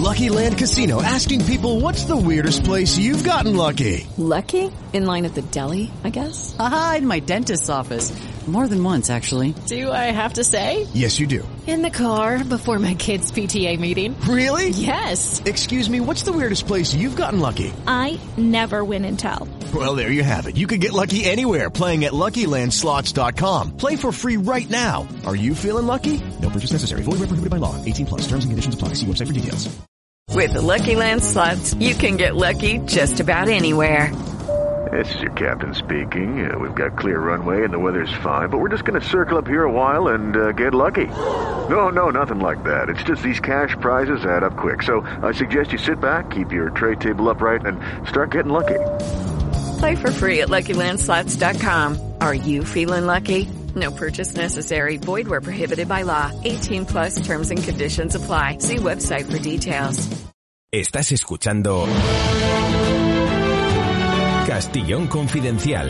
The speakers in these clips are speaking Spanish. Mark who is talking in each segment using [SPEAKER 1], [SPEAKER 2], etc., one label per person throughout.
[SPEAKER 1] Lucky Land Casino, asking people, what's the weirdest place you've gotten lucky?
[SPEAKER 2] Lucky? In line at the deli, I guess?
[SPEAKER 3] Aha, in my dentist's office. More than once, actually.
[SPEAKER 2] Do I have to say?
[SPEAKER 1] Yes, you do.
[SPEAKER 2] In the car before my kids' PTA meeting.
[SPEAKER 1] Really?
[SPEAKER 2] Yes.
[SPEAKER 1] Excuse me, what's the weirdest place you've gotten lucky?
[SPEAKER 4] I never win and tell.
[SPEAKER 1] Well, there you have it. You can get lucky anywhere, playing at LuckyLandSlots.com. Play for free right now. Are you feeling lucky? No purchase necessary. Void where prohibited by law. 18+. Terms and conditions apply. See website for details.
[SPEAKER 5] With the Lucky Land Slots, you can get lucky just about anywhere.
[SPEAKER 6] This is your captain speaking. We've got clear runway and the weather's fine, but we're just going to circle up here a while and get lucky. No, nothing like that. It's just these cash prizes add up quick. So I suggest you sit back, keep your tray table upright, and start getting lucky.
[SPEAKER 5] Play for free at LuckyLandSlots.com. Are you feeling lucky? No purchase necessary. Void where prohibited by law. 18+ terms and conditions apply. See website for details.
[SPEAKER 7] Estás escuchando Castillón Confidencial.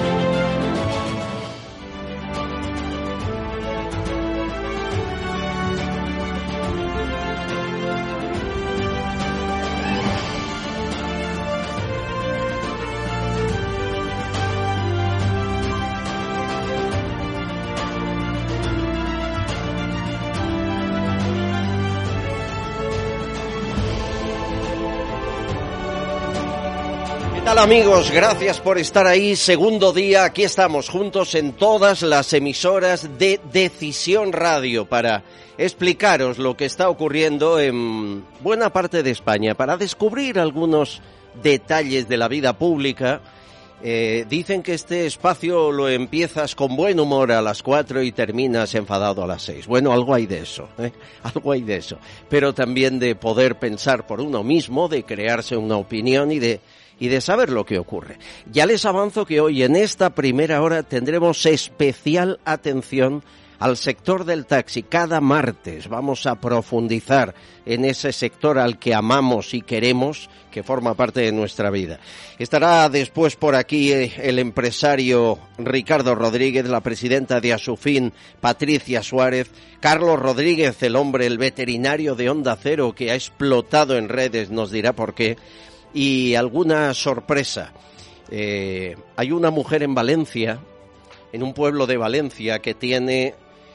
[SPEAKER 8] Hola amigos, gracias por estar ahí. Segundo día, aquí estamos juntos en todas las emisoras de Decisión Radio para explicaros lo que está ocurriendo en buena parte de España, para descubrir algunos detalles de la vida pública. Dicen que este espacio lo empiezas con buen humor a las 4 y terminas enfadado a las 6. Bueno, algo hay de eso, algo hay de eso. Pero también de poder pensar por uno mismo, de crearse una opinión y de saber lo que ocurre. Ya les avanzo que hoy en esta primera hora tendremos especial atención al sector del taxi. Cada martes vamos a profundizar en ese sector al que amamos y queremos, que forma parte de nuestra vida. Estará después por aquí el empresario Ricardo Rodríguez, la presidenta de Asufin, Patricia Suárez, Carlos Rodríguez, el hombre, el veterinario de Onda Cero, que ha explotado en redes, nos dirá por qué. Y alguna sorpresa. Hay una mujer en Valencia, en un pueblo de Valencia, que tiene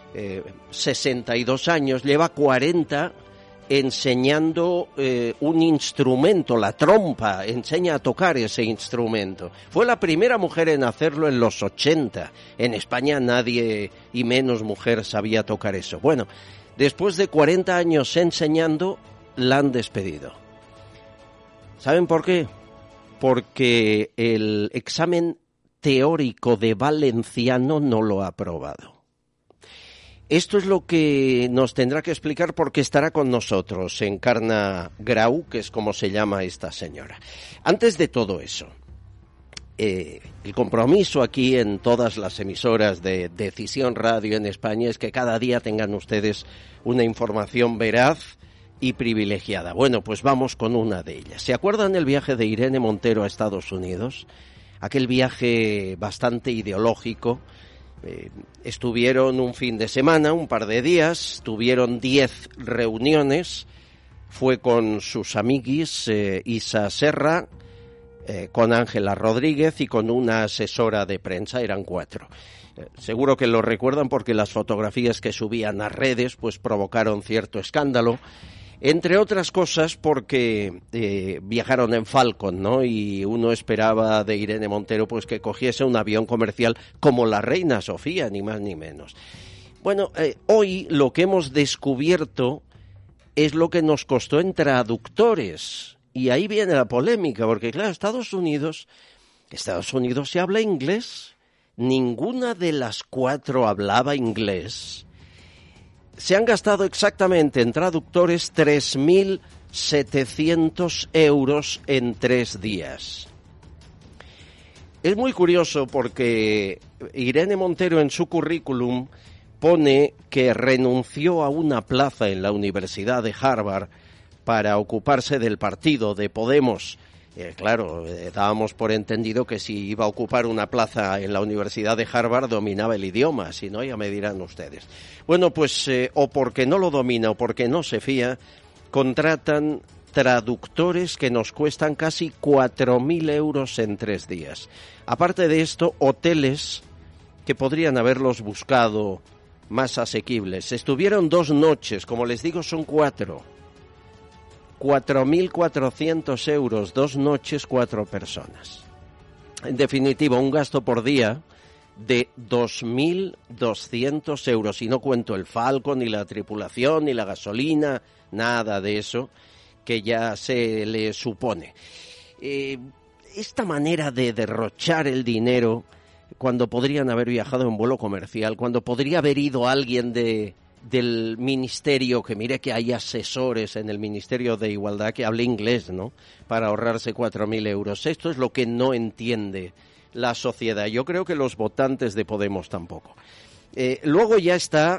[SPEAKER 8] 62 años, lleva 40 enseñando un instrumento, la trompa, enseña a tocar ese instrumento. Fue la primera mujer en hacerlo en los 80. En España nadie, y menos mujer, sabía tocar eso. Bueno, después de 40 años enseñando, la han despedido. ¿Saben por qué? Porque el examen teórico de valenciano no lo ha aprobado. Esto es lo que nos tendrá que explicar porque estará con nosotros Encarna Grau, que es como se llama esta señora. Antes de todo eso, el compromiso aquí en todas las emisoras de Decisión Radio en España es que cada día tengan ustedes una información veraz y privilegiada. Bueno, pues vamos con una de ellas. ¿Se acuerdan el viaje de Irene Montero a Estados Unidos? Aquel viaje bastante ideológico. Estuvieron un fin de semana, un par de días, tuvieron 10 reuniones. Fue con sus amiguis, Isa Serra, con Ángela Rodríguez y con una asesora de prensa, eran 4. Seguro que lo recuerdan porque las fotografías que subían a redes pues provocaron cierto escándalo. Entre otras cosas porque viajaron en Falcon, ¿no? Y uno esperaba de Irene Montero pues que cogiese un avión comercial como la reina Sofía, ni más ni menos. Bueno, hoy lo que hemos descubierto es lo que nos costó en traductores. Y ahí viene la polémica, porque claro, Estados Unidos se habla inglés. Ninguna de las 4 hablaba inglés. Se han gastado exactamente en traductores 3.700 euros en 3 días. Es muy curioso porque Irene Montero en su currículum pone que renunció a una plaza en la Universidad de Harvard para ocuparse del partido de Podemos. Claro, dábamos por entendido que si iba a ocupar una plaza en la Universidad de Harvard dominaba el idioma, si no ya me dirán ustedes. Bueno, pues o porque no lo domina o porque no se fía, contratan traductores que nos cuestan casi 4.000 euros en 3 días. Aparte de esto, hoteles que podrían haberlos buscado más asequibles. Estuvieron 2 noches, como les digo, son 4. 4.400 euros, 2 noches, 4 personas. En definitiva, un gasto por día de 2.200 euros. Y no cuento el Falcon, ni la tripulación, ni la gasolina, nada de eso que ya se le supone. Esta manera de derrochar el dinero cuando podrían haber viajado en vuelo comercial, cuando podría haber ido alguien del ministerio, que mire que hay asesores en el Ministerio de Igualdad que hable inglés, ¿no?, para ahorrarse 4.000 euros. Esto es lo que no entiende la sociedad. Yo creo que los votantes de Podemos tampoco. Luego ya está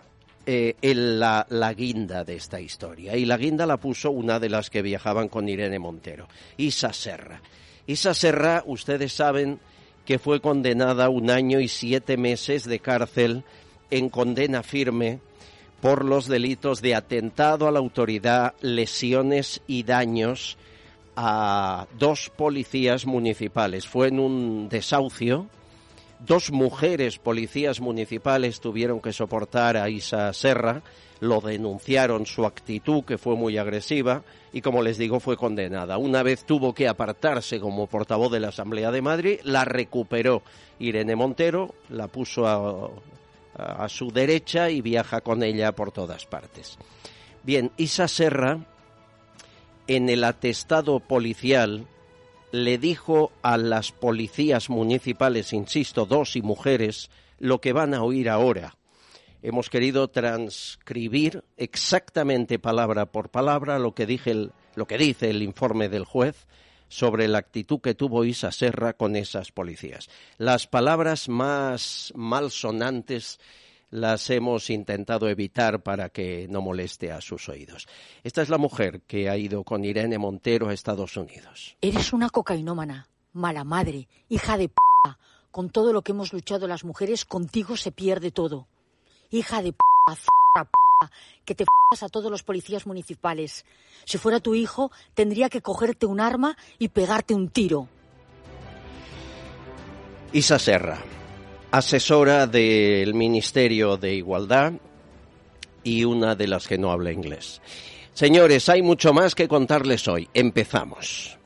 [SPEAKER 8] la guinda de esta historia, y la guinda la puso una de las que viajaban con Irene Montero, Isa Serra. Isa Serra, ustedes saben que fue condenada a 1 año y 7 meses de cárcel en condena firme por los delitos de atentado a la autoridad, lesiones y daños a 2 policías municipales. Fue en un desahucio. 2 mujeres policías municipales tuvieron que soportar a Isa Serra, lo denunciaron su actitud, que fue muy agresiva, y como les digo, fue condenada. Una vez tuvo que apartarse como portavoz de la Asamblea de Madrid, la recuperó Irene Montero, la puso a su derecha y viaja con ella por todas partes. Bien, Isa Serra, en el atestado policial, le dijo a las policías municipales, insisto, 2 y mujeres, lo que van a oír ahora. Hemos querido transcribir exactamente palabra por palabra lo que dice el informe del juez sobre la actitud que tuvo Isa Serra con esas policías. Las palabras más malsonantes las hemos intentado evitar para que no moleste a sus oídos. Esta es la mujer que ha ido con Irene Montero a Estados Unidos.
[SPEAKER 9] Eres una cocainómana, mala madre, hija de p***. Con todo lo que hemos luchado las mujeres, contigo se pierde todo. Hija de p***, que te f***as a todos los policías municipales. Si fuera tu hijo, tendría que cogerte un arma y pegarte un tiro.
[SPEAKER 8] Isa Serra, asesora del Ministerio de Igualdad y una de las que no habla inglés. Señores, hay mucho más que contarles hoy. Empezamos.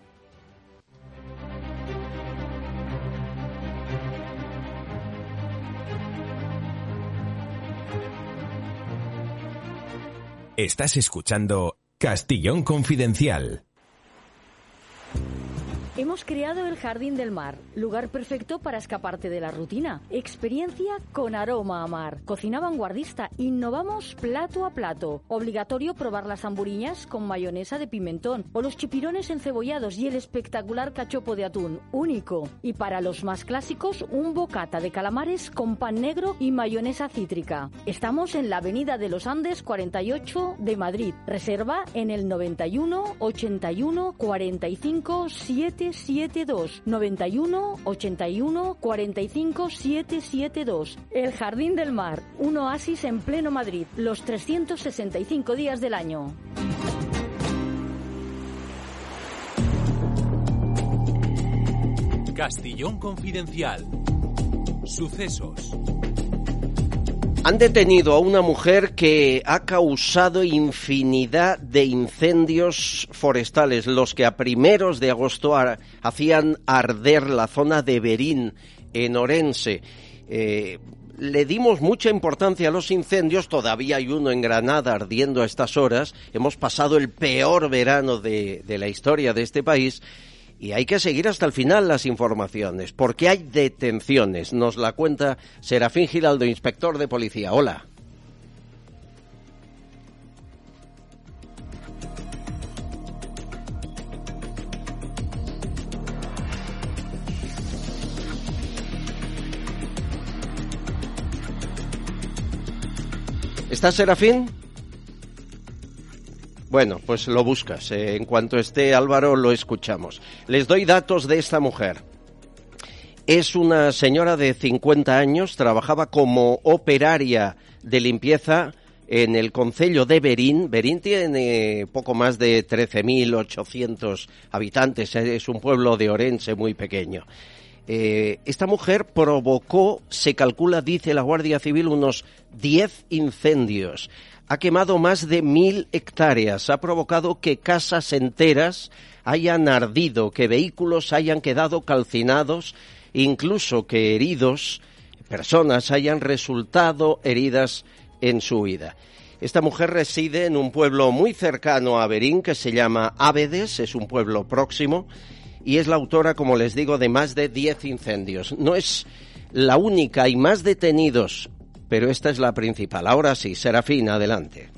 [SPEAKER 7] Estás escuchando Castellón Confidencial.
[SPEAKER 10] Hemos creado el Jardín del Mar, lugar perfecto para escaparte de la rutina. Experiencia con aroma a mar. Cocina vanguardista, innovamos plato a plato. Obligatorio probar las hamburiñas con mayonesa de pimentón o los chipirones encebollados y el espectacular cachopo de atún, único. Y para los más clásicos, un bocata de calamares con pan negro y mayonesa cítrica. Estamos en la Avenida de los Andes 48 de Madrid. Reserva en el 91 81 45 772 91 81 45 772. El Jardín del Mar, un oasis en pleno Madrid, los 365 días del año.
[SPEAKER 11] Castellón Confidencial. Sucesos.
[SPEAKER 8] Han detenido a una mujer que ha causado infinidad de incendios forestales, los que a primeros de agosto hacían arder la zona de Berín, en Orense. Le dimos mucha importancia a los incendios, todavía hay uno en Granada ardiendo a estas horas. Hemos pasado el peor verano de la historia de este país. Y hay que seguir hasta el final las informaciones, porque hay detenciones. Nos la cuenta Serafín Giraldo, inspector de policía. Hola. ¿Estás, Serafín? Bueno, pues lo buscas. En cuanto esté Álvaro, lo escuchamos. Les doy datos de esta mujer. Es una señora de 50 años, trabajaba como operaria de limpieza en el concello de Verín. Verín tiene poco más de 13.800 habitantes, es un pueblo de Orense muy pequeño. Esta mujer provocó, se calcula, dice la Guardia Civil, unos 10 incendios. Ha quemado más de 1.000 hectáreas, ha provocado que casas enteras hayan ardido, que vehículos hayan quedado calcinados, incluso que personas hayan resultado heridas en su huida. Esta mujer reside en un pueblo muy cercano a Verín que se llama Ábedes, es un pueblo próximo, y es la autora, como les digo, de más de 10 incendios. No es la única, hay más detenidos, pero esta es la principal. Ahora sí, Serafín, adelante.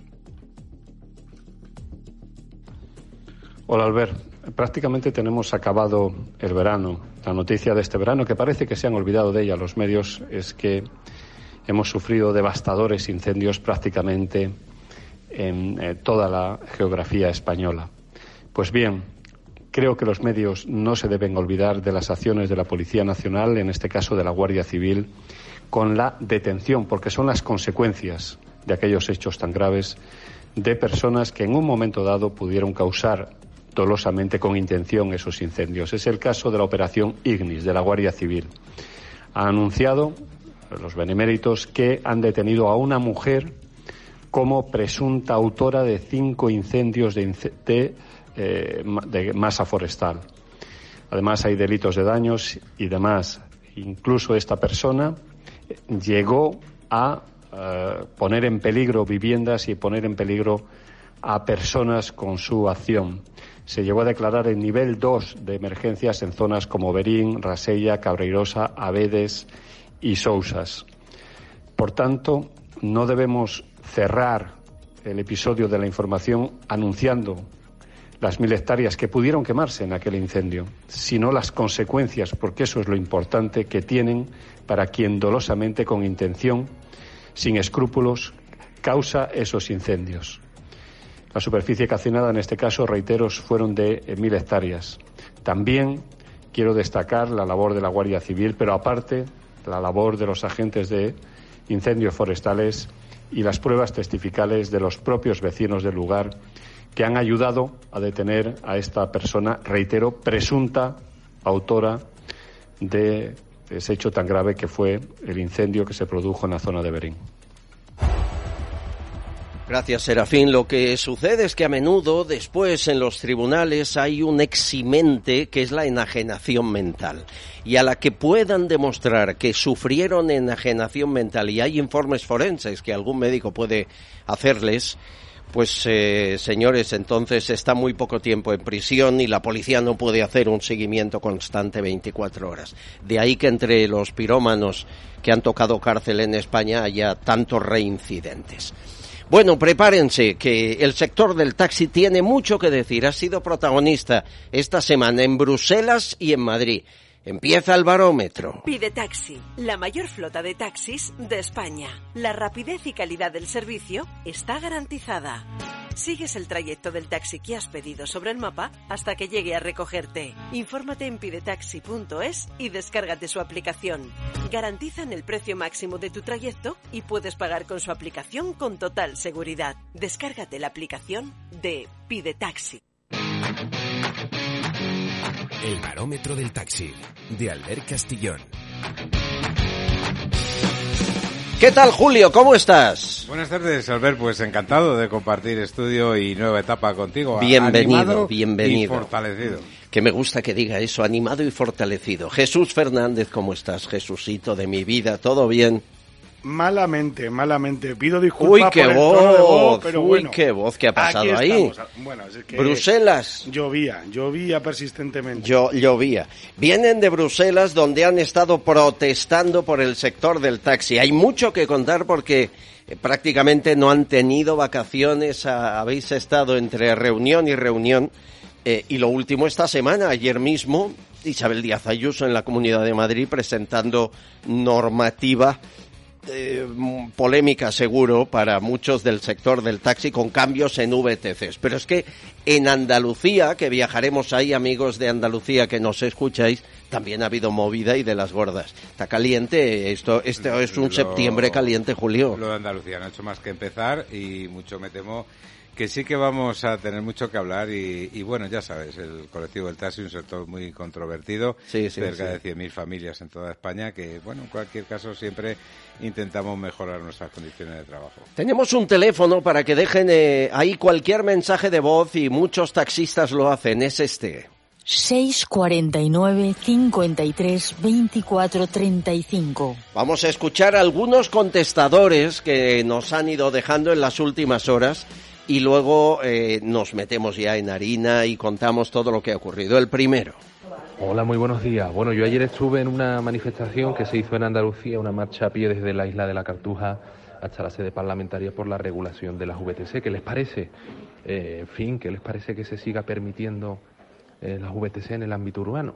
[SPEAKER 12] Hola, Albert. Prácticamente tenemos acabado el verano. La noticia de este verano, que parece que se han olvidado de ella los medios, es que hemos sufrido devastadores incendios prácticamente en toda la geografía española. Pues bien, creo que los medios no se deben olvidar de las acciones de la Policía Nacional, en este caso de la Guardia Civil, con la detención, porque son las consecuencias de aquellos hechos tan graves, de personas que en un momento dado pudieron causar dolosamente con intención esos incendios. Es el caso de la operación Ignis de la Guardia Civil. Ha anunciado los beneméritos que han detenido a una mujer como presunta autora de 5 incendios de masa forestal. Además hay delitos de daños y demás. Incluso esta persona llegó a poner en peligro viviendas y poner en peligro a personas con su acción. Se llegó a declarar el nivel 2 de emergencias en zonas como Verín, Rasella, Cabreirosa, Ábedes y Sousas. Por tanto, no debemos cerrar el episodio de la información anunciando las 1.000 hectáreas que pudieron quemarse en aquel incendio, sino las consecuencias, porque eso es lo importante, que tienen para quien dolosamente, con intención, sin escrúpulos, causa esos incendios. La superficie calcinada, en este caso, reitero, fueron de 1.000 hectáreas. También quiero destacar la labor de la Guardia Civil, pero aparte, la labor de los agentes de incendios forestales y las pruebas testificales de los propios vecinos del lugar, que han ayudado a detener a esta persona, reitero, presunta autora de ese hecho tan grave que fue el incendio que se produjo en la zona de Verín.
[SPEAKER 8] Gracias, Serafín. Lo que sucede es que a menudo después en los tribunales hay un eximente que es la enajenación mental. Y a la que puedan demostrar que sufrieron enajenación mental, y hay informes forenses que algún médico puede hacerles, pues señores, entonces está muy poco tiempo en prisión y la policía no puede hacer un seguimiento constante 24 horas. De ahí que entre los pirómanos que han tocado cárcel en España haya tantos reincidentes. Bueno, prepárense, que el sector del taxi tiene mucho que decir. Ha sido protagonista esta semana en Bruselas y en Madrid. Empieza el barómetro.
[SPEAKER 13] Pide Taxi, la mayor flota de taxis de España. La rapidez y calidad del servicio está garantizada. Sigues el trayecto del taxi que has pedido sobre el mapa hasta que llegue a recogerte. Infórmate en pidetaxi.es y descárgate su aplicación. Garantizan el precio máximo de tu trayecto y puedes pagar con su aplicación con total seguridad. Descárgate la aplicación de Pide Taxi.
[SPEAKER 7] El barómetro del taxi, de Albert Castillón.
[SPEAKER 8] ¿Qué tal, Julio? ¿Cómo estás?
[SPEAKER 14] Buenas tardes, Albert. Pues encantado de compartir estudio y nueva etapa contigo.
[SPEAKER 8] Bienvenido.
[SPEAKER 14] Y fortalecido.
[SPEAKER 8] Que me gusta que diga eso, animado y fortalecido. Jesús Fernández, ¿cómo estás? Jesucito de mi vida, ¿todo bien?
[SPEAKER 15] Malamente. Pido disculpas
[SPEAKER 8] por el
[SPEAKER 15] tono de voz, pero bueno.
[SPEAKER 8] Qué voz, ¿qué ha pasado ahí?
[SPEAKER 15] Bueno, es que
[SPEAKER 8] Bruselas.
[SPEAKER 15] Llovía persistentemente.
[SPEAKER 8] Llovía. Vienen de Bruselas, donde han estado protestando por el sector del taxi. Hay mucho que contar porque prácticamente no han tenido vacaciones, habéis estado entre reunión y reunión. Y lo último esta semana, ayer mismo, Isabel Díaz Ayuso en la Comunidad de Madrid presentando normativa polémica seguro para muchos del sector del taxi con cambios en VTCs. Pero es que en Andalucía, que viajaremos ahí, amigos de Andalucía que nos escucháis, también ha habido movida y de las gordas. Está caliente, esto es un septiembre caliente, Julio.
[SPEAKER 14] Lo de Andalucía no ha hecho más que empezar y mucho me temo que sí que vamos a tener mucho que hablar y bueno, ya sabes, el colectivo del taxi es un sector muy controvertido, cerca de 100.000 familias en toda España que, bueno, en cualquier caso siempre intentamos mejorar nuestras condiciones de trabajo.
[SPEAKER 8] Tenemos un teléfono para que dejen ahí cualquier mensaje de voz y muchos taxistas lo hacen, es este.
[SPEAKER 9] 649 53 24 35.
[SPEAKER 8] Vamos a escuchar algunos contestadores que nos han ido dejando en las últimas horas y luego nos metemos ya en harina y contamos todo lo que ha ocurrido. El primero.
[SPEAKER 16] Hola, muy buenos días. Bueno, yo ayer estuve en una manifestación que se hizo en Andalucía, una marcha a pie desde la isla de la Cartuja hasta la sede parlamentaria por la regulación de las VTC. ¿Qué les parece? En fin, ¿qué les parece que se siga permitiendo las VTC en el ámbito urbano?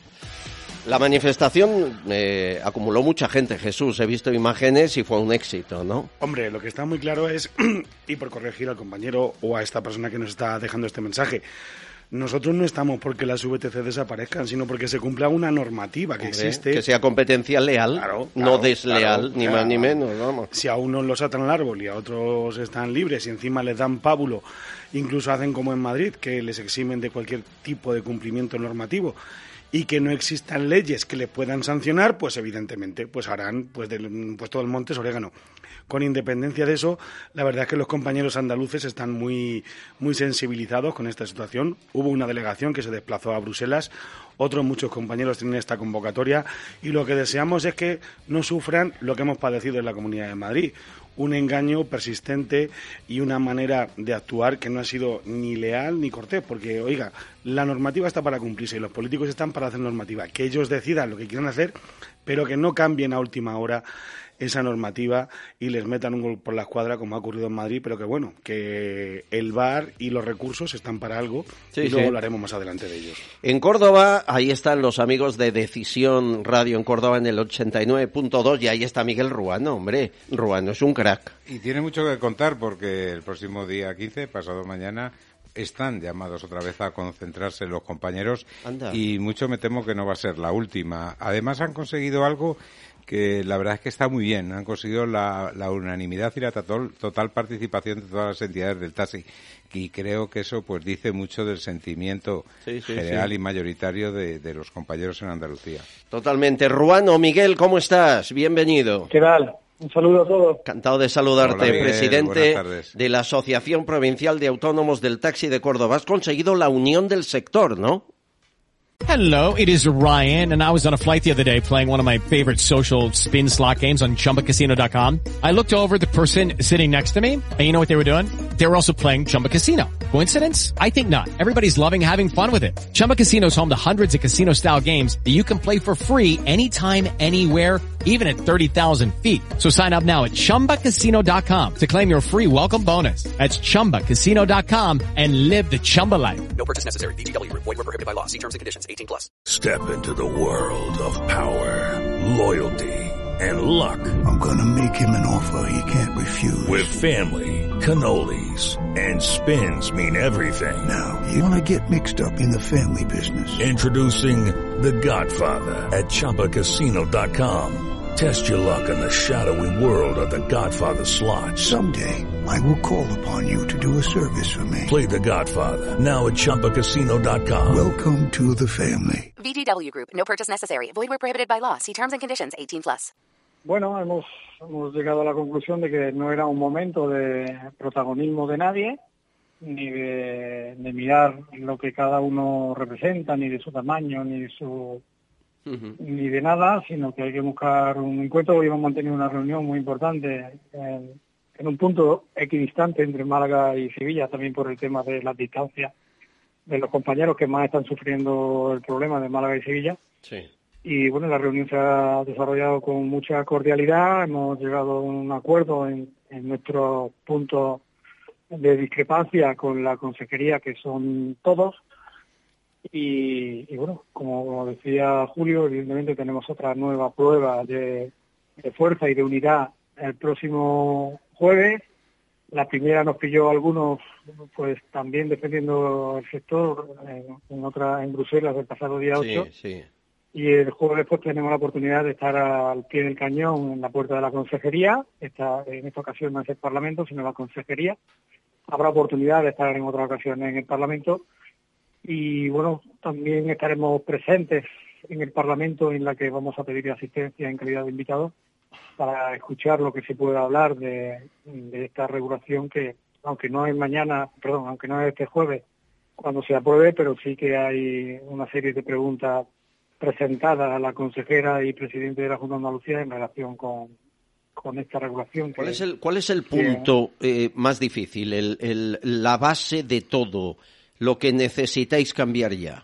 [SPEAKER 8] La manifestación acumuló mucha gente, Jesús. He visto imágenes y fue un éxito, ¿no?
[SPEAKER 15] Hombre, lo que está muy claro es, y por corregir al compañero o a esta persona que nos está dejando este mensaje, nosotros no estamos porque las VTC desaparezcan, sino porque se cumpla una normativa que existe.
[SPEAKER 8] Que sea competencia leal, no desleal, ni más ni menos, vamos.
[SPEAKER 15] Si a unos los atan al árbol y a otros están libres y encima les dan pábulo, incluso hacen como en Madrid, que les eximen de cualquier tipo de cumplimiento normativo y que no existan leyes que les puedan sancionar, pues evidentemente pues harán pues todo el monte es orégano. Con independencia de eso, la verdad es que los compañeros andaluces están muy sensibilizados con esta situación. Hubo una delegación que se desplazó a Bruselas, otros muchos compañeros tienen esta convocatoria y lo que deseamos es que no sufran lo que hemos padecido en la Comunidad de Madrid. Un engaño persistente y una manera de actuar que no ha sido ni leal ni cortés, porque, oiga, la normativa está para cumplirse y los políticos están para hacer normativa, que ellos decidan lo que quieran hacer, pero que no cambien a última hora esa normativa y les metan un gol por la escuadra como ha ocurrido en Madrid, pero que bueno, que el VAR y los recursos están para algo y luego hablaremos más adelante de ellos.
[SPEAKER 8] En Córdoba, ahí están los amigos de Decisión Radio en Córdoba en el 89.2 y ahí está Miguel Ruano, hombre, Ruano es un crack.
[SPEAKER 14] Y tiene mucho que contar porque el próximo día 15, pasado mañana, están llamados otra vez a concentrarse los compañeros. Anda. Y mucho me temo que no va a ser la última. Además han conseguido algo que la verdad es que está muy bien. Han conseguido la unanimidad y la total participación de todas las entidades del taxi. Y creo que eso pues dice mucho del sentimiento general y mayoritario de los compañeros en Andalucía.
[SPEAKER 8] Totalmente. Ruano, Miguel, ¿cómo estás? Bienvenido.
[SPEAKER 17] ¿Qué tal? Un saludo a todos.
[SPEAKER 8] Encantado de saludarte,
[SPEAKER 14] Hola, Miguel,
[SPEAKER 8] presidente de la Asociación Provincial de Autónomos del Taxi de Córdoba. Has conseguido la unión del sector, ¿no?
[SPEAKER 18] Hello, it is Ryan, and I was on a flight the other day playing one of my favorite social spin slot games on ChumbaCasino.com. I looked over at the person sitting next to me, and you know what they were doing? They were also playing Chumba Casino. Coincidence? I think not. Everybody's loving having fun with it. Chumba Casino is home to hundreds of casino-style games that you can play for free anytime, anywhere, even at 30,000 feet. So sign up now at ChumbaCasino.com to claim your free welcome bonus. That's ChumbaCasino.com and live the Chumba life.
[SPEAKER 19] No purchase necessary. VGW. Void where prohibited by law. See terms and conditions. 18+.
[SPEAKER 20] Step into the world of power, loyalty, and luck.
[SPEAKER 21] I'm gonna make him an offer he can't refuse.
[SPEAKER 20] With family, cannolis, and spins mean everything.
[SPEAKER 21] Now, you wanna get mixed up in the family business.
[SPEAKER 20] Introducing The Godfather at ChumbaCasino.com. Test your luck in the shadowy world of The Godfather slot.
[SPEAKER 21] Someday, I will call upon you to do a service for me.
[SPEAKER 20] Play The Godfather, now at ChumbaCasino.com.
[SPEAKER 21] Welcome to the family.
[SPEAKER 22] VGW Group. No purchase necessary. Void where prohibited by law. See terms and conditions. 18+.
[SPEAKER 17] Bueno, hemos llegado a la conclusión de que no era un momento de protagonismo de nadie, ni de mirar lo que cada uno representa, ni de su tamaño, ni de su... ni de nada, sino que hay que buscar un encuentro. Hoy hemos mantenido una reunión muy importante en un punto equidistante entre Málaga y Sevilla, también por el tema de las distancias de los compañeros que más están sufriendo el problema de Málaga y Sevilla.
[SPEAKER 8] Sí.
[SPEAKER 17] Y bueno, la reunión se ha desarrollado con mucha cordialidad, hemos llegado a un acuerdo en nuestros puntos de discrepancia con la consejería, que son todos. Y bueno, como decía Julio, evidentemente tenemos otra nueva prueba de fuerza y de unidad el próximo jueves. La primera nos pilló a algunos, pues también defendiendo el sector, en Bruselas el pasado día 8.
[SPEAKER 8] Sí.
[SPEAKER 17] Y el jueves pues tenemos la oportunidad de estar al pie del cañón en la puerta de la consejería. En esta ocasión no es el Parlamento, sino la consejería. Habrá oportunidad de estar en otra ocasión en el Parlamento. Y bueno, también estaremos presentes en el Parlamento, en la que vamos a pedir asistencia en calidad de invitados para escuchar lo que se pueda hablar de esta regulación que, aunque no es este jueves cuando se apruebe, pero sí que hay una serie de preguntas presentadas a la consejera y presidente de la Junta de Andalucía en relación con esta regulación.
[SPEAKER 8] ¿Cuál es el punto más difícil, la base de todo, lo que necesitáis cambiar ya?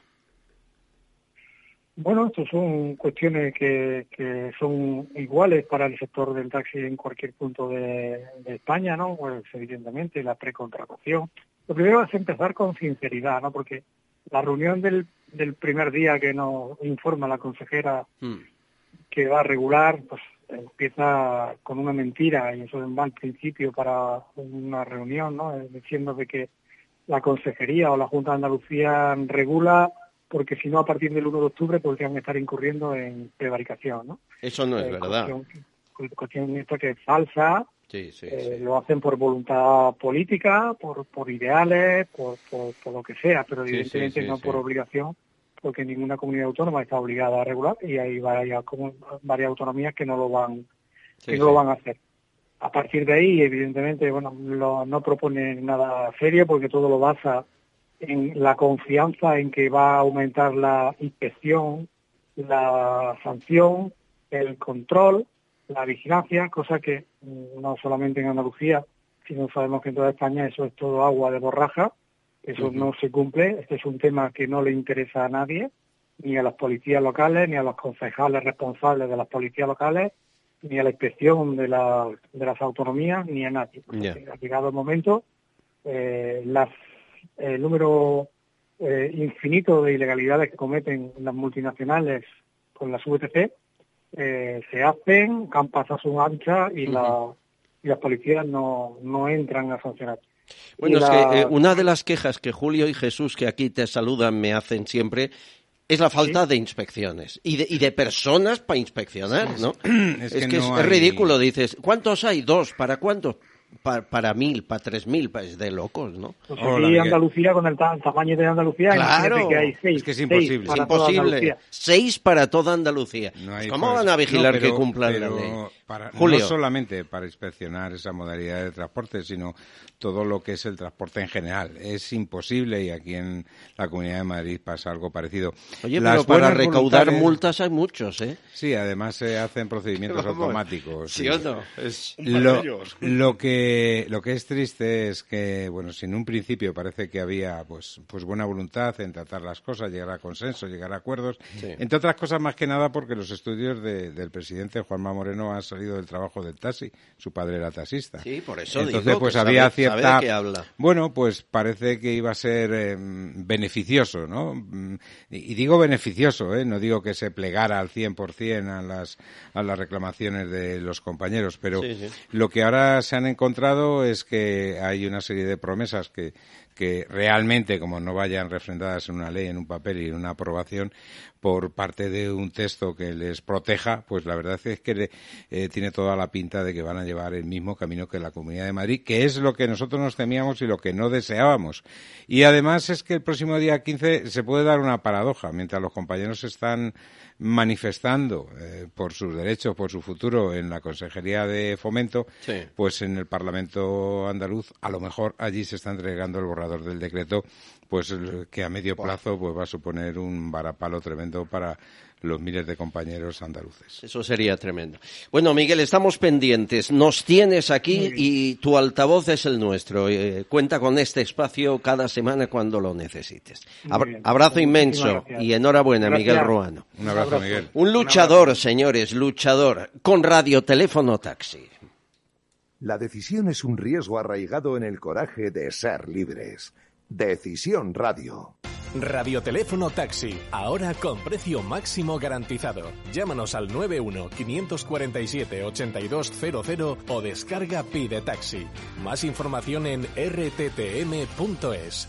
[SPEAKER 17] Bueno, estas son cuestiones que son iguales para el sector del taxi en cualquier punto de España, ¿no? Pues evidentemente la precontratación. Lo primero es empezar con sinceridad, ¿no? Porque la reunión del primer día que nos informa la consejera que va a regular, pues empieza con una mentira, y eso es un mal principio para una reunión, ¿no? Diciendo de que la consejería o la Junta de Andalucía regula, porque si no, a partir del 1 de octubre podrían estar incurriendo en prevaricación, ¿no?
[SPEAKER 8] Eso no es verdad.
[SPEAKER 17] Cuestión esta que es falsa.
[SPEAKER 8] Sí.
[SPEAKER 17] Lo hacen por voluntad política, por ideales, por lo que sea, pero evidentemente no por obligación, porque ninguna comunidad autónoma está obligada a regular, y hay varias autonomías que no lo van a hacer. A partir de ahí, evidentemente, no propone nada serio, porque todo lo basa en la confianza en que va a aumentar la inspección, la sanción, el control, la vigilancia, cosa que no solamente en Andalucía, sino sabemos que en toda España eso es todo agua de borraja, eso no se cumple. Este es un tema que no le interesa a nadie, ni a las policías locales, ni a los concejales responsables de las policías locales, ni a la inspección de las autonomías, ni a nadie. Ha llegado el momento, el número infinito de ilegalidades que cometen las multinacionales con las VTC se hacen, campas a su ancha, y las policías no entran a sancionar.
[SPEAKER 8] Bueno, es que una de las quejas que Julio y Jesús, que aquí te saludan, me hacen siempre, es la falta de inspecciones y de personas para inspeccionar, ¿no? Es ridículo, dices, ¿cuántos hay? 2, ¿para cuántos? Para 1.000, para 3.000, es de locos, ¿no?
[SPEAKER 17] Pues aquí Andalucía, con el tamaño de Andalucía,
[SPEAKER 8] claro,
[SPEAKER 17] que hay 6.
[SPEAKER 14] Es que es imposible.
[SPEAKER 17] Es imposible.
[SPEAKER 8] 6 para toda Andalucía. ¿Cómo van a vigilar que cumplan la ley?
[SPEAKER 14] No solamente para inspeccionar esa modalidad de transporte, sino todo lo que es el transporte en general. Es imposible, y aquí en la Comunidad de Madrid pasa algo parecido.
[SPEAKER 8] Oye, pero para recaudar multas hay muchos, ¿eh?
[SPEAKER 14] Sí, además se hacen procedimientos automáticos.
[SPEAKER 8] ¿Sí o no?
[SPEAKER 14] Lo que es triste es que, si en un principio parece que había pues buena voluntad en tratar las cosas, llegar a consenso, llegar a acuerdos, entre otras cosas más que nada porque los estudios del presidente Juanma Moreno han salido del trabajo del taxi, su padre era taxista.
[SPEAKER 8] Sí, por eso
[SPEAKER 14] entonces
[SPEAKER 8] digo
[SPEAKER 14] pues
[SPEAKER 8] que
[SPEAKER 14] había
[SPEAKER 8] sabe de qué habla.
[SPEAKER 14] Bueno, pues parece que iba a ser beneficioso, ¿no? Y digo beneficioso, no digo que se plegara al 100% a las reclamaciones de los compañeros, pero lo que ahora se han encontrado es que hay una serie de promesas que realmente, como no vayan refrendadas en una ley, en un papel y en una aprobación por parte de un texto que les proteja, pues la verdad es que tiene toda la pinta de que van a llevar el mismo camino que la Comunidad de Madrid, que es lo que nosotros nos temíamos y lo que no deseábamos. Y además es que el próximo día 15 se puede dar una paradoja. Mientras los compañeros están manifestando por sus derechos, por su futuro en la Consejería de Fomento, pues en el Parlamento andaluz a lo mejor allí se está entregando el borrador del decreto, pues que a medio plazo pues va a suponer un varapalo tremendo para los miles de compañeros andaluces.
[SPEAKER 8] Eso sería tremendo. Bueno, Miguel, estamos pendientes. Nos tienes aquí y tu altavoz es el nuestro. Cuenta con este espacio cada semana cuando lo necesites. Abrazo inmenso y enhorabuena, Miguel Ruano.
[SPEAKER 14] Un abrazo, Miguel.
[SPEAKER 8] Un luchador, señores, luchador, con Radio Teléfono Taxi.
[SPEAKER 2] La decisión es un riesgo arraigado en el coraje de ser libres. Decisión Radio.
[SPEAKER 3] Radioteléfono Taxi, ahora con precio máximo garantizado. Llámanos al 91-547-8200 o descarga Pide Taxi. Más información en rttm.es.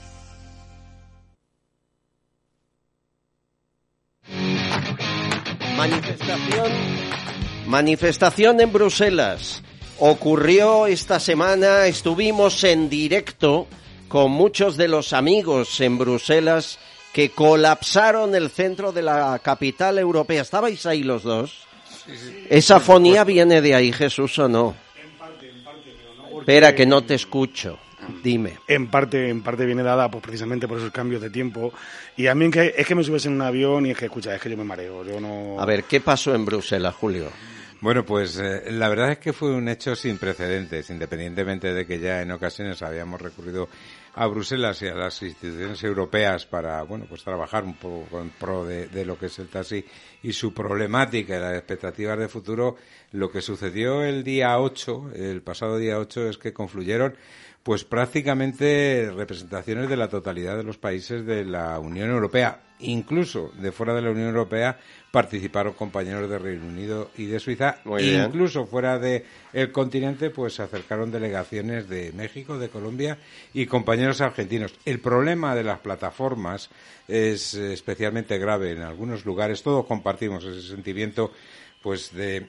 [SPEAKER 8] Manifestación en Bruselas. Ocurrió esta semana, estuvimos en directo con muchos de los amigos en Bruselas que colapsaron el centro de la capital europea. ¿Estabais ahí los dos?
[SPEAKER 14] Sí.
[SPEAKER 8] ¿Esa fonía viene de ahí, Jesús, o no?
[SPEAKER 15] En parte, pero no.
[SPEAKER 8] Espera, que no te escucho. Dime.
[SPEAKER 15] En parte viene dada pues precisamente por esos cambios de tiempo. Y a mí es que me subes en un avión y es que, escucha, es que yo me mareo. Yo no...
[SPEAKER 8] A ver, ¿qué pasó en Bruselas, Julio?
[SPEAKER 14] Bueno, pues la verdad es que fue un hecho sin precedentes, independientemente de que ya en ocasiones habíamos recurrido a Bruselas y a las instituciones europeas para, bueno, pues trabajar un poco en pro de lo que es el taxi y su problemática y las expectativas de futuro. Lo que sucedió el pasado día 8, es que confluyeron pues prácticamente representaciones de la totalidad de los países de la Unión Europea. Incluso de fuera de la Unión Europea participaron compañeros de Reino Unido y de Suiza. Incluso fuera del continente pues se acercaron delegaciones de México, de Colombia y compañeros argentinos. El problema de las plataformas es especialmente grave en algunos lugares. Todos compartimos ese sentimiento pues de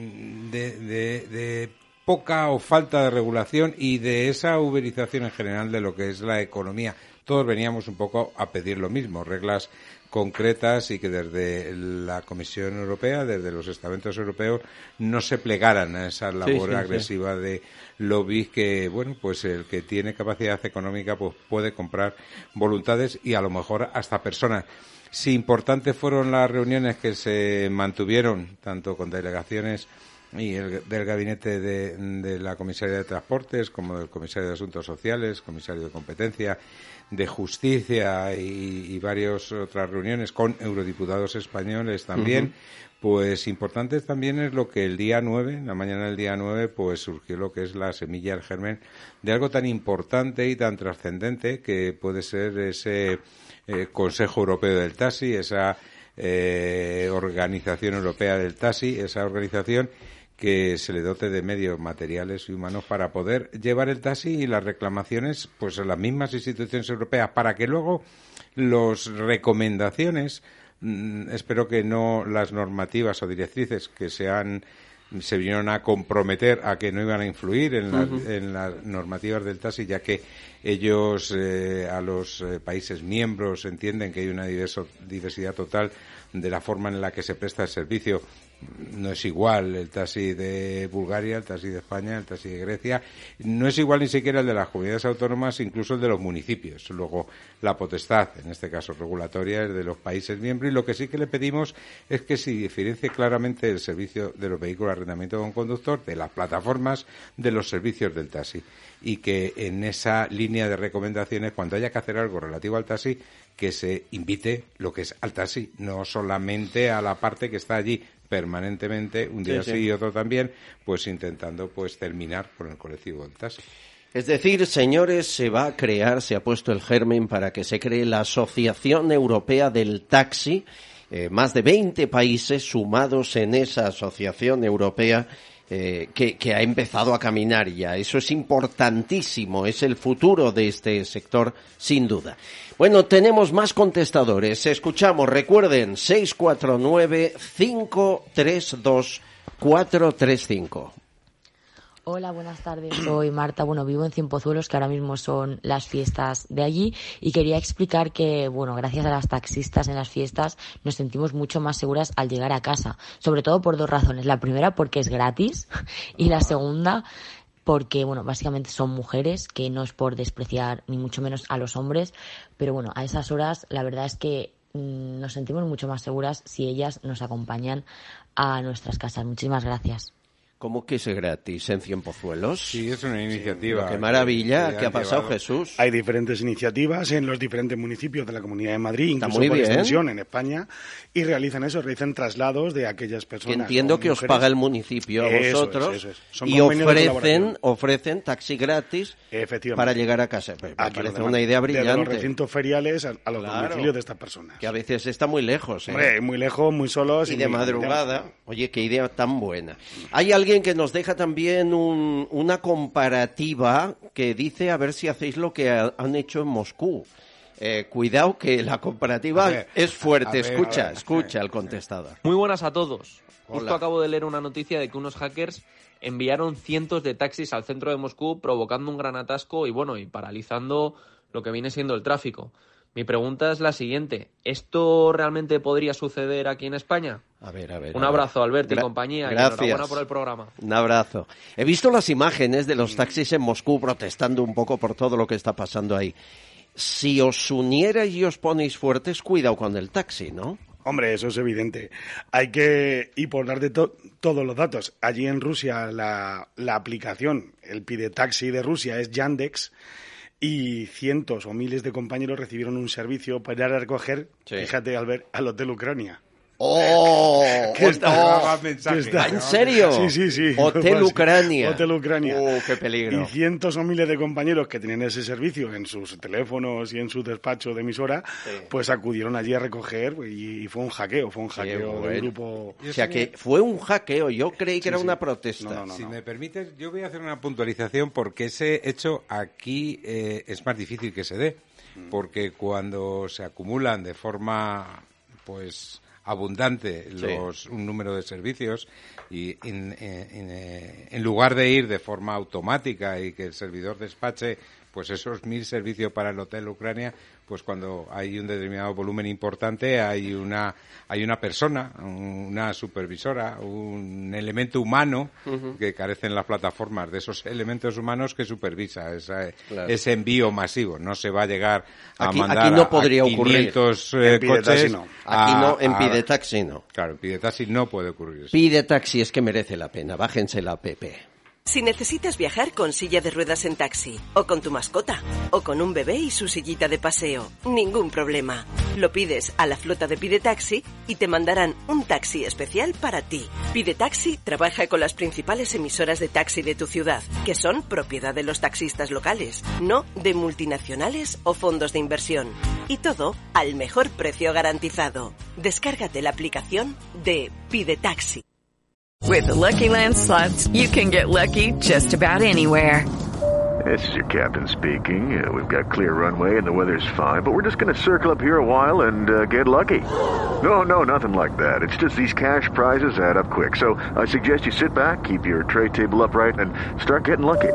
[SPEAKER 14] poca o falta de regulación y de esa uberización en general de lo que es la economía. Todos veníamos un poco a pedir lo mismo, reglas concretas y que desde la Comisión Europea, desde los estamentos europeos, no se plegaran a esa labor agresiva de lobbies que, bueno, pues el que tiene capacidad económica pues puede comprar voluntades y a lo mejor hasta personas. Si importantes fueron las reuniones que se mantuvieron, tanto con delegaciones y del gabinete de la comisaria de Transportes como del comisario de Asuntos Sociales, comisario de Competencia, de Justicia y varias otras reuniones con eurodiputados españoles también, pues importante también es lo que el día 9, en la mañana del día 9, pues surgió lo que es la semilla, el germen de algo tan importante y tan trascendente que puede ser ese Consejo Europeo del Taxi, esa Organización Europea del Taxi, esa organización que se le dote de medios materiales y humanos para poder llevar el taxi y las reclamaciones pues a las mismas instituciones europeas para que luego las recomendaciones, espero que no las normativas o directrices que se vinieron a comprometer a que no iban a influir en las normativas del taxi, ya que ellos a los países miembros entienden que hay una diversidad total de la forma en la que se presta el servicio. No es igual el taxi de Bulgaria, el taxi de España, el taxi de Grecia. No es igual ni siquiera el de las comunidades autónomas, incluso el de los municipios. Luego, la potestad, en este caso regulatoria, es de los países miembros. Y lo que sí que le pedimos es que se diferencie claramente el servicio de los vehículos de arrendamiento con conductor de las plataformas de los servicios del taxi. Y que en esa línea de recomendaciones, cuando haya que hacer algo relativo al taxi, que se invite lo que es al taxi, no solamente a la parte que está allí permanentemente, un día sí y otro también, pues intentando pues terminar con el colectivo del taxi.
[SPEAKER 8] Es decir, señores, se ha puesto el germen para que se cree la Asociación Europea del Taxi, más de 20 países sumados en esa Asociación Europea que ha empezado a caminar ya. Eso es importantísimo, es el futuro de este sector, sin duda. Bueno, tenemos más contestadores. Escuchamos, recuerden, 649-532-435.
[SPEAKER 4] Hola, buenas tardes. Soy Marta. Bueno, vivo en Cienpozuelos, que ahora mismo son las fiestas de allí, y quería explicar que, bueno, gracias a las taxistas en las fiestas nos sentimos mucho más seguras al llegar a casa, sobre todo por dos razones. La primera, porque es gratis, y la segunda, porque, bueno, básicamente son mujeres, que no es por despreciar ni mucho menos a los hombres, pero bueno, a esas horas la verdad es que nos sentimos mucho más seguras si ellas nos acompañan a nuestras casas. Muchísimas gracias.
[SPEAKER 8] ¿Cómo que es gratis en Cienpozuelos?
[SPEAKER 14] Sí, es una iniciativa.
[SPEAKER 8] Qué maravilla. ¿Qué ha pasado, Jesús?
[SPEAKER 15] Hay diferentes iniciativas en los diferentes municipios de la Comunidad de Madrid, incluso por
[SPEAKER 8] bien.
[SPEAKER 15] extensión en España, y realizan traslados de aquellas personas.
[SPEAKER 8] Que entiendo que os paga el municipio a vosotros
[SPEAKER 15] eso es.
[SPEAKER 8] Y ofrecen taxi gratis para llegar a casa. Me parece una idea brillante.
[SPEAKER 15] Desde los recintos feriales a los domicilios de estas personas.
[SPEAKER 8] Que a veces está muy lejos.
[SPEAKER 15] Hombre, muy lejos, muy solos.
[SPEAKER 8] Y de madrugada. Oye, qué idea tan buena. Hay alguien que nos deja también una comparativa que dice a ver si hacéis lo que han hecho en Moscú. Cuidado que la comparativa es fuerte. Escucha el contestador.
[SPEAKER 1] Muy buenas a todos.
[SPEAKER 8] Hola.
[SPEAKER 1] Justo acabo de leer una noticia de que unos hackers enviaron cientos de taxis al centro de Moscú provocando un gran atasco y paralizando lo que viene siendo el tráfico. Mi pregunta es la siguiente. ¿Esto realmente podría suceder aquí en España?
[SPEAKER 8] A ver.
[SPEAKER 1] Un abrazo, Alberto y compañía.
[SPEAKER 8] Gracias.
[SPEAKER 1] Y enhorabuena por el programa.
[SPEAKER 8] Un abrazo. He visto las imágenes de los taxis en Moscú protestando un poco por todo lo que está pasando ahí. Si os unierais y os ponéis fuertes, cuidado con el taxi, ¿no?
[SPEAKER 15] Hombre, eso es evidente. Y por darte todos los datos, allí en Rusia la aplicación, el Pidetaxi de Rusia es Yandex, y cientos o miles de compañeros recibieron un servicio para ir a recoger, fíjate, Albert, al Hotel Ucrania.
[SPEAKER 8] ¡Oh! ¿En serio?
[SPEAKER 15] Sí.
[SPEAKER 8] Hotel Ucrania.
[SPEAKER 15] Hotel Ucrania.
[SPEAKER 8] ¡Qué peligro!
[SPEAKER 15] Y cientos o miles de compañeros que tenían ese servicio en sus teléfonos y en su despacho de emisora, pues acudieron allí a recoger y fue un hackeo del grupo.
[SPEAKER 8] O sea que fue un hackeo, yo creí que era una protesta.
[SPEAKER 14] No. Si me permites, yo voy a hacer una puntualización porque ese hecho aquí es más difícil que se dé, porque cuando se acumulan de forma, abundante un número de servicios y en lugar de ir de forma automática y que el servidor despache esos 1000 servicios para el Hotel Ucrania, cuando hay un determinado volumen importante hay una persona, una supervisora, un elemento humano que carecen las plataformas de esos elementos humanos que supervisa ese envío masivo. No se va a llegar a mandar
[SPEAKER 8] aquí no podría
[SPEAKER 14] a 500 coches.
[SPEAKER 8] Aquí no, en Pidetaxi no.
[SPEAKER 14] Claro, en Pidetaxi no puede ocurrir eso.
[SPEAKER 8] Pidetaxi es que merece la pena, bájense la app.
[SPEAKER 13] Si necesitas viajar con silla de ruedas en taxi, o con tu mascota, o con un bebé y su sillita de paseo, ningún problema. Lo pides a la flota de Pidetaxi y te mandarán un taxi especial para ti. Pidetaxi trabaja con las principales emisoras de taxi de tu ciudad, que son propiedad de los taxistas locales, no de multinacionales o fondos de inversión. Y todo al mejor precio garantizado. Descárgate la aplicación de Pidetaxi.
[SPEAKER 5] With the Lucky Land Slots, you can get lucky just about anywhere.
[SPEAKER 6] This is your captain speaking. We've got clear runway and the weather's fine, but we're just going to circle up here a while and get lucky. No, nothing like that. It's just these cash prizes add up quick. So I suggest you sit back, keep your tray table upright, and start getting lucky.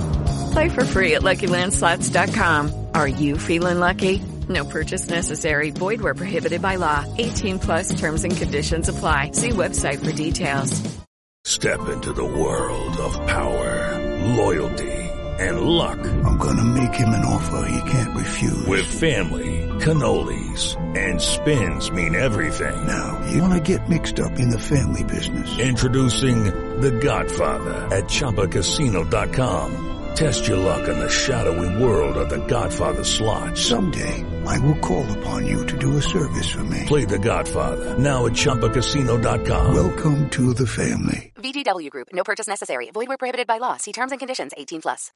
[SPEAKER 5] Play for free at LuckyLandSlots.com. Are you feeling lucky? No purchase necessary. Void where prohibited by law. 18+ terms and conditions apply. See website for details.
[SPEAKER 20] Step into the world of power, loyalty, and luck.
[SPEAKER 21] I'm gonna make him an offer he can't refuse.
[SPEAKER 20] With family, cannolis, and spins mean everything.
[SPEAKER 21] Now, you wanna get mixed up in the family business.
[SPEAKER 20] Introducing The Godfather at ChumbaCasino.com. Test your luck in the shadowy world of The Godfather slot.
[SPEAKER 21] Someday, I will call upon you to do a service for me.
[SPEAKER 20] Play The Godfather now at ChumbaCasino.com.
[SPEAKER 21] Welcome to the family.
[SPEAKER 22] VGW Group. No purchase necessary. Void where prohibited by law. See terms and conditions. 18+.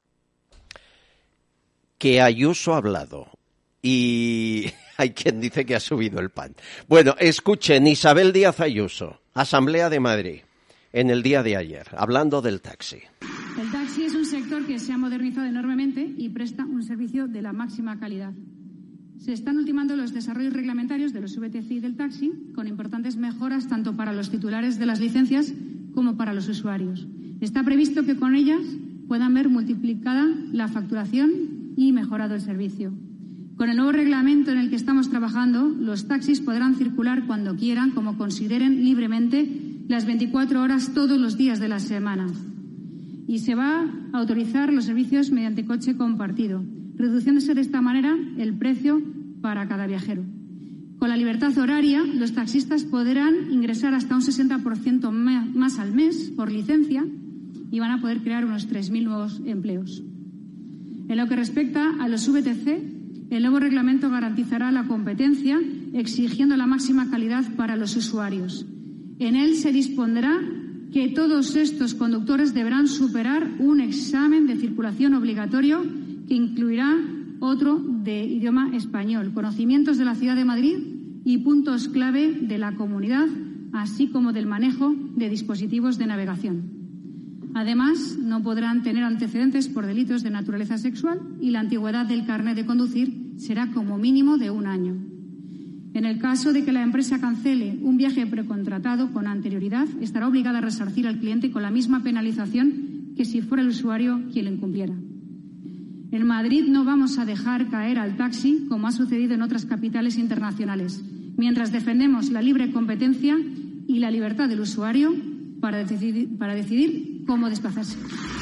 [SPEAKER 8] Que Ayuso ha hablado y hay quien dice que ha subido el pan. Bueno, escuchen, Isabel Díaz Ayuso, Asamblea de Madrid, en el día de ayer, hablando del taxi.
[SPEAKER 23] El taxi es un sector que se ha modernizado enormemente y presta un servicio de la máxima calidad. Se están ultimando los desarrollos reglamentarios de los VTC del taxi, con importantes mejoras tanto para los titulares de las licencias como para los usuarios. Está previsto que con ellas puedan ver multiplicada la facturación y mejorado el servicio. Con el nuevo reglamento en el que estamos trabajando, los taxis podrán circular cuando quieran, como consideren libremente, las 24 horas todos los días de la semana. Y se va a autorizar los servicios mediante coche compartido, reduciéndose de esta manera el precio para cada viajero. Con la libertad horaria, los taxistas podrán ingresar hasta un 60% más al mes por licencia y van a poder crear unos 3.000 nuevos empleos. En lo que respecta a los VTC, el nuevo reglamento garantizará la competencia exigiendo la máxima calidad para los usuarios. En él se dispondrá que todos estos conductores deberán superar un examen de circulación obligatorio que incluirá otro de idioma español, conocimientos de la Ciudad de Madrid y puntos clave de la comunidad, así como del manejo de dispositivos de navegación. Además, no podrán tener antecedentes por delitos de naturaleza sexual y la antigüedad del carnet de conducir será como mínimo de 1 año. En el caso de que la empresa cancele un viaje precontratado con anterioridad, estará obligada a resarcir al cliente con la misma penalización que si fuera el usuario quien lo incumpliera. En Madrid no vamos a dejar caer al taxi, como ha sucedido en otras capitales internacionales, mientras defendemos la libre competencia y la libertad del usuario para decidir cómo desplazarse.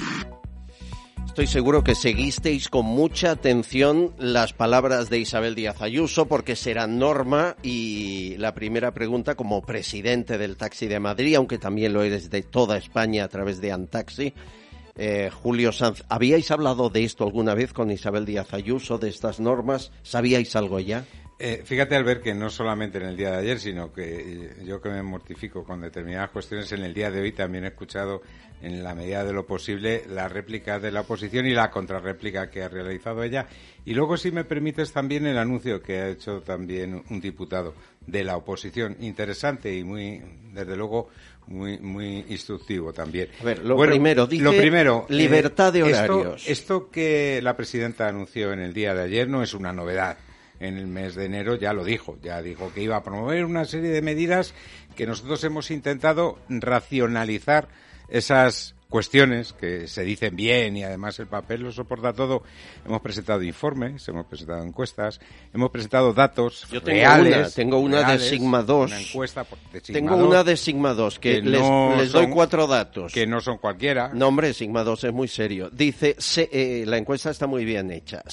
[SPEAKER 8] Estoy seguro que seguisteis con mucha atención las palabras de Isabel Díaz Ayuso, porque será norma, y la primera pregunta como presidente del Taxi de Madrid, aunque también lo eres de toda España a través de Antaxi, Julio Sanz, ¿habíais hablado de esto alguna vez con Isabel Díaz Ayuso, de estas normas? ¿Sabíais algo ya?
[SPEAKER 14] Fíjate, Albert, que no solamente en el día de ayer, sino que yo que me mortifico con determinadas cuestiones, en el día de hoy también he escuchado, en la medida de lo posible, la réplica de la oposición y la contrarréplica que ha realizado ella. Y luego, si me permites, también el anuncio que ha hecho también un diputado de la oposición. Interesante y muy, desde luego, muy instructivo también.
[SPEAKER 8] A ver, lo primero, libertad de horarios.
[SPEAKER 14] Esto que la presidenta anunció en el día de ayer no es una novedad. En el mes de enero ya dijo que iba a promover una serie de medidas que nosotros hemos intentado racionalizar esas cuestiones que se dicen bien y además el papel lo soporta todo. Hemos presentado informes, hemos presentado encuestas, hemos presentado datos reales.
[SPEAKER 8] Tengo una de Sigma 2.
[SPEAKER 14] Una encuesta de Sigma
[SPEAKER 8] Tengo
[SPEAKER 14] 2,
[SPEAKER 8] una de Sigma 2 que les doy 4 datos.
[SPEAKER 14] Que no son cualquiera.
[SPEAKER 8] No, hombre, Sigma 2 es muy serio. Dice, la encuesta está muy bien hecha.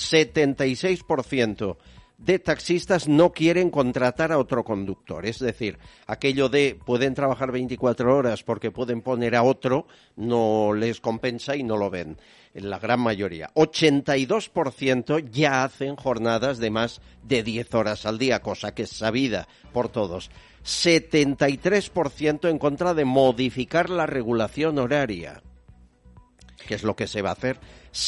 [SPEAKER 8] 76% de taxistas no quieren contratar a otro conductor. Es decir, aquello de pueden trabajar 24 horas porque pueden poner a otro, no les compensa y no lo ven. En la gran mayoría. 82% ya hacen jornadas de más de 10 horas al día, cosa que es sabida por todos. 73% en contra de modificar la regulación horaria, que es lo que se va a hacer.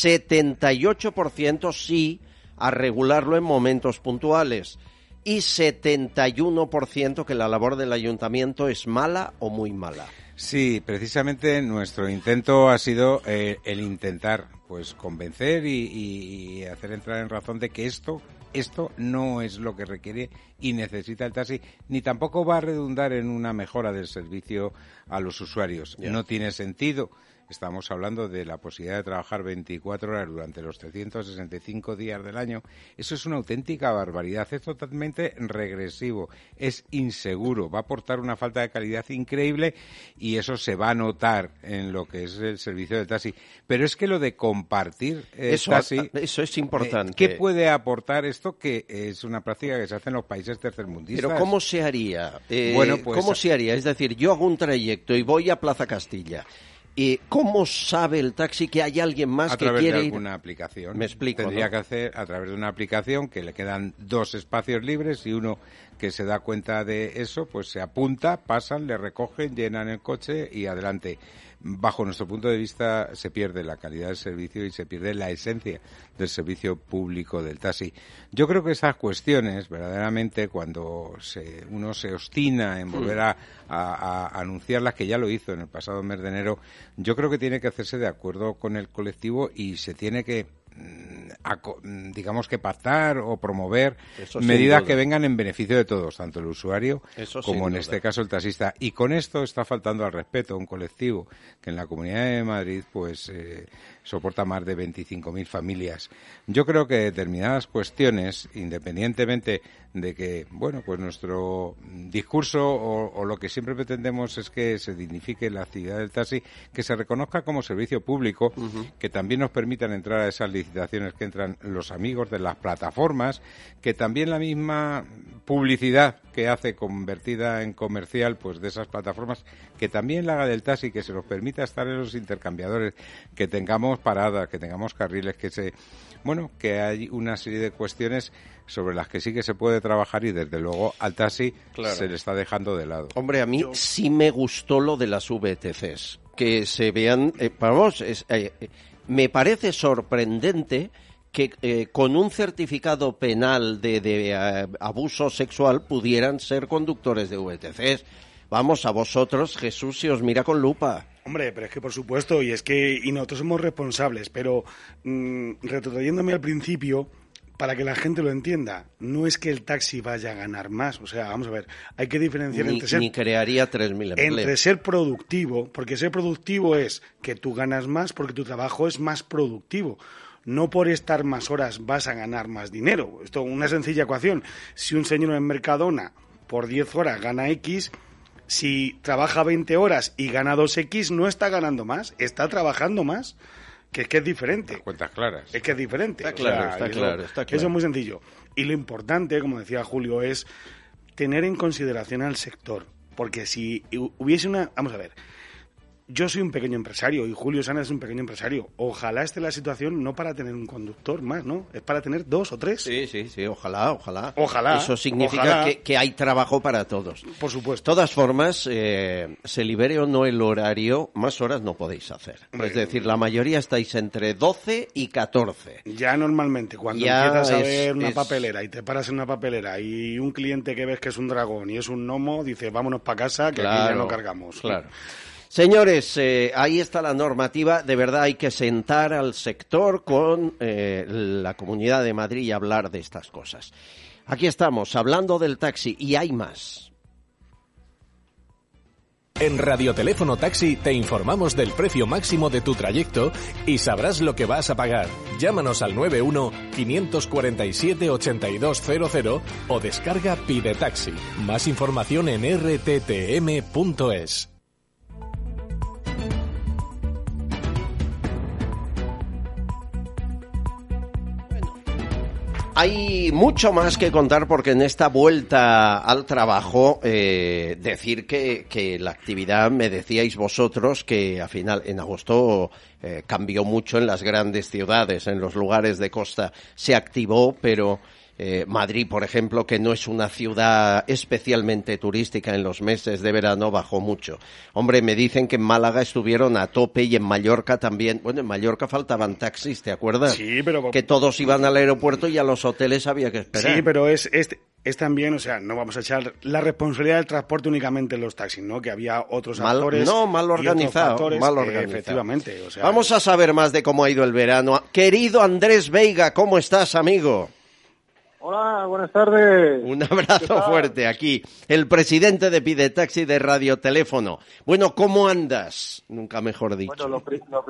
[SPEAKER 8] 78% sí a regularlo en momentos puntuales y 71% que la labor del ayuntamiento es mala o muy mala.
[SPEAKER 14] Sí, precisamente nuestro intento ha sido el intentar pues convencer y hacer entrar en razón de que esto no es lo que requiere y necesita el taxi, ni tampoco va a redundar en una mejora del servicio a los usuarios. Yeah. No tiene sentido. Estamos hablando de la posibilidad de trabajar 24 horas durante los 365 días del año. Eso es una auténtica barbaridad. Es totalmente regresivo. Es inseguro. Va a aportar una falta de calidad increíble y eso se va a notar en lo que es el servicio del taxi. Pero es que lo de compartir el taxi...
[SPEAKER 8] Eso es importante.
[SPEAKER 14] ¿Qué puede aportar esto? Que es una práctica que se hace en los países tercermundistas.
[SPEAKER 8] Pero ¿cómo se haría? ¿Cómo se haría? Es decir, yo hago un trayecto y voy a Plaza Castilla. ¿Y cómo sabe el taxi que hay alguien más que quiere ir?
[SPEAKER 14] A través de alguna aplicación.
[SPEAKER 8] Me explico.
[SPEAKER 14] Tendría que hacer a través de una aplicación que le quedan 2 espacios libres y uno que se da cuenta de eso, pues se apunta, pasan, le recogen, llenan el coche y adelante. Bajo nuestro punto de vista se pierde la calidad del servicio y se pierde la esencia del servicio público del taxi. Yo creo que esas cuestiones, verdaderamente, cuando uno se obstina en volver a anunciarlas, que ya lo hizo en el pasado mes de enero, yo creo que tiene que hacerse de acuerdo con el colectivo y se tiene que digamos que pactar o promover medidas que vengan en beneficio de todos, tanto el usuario como en este caso el taxista. Y con esto está faltando al respeto a un colectivo que en la Comunidad de Madrid pues soporta más de 25.000 familias. Yo creo que determinadas cuestiones, independientemente de que, bueno, pues nuestro discurso o lo que siempre pretendemos es que se dignifique la actividad del taxi, que se reconozca como servicio público, que también nos permitan entrar a esas licitaciones que entran los amigos de las plataformas, que también la misma publicidad que hace convertida en comercial, pues de esas plataformas, que también la haga del taxi, que se nos permita estar en los intercambiadores, que tengamos paradas, que tengamos carriles, que hay una serie de cuestiones sobre las que sí que se puede trabajar y desde luego al taxi se le está dejando de lado.
[SPEAKER 8] Hombre, a mí sí me gustó lo de las VTCs, que se vean, me parece sorprendente que con un certificado penal de abuso sexual pudieran ser conductores de VTCs. Vamos, a vosotros, Jesús, se os mira con lupa.
[SPEAKER 15] Hombre, pero es que por supuesto, y nosotros somos responsables, pero retrotrayéndome al principio, para que la gente lo entienda, no es que el taxi vaya a ganar más, o sea, vamos a ver, hay que diferenciar
[SPEAKER 8] ni crearía 3.000 empleos.
[SPEAKER 15] Entre ser productivo, porque ser productivo es que tú ganas más porque tu trabajo es más productivo. No por estar más horas vas a ganar más dinero. Esto es una sencilla ecuación. Si un señor en Mercadona por 10 horas gana X, si trabaja 20 horas y gana 2X, no está ganando más, está trabajando más. Que es diferente.
[SPEAKER 14] Las cuentas claras.
[SPEAKER 15] Es que es diferente.
[SPEAKER 8] Está claro.
[SPEAKER 15] Eso es muy sencillo. Y lo importante, como decía Julio, es tener en consideración al sector. Porque si hubiese Vamos a ver. Yo soy un pequeño empresario y Julio Sana es un pequeño empresario. Ojalá esté la situación no para tener un conductor más, ¿no? Es para tener 2 o 3.
[SPEAKER 8] Sí, ojalá.
[SPEAKER 15] Ojalá.
[SPEAKER 8] Eso significa que hay trabajo para todos.
[SPEAKER 15] Por supuesto.
[SPEAKER 8] De todas formas, se libere o no el horario, más horas no podéis hacer. Es decir, la mayoría estáis entre 12 y 14.
[SPEAKER 15] Ya normalmente, cuando empiezas a ver una papelera y te paras en una papelera y un cliente que ves que es un dragón y es un gnomo, dice, vámonos para casa que aquí ya no cargamos.
[SPEAKER 8] Claro. Señores, ahí está la normativa. De verdad hay que sentar al sector con la Comunidad de Madrid y hablar de estas cosas. Aquí estamos, hablando del taxi, y hay más.
[SPEAKER 3] En Radioteléfono Taxi te informamos del precio máximo de tu trayecto y sabrás lo que vas a pagar. Llámanos al 91-547-8200 o descarga Pide Taxi. Más información en rttm.es.
[SPEAKER 8] Hay mucho más que contar porque en esta vuelta al trabajo, decir que la actividad, me decíais vosotros, que al final en agosto cambió mucho en las grandes ciudades, en los lugares de costa se activó, pero Madrid, por ejemplo, que no es una ciudad especialmente turística en los meses de verano, bajó mucho. Hombre, me dicen que en Málaga estuvieron a tope y en Mallorca también. Bueno, en Mallorca faltaban taxis, ¿te acuerdas?
[SPEAKER 15] Sí, pero...
[SPEAKER 8] Que todos iban al aeropuerto y a los hoteles había que esperar.
[SPEAKER 15] Sí, pero es también, o sea, no vamos a echar la responsabilidad del transporte únicamente en los taxis, ¿no? Que había otros actores...
[SPEAKER 8] mal organizado.
[SPEAKER 15] Efectivamente. O sea,
[SPEAKER 8] vamos a saber más de cómo ha ido el verano. Querido Andrés Veiga, ¿cómo estás, amigo?
[SPEAKER 10] Hola, buenas tardes.
[SPEAKER 8] Un abrazo fuerte aquí, el presidente de Pide Taxi de Radioteléfono. Bueno, ¿cómo andas? Nunca mejor dicho.
[SPEAKER 10] Bueno,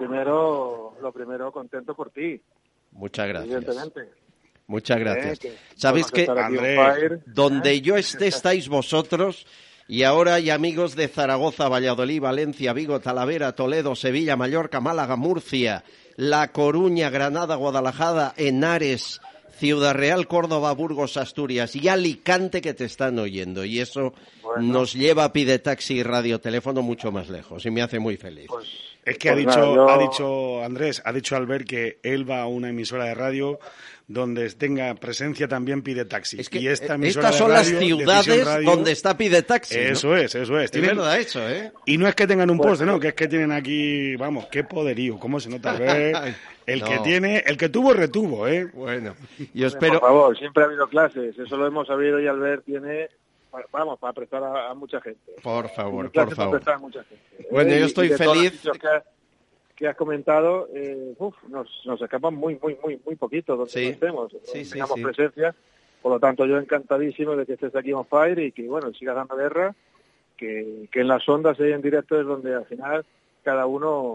[SPEAKER 10] lo primero, contento por ti.
[SPEAKER 8] Muchas gracias.
[SPEAKER 10] Evidentemente.
[SPEAKER 8] Muchas gracias. Sabéis que donde yo esté estáis vosotros, y ahora hay amigos de Zaragoza, Valladolid, Valencia, Vigo, Talavera, Toledo, Sevilla, Mallorca, Málaga, Murcia, La Coruña, Granada, Guadalajara, Henares, Ciudad Real, Córdoba, Burgos, Asturias y Alicante que te están oyendo. Y eso nos lleva a Pide Taxi y Radioteléfono mucho más lejos y me hace muy feliz.
[SPEAKER 15] Es que ha dicho Andrés, ha dicho Albert que él va a una emisora de radio donde tenga presencia también Pide Taxi.
[SPEAKER 8] Es que
[SPEAKER 15] y estas
[SPEAKER 8] son las ciudades donde está Pide Taxi, ¿no?
[SPEAKER 15] Eso es.
[SPEAKER 8] Es verdad eso, ¿eh?
[SPEAKER 15] Y no es que tengan un poste, no, que es que tienen aquí, vamos, qué poderío, cómo se nota ver. El que tuvo, retuvo, ¿eh?
[SPEAKER 8] Bueno, yo espero...
[SPEAKER 10] Por favor, siempre ha habido clases, eso lo hemos sabido y Albert tiene... Vamos, para prestar a mucha gente.
[SPEAKER 8] Por favor.
[SPEAKER 10] Prestar a mucha gente.
[SPEAKER 8] Bueno, yo estoy feliz...
[SPEAKER 10] Que has comentado, nos escapan muy poquito donde estemos. Tengamos presencia, por lo tanto yo encantadísimo de que estés aquí on fire y que, bueno, sigas dando guerra, que en las ondas y en directo es donde al final cada uno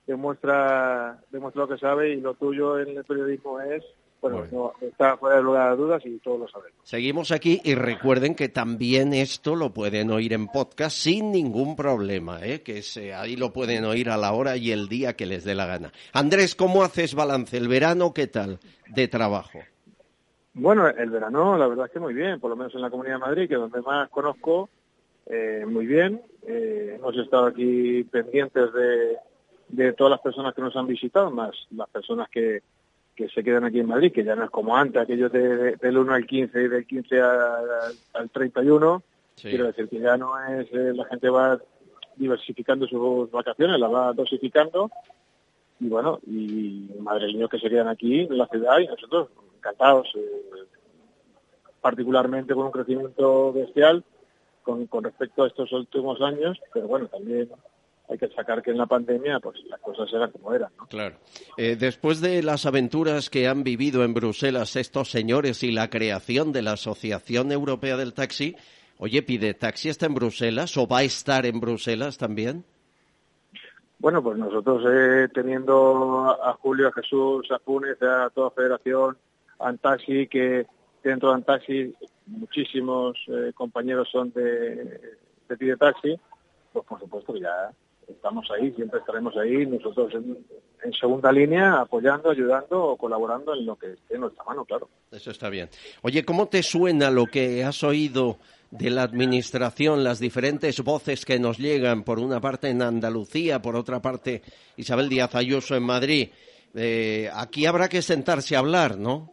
[SPEAKER 10] demuestra lo que sabe, y lo tuyo en el periodismo es, no, está fuera de lugar de dudas y todos lo sabemos.
[SPEAKER 8] Seguimos aquí y recuerden que también esto lo pueden oír en podcast sin ningún problema, que ahí lo pueden oír a la hora y el día que les dé la gana. Andrés, ¿cómo haces balance? ¿El verano qué tal de trabajo?
[SPEAKER 10] Bueno, el verano la verdad es que muy bien, por lo menos en la Comunidad de Madrid, que es donde más conozco, muy bien. Hemos estado aquí pendientes de todas las personas que nos han visitado, más las personas que se quedan aquí en Madrid, que ya no es como antes, aquellos del 1 al 15 y del 15 al 31. Sí. Quiero decir que ya no es, la gente va diversificando sus vacaciones, las va dosificando, y bueno, y madrileños que se quedan aquí en la ciudad, y nosotros encantados, particularmente con un crecimiento bestial con respecto a estos últimos años, pero bueno, también hay que sacar que en la pandemia pues las cosas eran como eran, ¿no?
[SPEAKER 8] Claro. Después de las aventuras que han vivido en Bruselas estos señores y la creación de la Asociación Europea del Taxi, oye, ¿Pidetaxi está en Bruselas o va a estar en Bruselas también?
[SPEAKER 10] Bueno, pues nosotros teniendo a Julio, a Jesús, a Funes, a toda Federación, a Antaxi, que dentro de Antaxi muchísimos compañeros son de Pidetaxi, pues por supuesto que ya estamos ahí, siempre estaremos ahí, nosotros en segunda línea, apoyando, ayudando o colaborando en lo que esté en nuestra mano, claro.
[SPEAKER 8] Eso está bien. Oye, ¿cómo te suena lo que has oído de la administración, las diferentes voces que nos llegan, por una parte en Andalucía, por otra parte Isabel Díaz Ayuso en Madrid? Aquí habrá que sentarse a hablar, ¿no?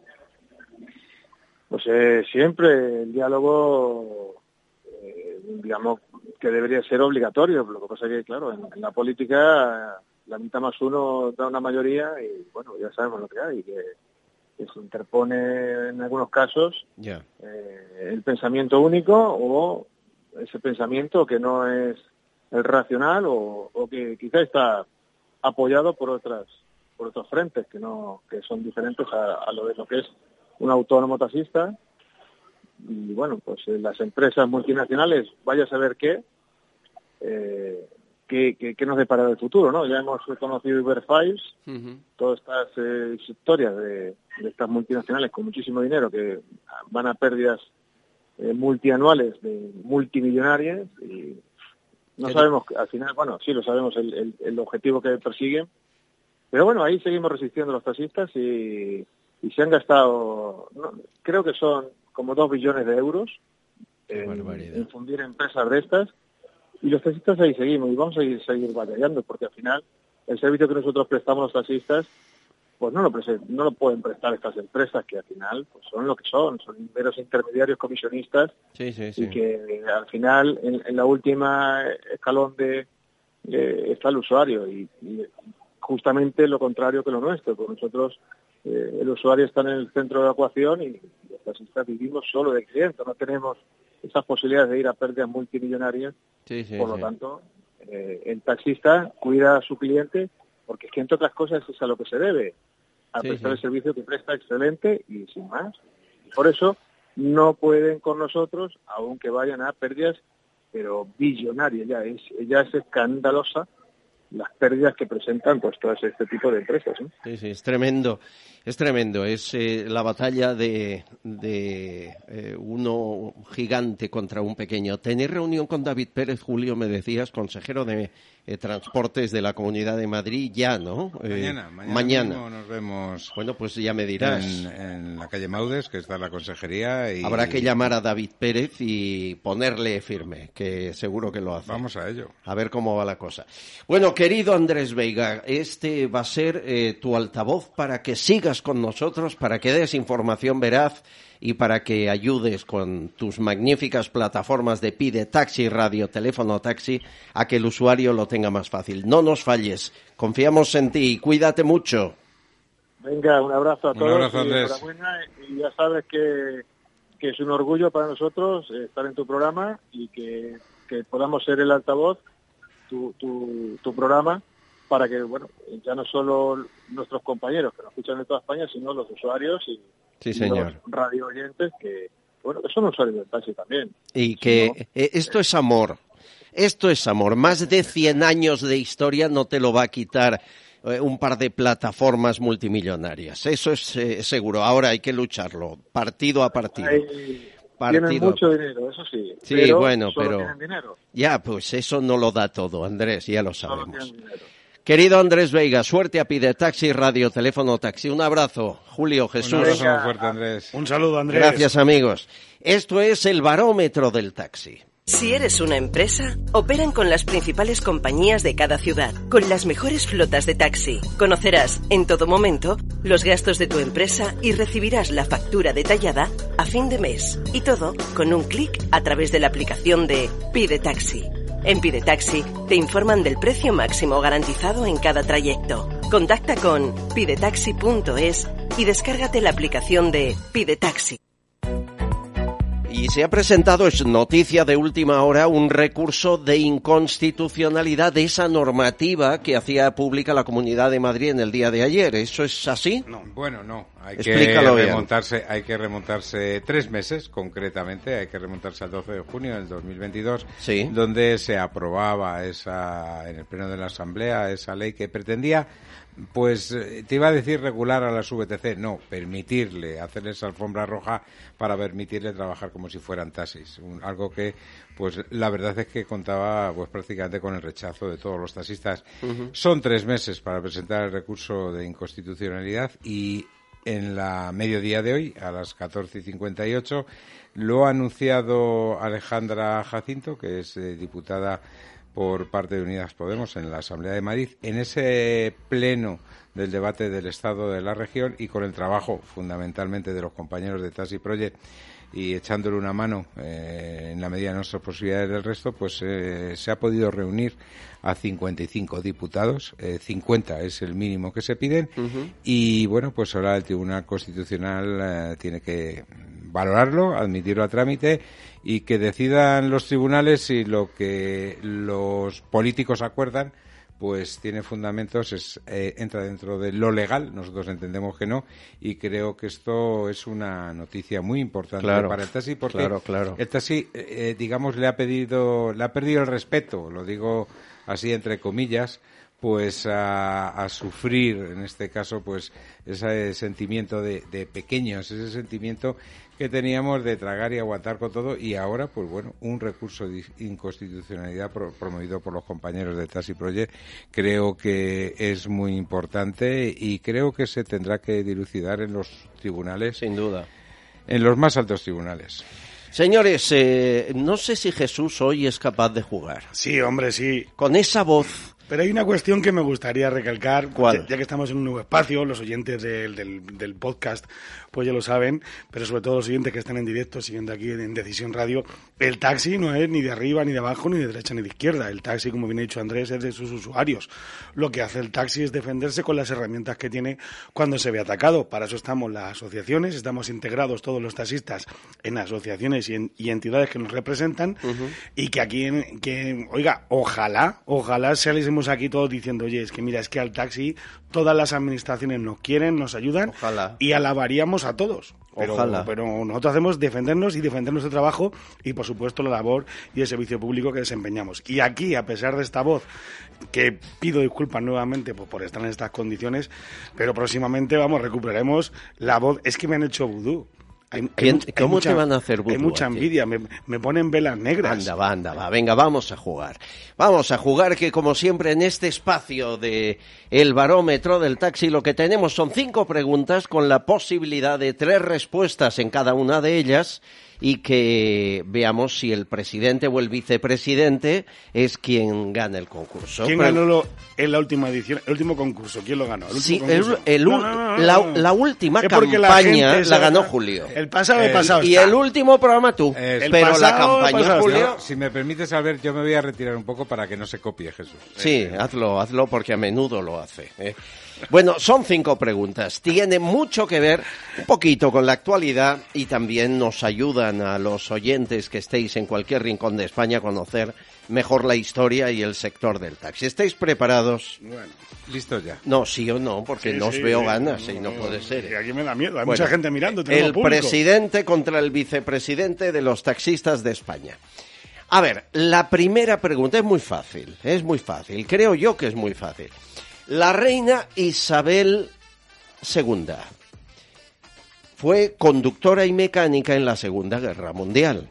[SPEAKER 10] Pues siempre el diálogo, digamos, que debería ser obligatorio. Lo que pasa es que, claro, en la política la mitad más uno da una mayoría y, bueno, ya sabemos lo que hay, que se interpone en algunos casos el pensamiento único o ese pensamiento que no es el racional o que quizá está apoyado por otros frentes que son diferentes a lo que es un autónomo taxista. Y bueno, pues las empresas multinacionales, vaya a saber qué nos depara el futuro, ¿no? Ya hemos conocido Iberfiles, todas estas historias de estas multinacionales con muchísimo dinero que van a pérdidas multianuales de multimillonarias, y no sabemos, al final, bueno, sí lo sabemos el objetivo que persiguen, pero bueno, ahí seguimos resistiendo los taxistas y se han gastado, creo que son como 2 billones de euros en fundir empresas de estas, y los taxistas ahí seguimos y vamos a seguir batallando, porque al final el servicio que nosotros prestamos los taxistas pues no lo pueden prestar estas empresas, que al final pues son lo que son meros intermediarios comisionistas. Sí. Y que al final en la última escalón está el usuario, y justamente lo contrario que lo nuestro, porque nosotros el usuario está en el centro de la ecuación y los taxistas vivimos solo de clientes, no tenemos esas posibilidades de ir a pérdidas multimillonarias. Por lo tanto, el taxista cuida a su cliente, porque es que, entre otras cosas, es a lo que se debe, a prestar el servicio que presta excelente y sin más. Por eso no pueden con nosotros, aunque vayan a pérdidas, pero billonarias. Ya es escandalosa las pérdidas que presentan pues todo este tipo de empresas, ¿no?
[SPEAKER 8] Sí, es tremendo. Es la batalla de uno gigante contra un pequeño. ¿Tenéis reunión con David Pérez, Julio, me decías, consejero de Transportes de la Comunidad de Madrid, ya, ¿no? Mañana
[SPEAKER 14] mismo nos vemos.
[SPEAKER 8] Bueno, pues ya me dirás.
[SPEAKER 14] En la calle Maudes, que está la consejería.
[SPEAKER 8] Habrá que llamar a David Pérez y ponerle firme, que seguro que lo hace.
[SPEAKER 14] Vamos a ello.
[SPEAKER 8] A ver cómo va la cosa. Bueno, querido Andrés Veiga, este va a ser tu altavoz para que sigas con nosotros, para que des información veraz y para que ayudes con tus magníficas plataformas de Pidetaxi, radio, teléfono, taxi, a que el usuario lo tenga más fácil. No nos falles, confiamos en ti, cuídate mucho.
[SPEAKER 10] Venga, un abrazo a todos.
[SPEAKER 14] Un abrazo, Andrés.
[SPEAKER 10] Y ya sabes que es un orgullo para nosotros estar en tu programa y que podamos ser el altavoz, tu programa, para que, bueno, ya no solo nuestros compañeros que nos escuchan de toda España, sino los usuarios y los radio oyentes que son usuarios del taxi también.
[SPEAKER 8] Y que esto es amor. Más de 100 años de historia no te lo va a quitar un par de plataformas multimillonarias. Eso es seguro. Ahora hay que lucharlo, partido a partido.
[SPEAKER 10] Tienen mucho dinero, eso sí.
[SPEAKER 8] Sí,
[SPEAKER 10] pero
[SPEAKER 8] bueno,
[SPEAKER 10] solo tienen dinero.
[SPEAKER 8] Ya, pues eso no lo da todo, Andrés, ya lo sabemos. Querido Andrés Veiga, suerte a Pide Taxi, Radio Teléfono Taxi. Un abrazo, Julio, Jesús.
[SPEAKER 14] Un abrazo muy fuerte, Andrés.
[SPEAKER 15] Un saludo, Andrés.
[SPEAKER 8] Gracias, amigos. Esto es el barómetro del taxi.
[SPEAKER 13] Si eres una empresa, operan con las principales compañías de cada ciudad, con las mejores flotas de taxi. Conocerás en todo momento los gastos de tu empresa y recibirás la factura detallada a fin de mes. Y todo con un clic a través de la aplicación de Pide Taxi. En Pide Taxi te informan del precio máximo garantizado en cada trayecto. Contacta con pidetaxi.es y descárgate la aplicación de Pide Taxi.
[SPEAKER 8] Y se ha presentado, es noticia de última hora, un recurso de inconstitucionalidad de esa normativa que hacía pública la Comunidad de Madrid en el día de ayer. ¿Eso es así?
[SPEAKER 14] No, bueno, no. Hay que remontarse 3 meses, concretamente. Hay que remontarse al 12 de junio del 2022,
[SPEAKER 8] sí,
[SPEAKER 14] donde se aprobaba en el Pleno de la Asamblea esa ley que pretendía, pues te iba a decir regular a las VTC, no, permitirle, hacerles alfombra roja para permitirle trabajar como si fueran taxis, algo que pues la verdad es que contaba pues prácticamente con el rechazo de todos los taxistas. Son 3 meses para presentar el recurso de inconstitucionalidad y en la mediodía de hoy, a las 14:58, lo ha anunciado Alejandra Jacinto, que es diputada por parte de Unidas Podemos en la Asamblea de Madrid, en ese pleno del debate del Estado de la región y con el trabajo fundamentalmente de los compañeros de Taxi Project y echándole una mano en la medida de nuestras posibilidades del resto, pues se ha podido reunir a 55 diputados, 50 es el mínimo que se piden, y bueno, pues ahora el Tribunal Constitucional tiene que valorarlo, admitirlo a trámite y que decidan los tribunales si lo que los políticos acuerdan pues tiene fundamentos, entra dentro de lo legal. Nosotros entendemos que no, y creo que esto es una noticia muy importante para el taxi, porque el taxi, digamos, le ha perdido el respeto, lo digo así entre comillas, pues a sufrir, en este caso, pues ese sentimiento de pequeños, ese sentimiento que teníamos de tragar y aguantar con todo, y ahora, pues bueno, un recurso de inconstitucionalidad promovido por los compañeros de Taxi Project, creo que es muy importante y creo que se tendrá que dilucidar en los tribunales.
[SPEAKER 8] Sin duda.
[SPEAKER 14] En los más altos tribunales.
[SPEAKER 8] Señores, no sé si Jesús hoy es capaz de jugar.
[SPEAKER 15] Sí, hombre, sí.
[SPEAKER 8] Con esa voz.
[SPEAKER 15] Pero hay una cuestión que me gustaría recalcar,
[SPEAKER 8] ¿cuál?
[SPEAKER 15] Ya que estamos en un nuevo espacio, los oyentes del podcast pues ya lo saben, pero sobre todo los oyentes que están en directo siguiendo aquí en Decisión Radio, el taxi no es ni de arriba, ni de abajo, ni de derecha, ni de izquierda. El taxi, como bien ha dicho Andrés, es de sus usuarios. Lo que hace el taxi es defenderse con las herramientas que tiene cuando se ve atacado. Para eso estamos las asociaciones, estamos integrados todos los taxistas en asociaciones y entidades que nos representan, y que aquí, oiga, ojalá saliésemos aquí todos diciendo, oye, es que mira, es que al taxi todas las administraciones nos quieren, nos ayudan, y alabaríamos a todos. Pero nosotros hacemos defendernos y defender nuestro trabajo y, por supuesto, la labor y el servicio público que desempeñamos. Y aquí, a pesar de esta voz, que pido disculpas nuevamente por estar en estas condiciones, pero próximamente, recuperaremos la voz. Es que me han hecho vudú.
[SPEAKER 8] ¿Cómo te van a hacer vudú?
[SPEAKER 15] Hay mucha envidia, me ponen velas negras.
[SPEAKER 8] Anda, va. Venga, vamos a jugar. Vamos a jugar, que como siempre en este espacio de el barómetro del taxi lo que tenemos son 5 preguntas con la posibilidad de 3 respuestas en cada una de ellas, y que veamos si el presidente o el vicepresidente es quien gana el concurso.
[SPEAKER 15] ¿Quién ganó en la última edición, el último concurso? ¿Quién lo ganó?
[SPEAKER 8] La última campaña la ganó Julio.
[SPEAKER 15] El pasado
[SPEAKER 8] y el último programa tú. Pero la campaña, Julio...
[SPEAKER 14] Si me permites, Albert, yo me voy a retirar un poco para que no se copie, Jesús.
[SPEAKER 8] Sí, hazlo porque a menudo lo hace. Bueno, son 5 preguntas. Tiene mucho que ver un poquito con la actualidad y también nos ayudan a los oyentes que estéis en cualquier rincón de España a conocer mejor la historia y el sector del taxi. ¿Estáis preparados?
[SPEAKER 14] Bueno, listo ya.
[SPEAKER 8] No, sí o no, porque no os veo ganas y no puede ser.
[SPEAKER 15] Y aquí me da miedo, hay mucha gente mirando.
[SPEAKER 8] El presidente contra el vicepresidente de los taxistas de España. A ver, la primera pregunta es muy fácil, creo yo que es muy fácil. La reina Isabel II fue conductora y mecánica en la Segunda Guerra Mundial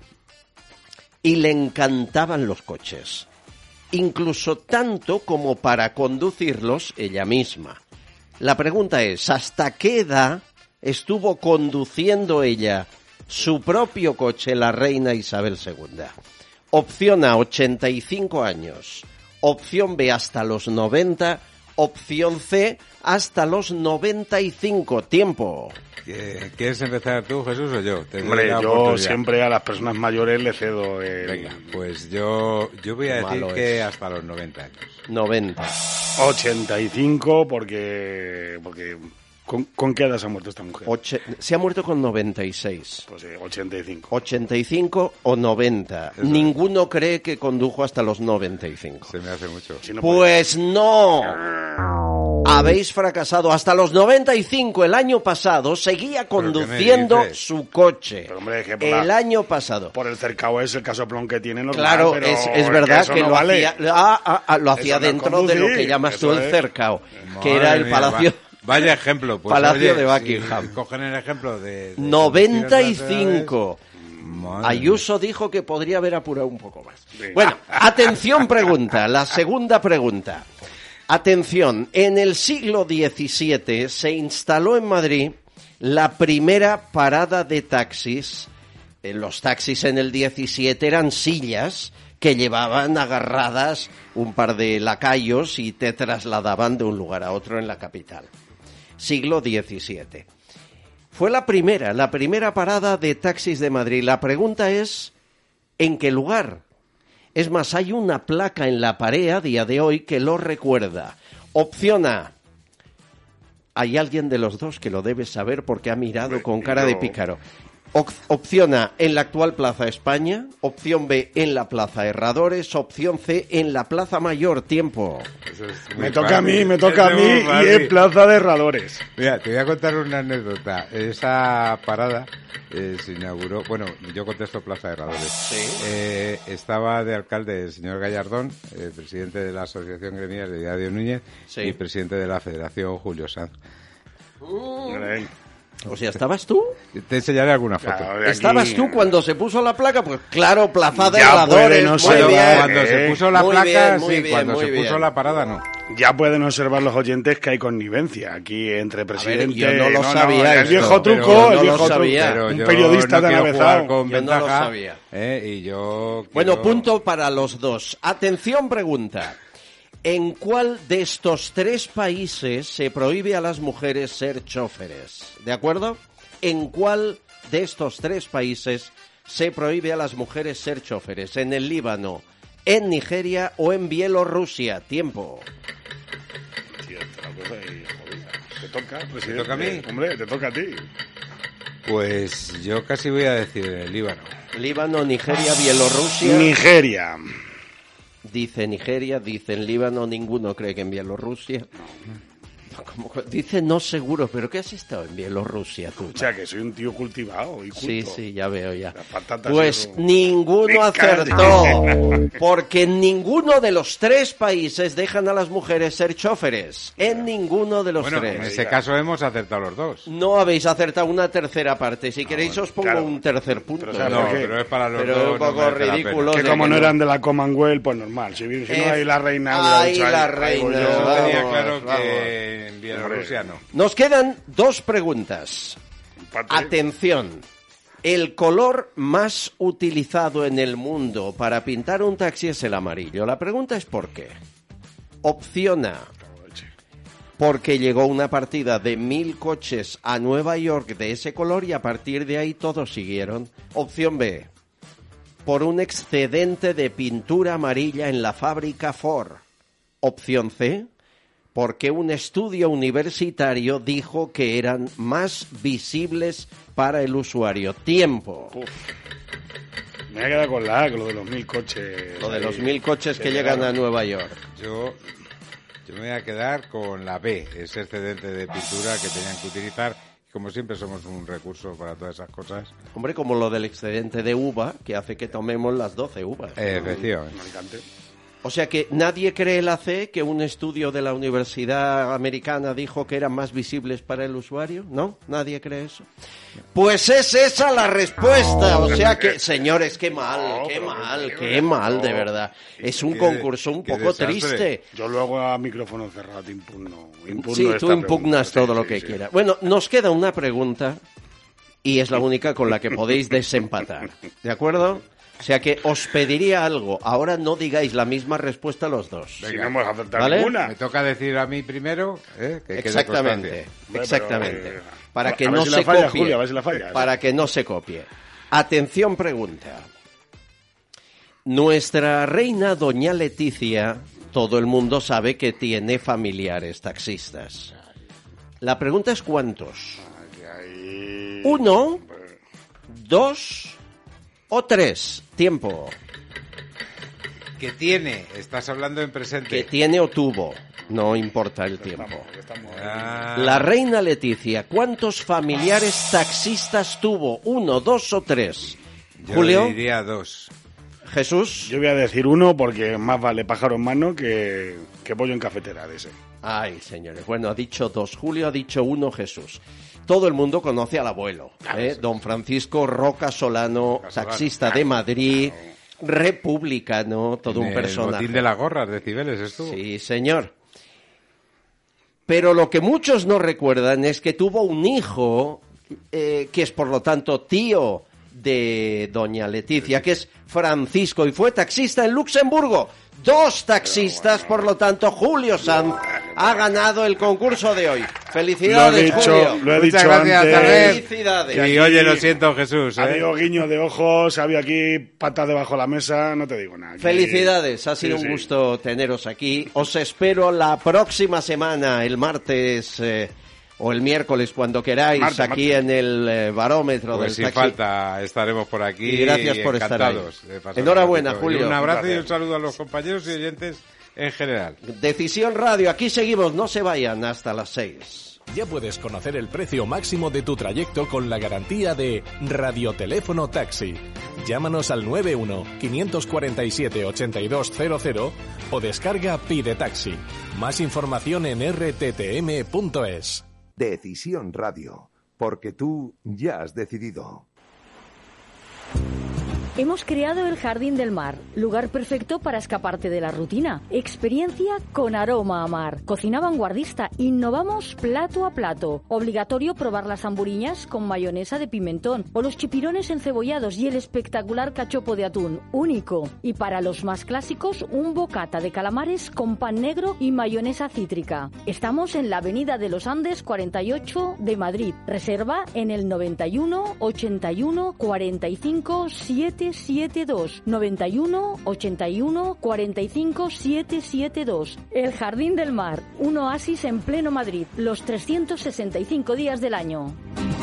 [SPEAKER 8] y le encantaban los coches, incluso tanto como para conducirlos ella misma. La pregunta es, ¿hasta qué edad estuvo conduciendo ella su propio coche, la reina Isabel II? Opción A, 85 años. Opción B, hasta los 90. Opción C, hasta los 95. Tiempo.
[SPEAKER 14] ¿Quieres empezar tú, Jesús, o yo?
[SPEAKER 15] Hombre, yo siempre a las personas mayores le cedo
[SPEAKER 14] Venga, pues yo voy a decir que hasta los 90 años.
[SPEAKER 8] 90.
[SPEAKER 15] 85, porque ¿con qué edad se ha muerto esta mujer?
[SPEAKER 8] Se ha muerto con 96.
[SPEAKER 15] Pues 85.
[SPEAKER 8] 85 o 90. Eso Ninguno cree que condujo hasta los 95.
[SPEAKER 14] Se me hace mucho.
[SPEAKER 8] Si no pues no. Habéis fracasado. Hasta los 95, el año pasado, seguía conduciendo su coche.
[SPEAKER 15] Pero, hombre, que
[SPEAKER 8] el año pasado.
[SPEAKER 15] Por el cercado es el casoplón que tiene normal.
[SPEAKER 8] Claro,
[SPEAKER 15] pero
[SPEAKER 8] es verdad que
[SPEAKER 15] no
[SPEAKER 8] lo
[SPEAKER 15] vale.
[SPEAKER 8] hacía dentro de lo que llamas tú el cercado, que era el palacio.
[SPEAKER 14] Vaya ejemplo. Pues,
[SPEAKER 8] Palacio de Buckingham.
[SPEAKER 14] Si cogen el ejemplo de
[SPEAKER 8] 95. Ayuso dijo que podría haber apurado un poco más. Bueno, atención pregunta, la segunda pregunta. Atención, en el siglo XVII se instaló en Madrid la primera parada de taxis. Los taxis en el XVII eran sillas que llevaban agarradas un par de lacayos y te trasladaban de un lugar a otro en la capital. Siglo XVII. Fue la primera parada de taxis de Madrid. La pregunta es, ¿en qué lugar? Es más, hay una placa en la pared a día de hoy que lo recuerda. Opción A. Hay alguien de los dos que lo debe saber porque ha mirado con cara de pícaro. Opción A, en la actual Plaza España. Opción B, en la Plaza Herradores. Opción C, en la Plaza Mayor. Tiempo.
[SPEAKER 15] Me toca a mí y en Plaza de Herradores.
[SPEAKER 14] Mira, te voy a contar una anécdota. Esa parada se inauguró, bueno, yo contesto Plaza de Herradores.
[SPEAKER 8] Sí.
[SPEAKER 14] Estaba de alcalde el señor Gallardón, presidente de la Asociación Gremial de Eladio Núñez, y presidente de la Federación Julio Sanz.
[SPEAKER 8] O sea, ¿estabas tú?
[SPEAKER 14] Te enseñaré alguna foto.
[SPEAKER 8] Claro, ¿estabas tú cuando se puso la placa? Pues claro, Plaza de Herradores.
[SPEAKER 14] Cuando se puso la placa, sí. Cuando se puso la parada, no.
[SPEAKER 15] Ya pueden observar los oyentes que hay connivencia aquí entre presidentes.
[SPEAKER 8] Yo no lo sabía.
[SPEAKER 15] El viejo truco,
[SPEAKER 8] el viejo truco.
[SPEAKER 15] Un periodista de Navezao.
[SPEAKER 8] Yo no lo sabía. Bueno, punto para los dos. Atención, pregunta. ¿En cuál de estos tres países se prohíbe a las mujeres ser choferes? ¿De acuerdo? ¿En cuál de estos tres países se prohíbe a las mujeres ser choferes? ¿En el Líbano, en Nigeria o en Bielorrusia? Tiempo.
[SPEAKER 15] Te toca, presidente.
[SPEAKER 14] ¿Te toca a mí?
[SPEAKER 15] Hombre, te toca a ti.
[SPEAKER 14] Pues yo casi voy a decir el Líbano.
[SPEAKER 8] Líbano, Nigeria, Bielorrusia.
[SPEAKER 15] Nigeria.
[SPEAKER 8] Dice Nigeria, dice en Líbano, ninguno cree que en Bielorrusia. Dice no seguro, pero ¿qué has estado en Bielorrusia tú?
[SPEAKER 15] O sea, que soy un tío cultivado y culto.
[SPEAKER 8] Sí, ya veo ya. Pues ninguno acertó, porque en ninguno de los tres países dejan a las mujeres ser choferes. En ninguno de los tres.
[SPEAKER 14] En ese caso hemos acertado los dos.
[SPEAKER 8] No habéis acertado una tercera parte. Si queréis os pongo un tercer punto.
[SPEAKER 14] Pero es para los dos.
[SPEAKER 8] Pero un poco ridículo.
[SPEAKER 15] Que como no eran de la Commonwealth, pues normal. Si no hay la reina...
[SPEAKER 8] Ahí la reina.
[SPEAKER 14] Yo tenía claro que en Bielorrusia no.
[SPEAKER 8] Nos quedan dos preguntas. Atención. El color más utilizado en el mundo para pintar un taxi es el amarillo. La pregunta es ¿por qué? Opción A. Porque llegó una partida de 1000 coches a Nueva York de ese color y a partir de ahí todos siguieron. Opción B. Por un excedente de pintura amarilla en la fábrica Ford. Opción C. Porque un estudio universitario dijo que eran más visibles para el usuario. Tiempo.
[SPEAKER 15] Me voy a quedar con la A, con lo de los 1000 coches.
[SPEAKER 8] Lo de los 1000 coches que llegan a Nueva York.
[SPEAKER 14] Yo me voy a quedar con la B, ese excedente de pintura que tenían que utilizar. Como siempre somos un recurso para todas esas cosas.
[SPEAKER 8] Hombre, como lo del excedente de uva, que hace que tomemos las 12 uvas.
[SPEAKER 14] Efectivamente.
[SPEAKER 8] O sea que nadie cree la C, que un estudio de la Universidad Americana dijo que eran más visibles para el usuario, ¿no? ¿Nadie cree eso? Pues es esa la respuesta. O sea que, señores, qué mal, de verdad. Es un concurso un poco triste.
[SPEAKER 15] Yo lo hago a micrófono cerrado, te impugno.
[SPEAKER 8] Sí, tú impugnas todo lo que quieras. Bueno, nos queda una pregunta y es la única con la que podéis desempatar. ¿De acuerdo? O sea que os pediría algo. Ahora no digáis la misma respuesta los dos.
[SPEAKER 15] Si no hemos acertado
[SPEAKER 8] ¿vale?
[SPEAKER 15] ninguna.
[SPEAKER 14] Me toca decir a mí primero, que
[SPEAKER 8] exactamente, exactamente. Para que
[SPEAKER 15] a ver
[SPEAKER 8] no
[SPEAKER 15] si
[SPEAKER 8] se
[SPEAKER 15] la falla,
[SPEAKER 8] copie.
[SPEAKER 15] Julio, a ver si la falla.
[SPEAKER 8] Para que no se copie. Atención, pregunta. Nuestra reina doña Leticia, todo el mundo sabe que tiene familiares taxistas. La pregunta es ¿cuántos? 1, 2 o 3. Tiempo.
[SPEAKER 14] Que tiene, estás hablando en presente.
[SPEAKER 8] Que tiene o tuvo, no importa el tiempo. La reina Leticia, ¿cuántos familiares taxistas tuvo? 1, 2 o 3.
[SPEAKER 14] Yo
[SPEAKER 8] Julio.
[SPEAKER 14] diría 2.
[SPEAKER 8] Jesús.
[SPEAKER 15] Yo voy a decir 1 porque más vale pájaro en mano que pollo en cafetera de ese.
[SPEAKER 8] Ay, señores. Bueno, ha dicho 2. Julio ha dicho 1. Jesús. Todo el mundo conoce al abuelo, don Francisco Roca Solano, taxista de Madrid, republicano, todo un personaje.
[SPEAKER 14] El botín de la gorra de Cibeles estuvo.
[SPEAKER 8] Sí, señor. Pero lo que muchos no recuerdan es que tuvo un hijo, que es por lo tanto tío de doña Leticia, que es Francisco, y fue taxista en Luxemburgo. 2 taxistas, por lo tanto, Julio Sanz ha ganado el concurso de hoy. Felicidades, Julio.
[SPEAKER 15] Lo he dicho
[SPEAKER 14] gracias,
[SPEAKER 15] antes.
[SPEAKER 8] Felicidades.
[SPEAKER 14] Y oye, lo siento, Jesús.
[SPEAKER 15] Amigo guiño de ojos, había aquí patas debajo de la mesa, no te digo nada.
[SPEAKER 8] Felicidades, ha sido un gusto teneros aquí. Os espero la próxima semana, el martes o el miércoles, cuando queráis, aquí en el barómetro
[SPEAKER 14] pues
[SPEAKER 8] del
[SPEAKER 14] sin
[SPEAKER 8] taxi.
[SPEAKER 14] falta, estaremos por aquí.
[SPEAKER 8] Y gracias por estar ahí.
[SPEAKER 14] Estar
[SPEAKER 8] Enhorabuena, Julio.
[SPEAKER 14] Y un abrazo y un saludo a los compañeros y oyentes en general.
[SPEAKER 8] Decisión Radio, aquí seguimos, no se vayan hasta las 6.
[SPEAKER 3] Ya puedes conocer el precio máximo de tu trayecto con la garantía de Radioteléfono Taxi. Llámanos al 91-547-8200 o descarga Pide Taxi. Más información en rttm.es.
[SPEAKER 2] Decisión Radio, porque tú ya has decidido.
[SPEAKER 9] Hemos creado el Jardín del Mar, lugar perfecto para escaparte de la rutina. Experiencia con aroma a mar. Cocina vanguardista, innovamos plato a plato. Obligatorio probar las hamburiñas con mayonesa de pimentón o los chipirones encebollados y el espectacular cachopo de atún, único. Y para los más clásicos, un bocata de calamares con pan negro y mayonesa cítrica. Estamos en la Avenida de los Andes 48 de Madrid. Reserva en el 91 81 45 772 91 81 45 772. El Jardín del Mar, un oasis en pleno Madrid, los 365 días del año.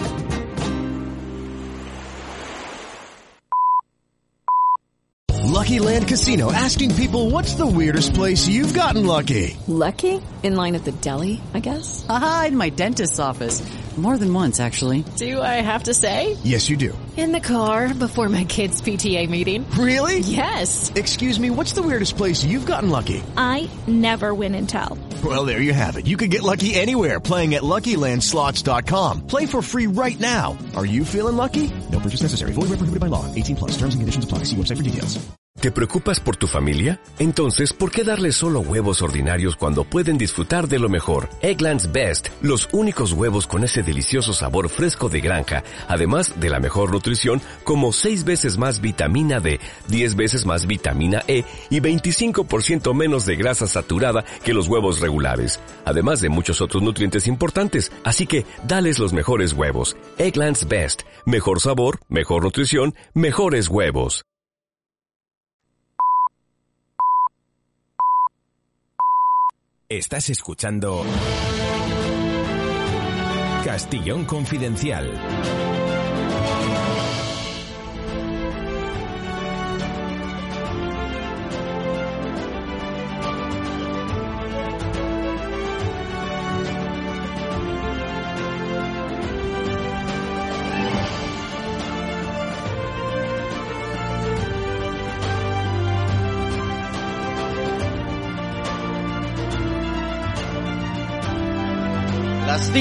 [SPEAKER 7] Lucky Land Casino, asking people, what's the weirdest place you've gotten lucky?
[SPEAKER 11] Lucky? In line at the deli, I guess?
[SPEAKER 12] Aha, in my dentist's office. More than once, actually.
[SPEAKER 11] Do I have to say?
[SPEAKER 7] Yes, you do.
[SPEAKER 11] In the car before my kids' PTA meeting.
[SPEAKER 7] Really?
[SPEAKER 11] Yes.
[SPEAKER 7] Excuse me, what's the weirdest place you've gotten lucky?
[SPEAKER 24] I never win and tell.
[SPEAKER 7] Well, there you have it. You can get lucky anywhere, playing at LuckyLandSlots.com. Play for free right now. Are you feeling lucky? No purchase necessary. Void where prohibited by law. 18+. Terms and conditions apply. See website for details.
[SPEAKER 3] ¿Te preocupas por tu familia? Entonces, ¿por qué darles solo huevos ordinarios cuando pueden disfrutar de lo mejor? Eggland's Best, los únicos huevos con ese delicioso sabor fresco de granja, además de la mejor nutrición, como 6 veces más vitamina D, 10 veces más vitamina E y 25% menos de grasa saturada que los huevos regulares, además de muchos otros nutrientes importantes. Así que, dales los mejores huevos. Eggland's Best, mejor sabor, mejor nutrición, mejores huevos.
[SPEAKER 25] Estás escuchando Castillón Confidencial.
[SPEAKER 8] Las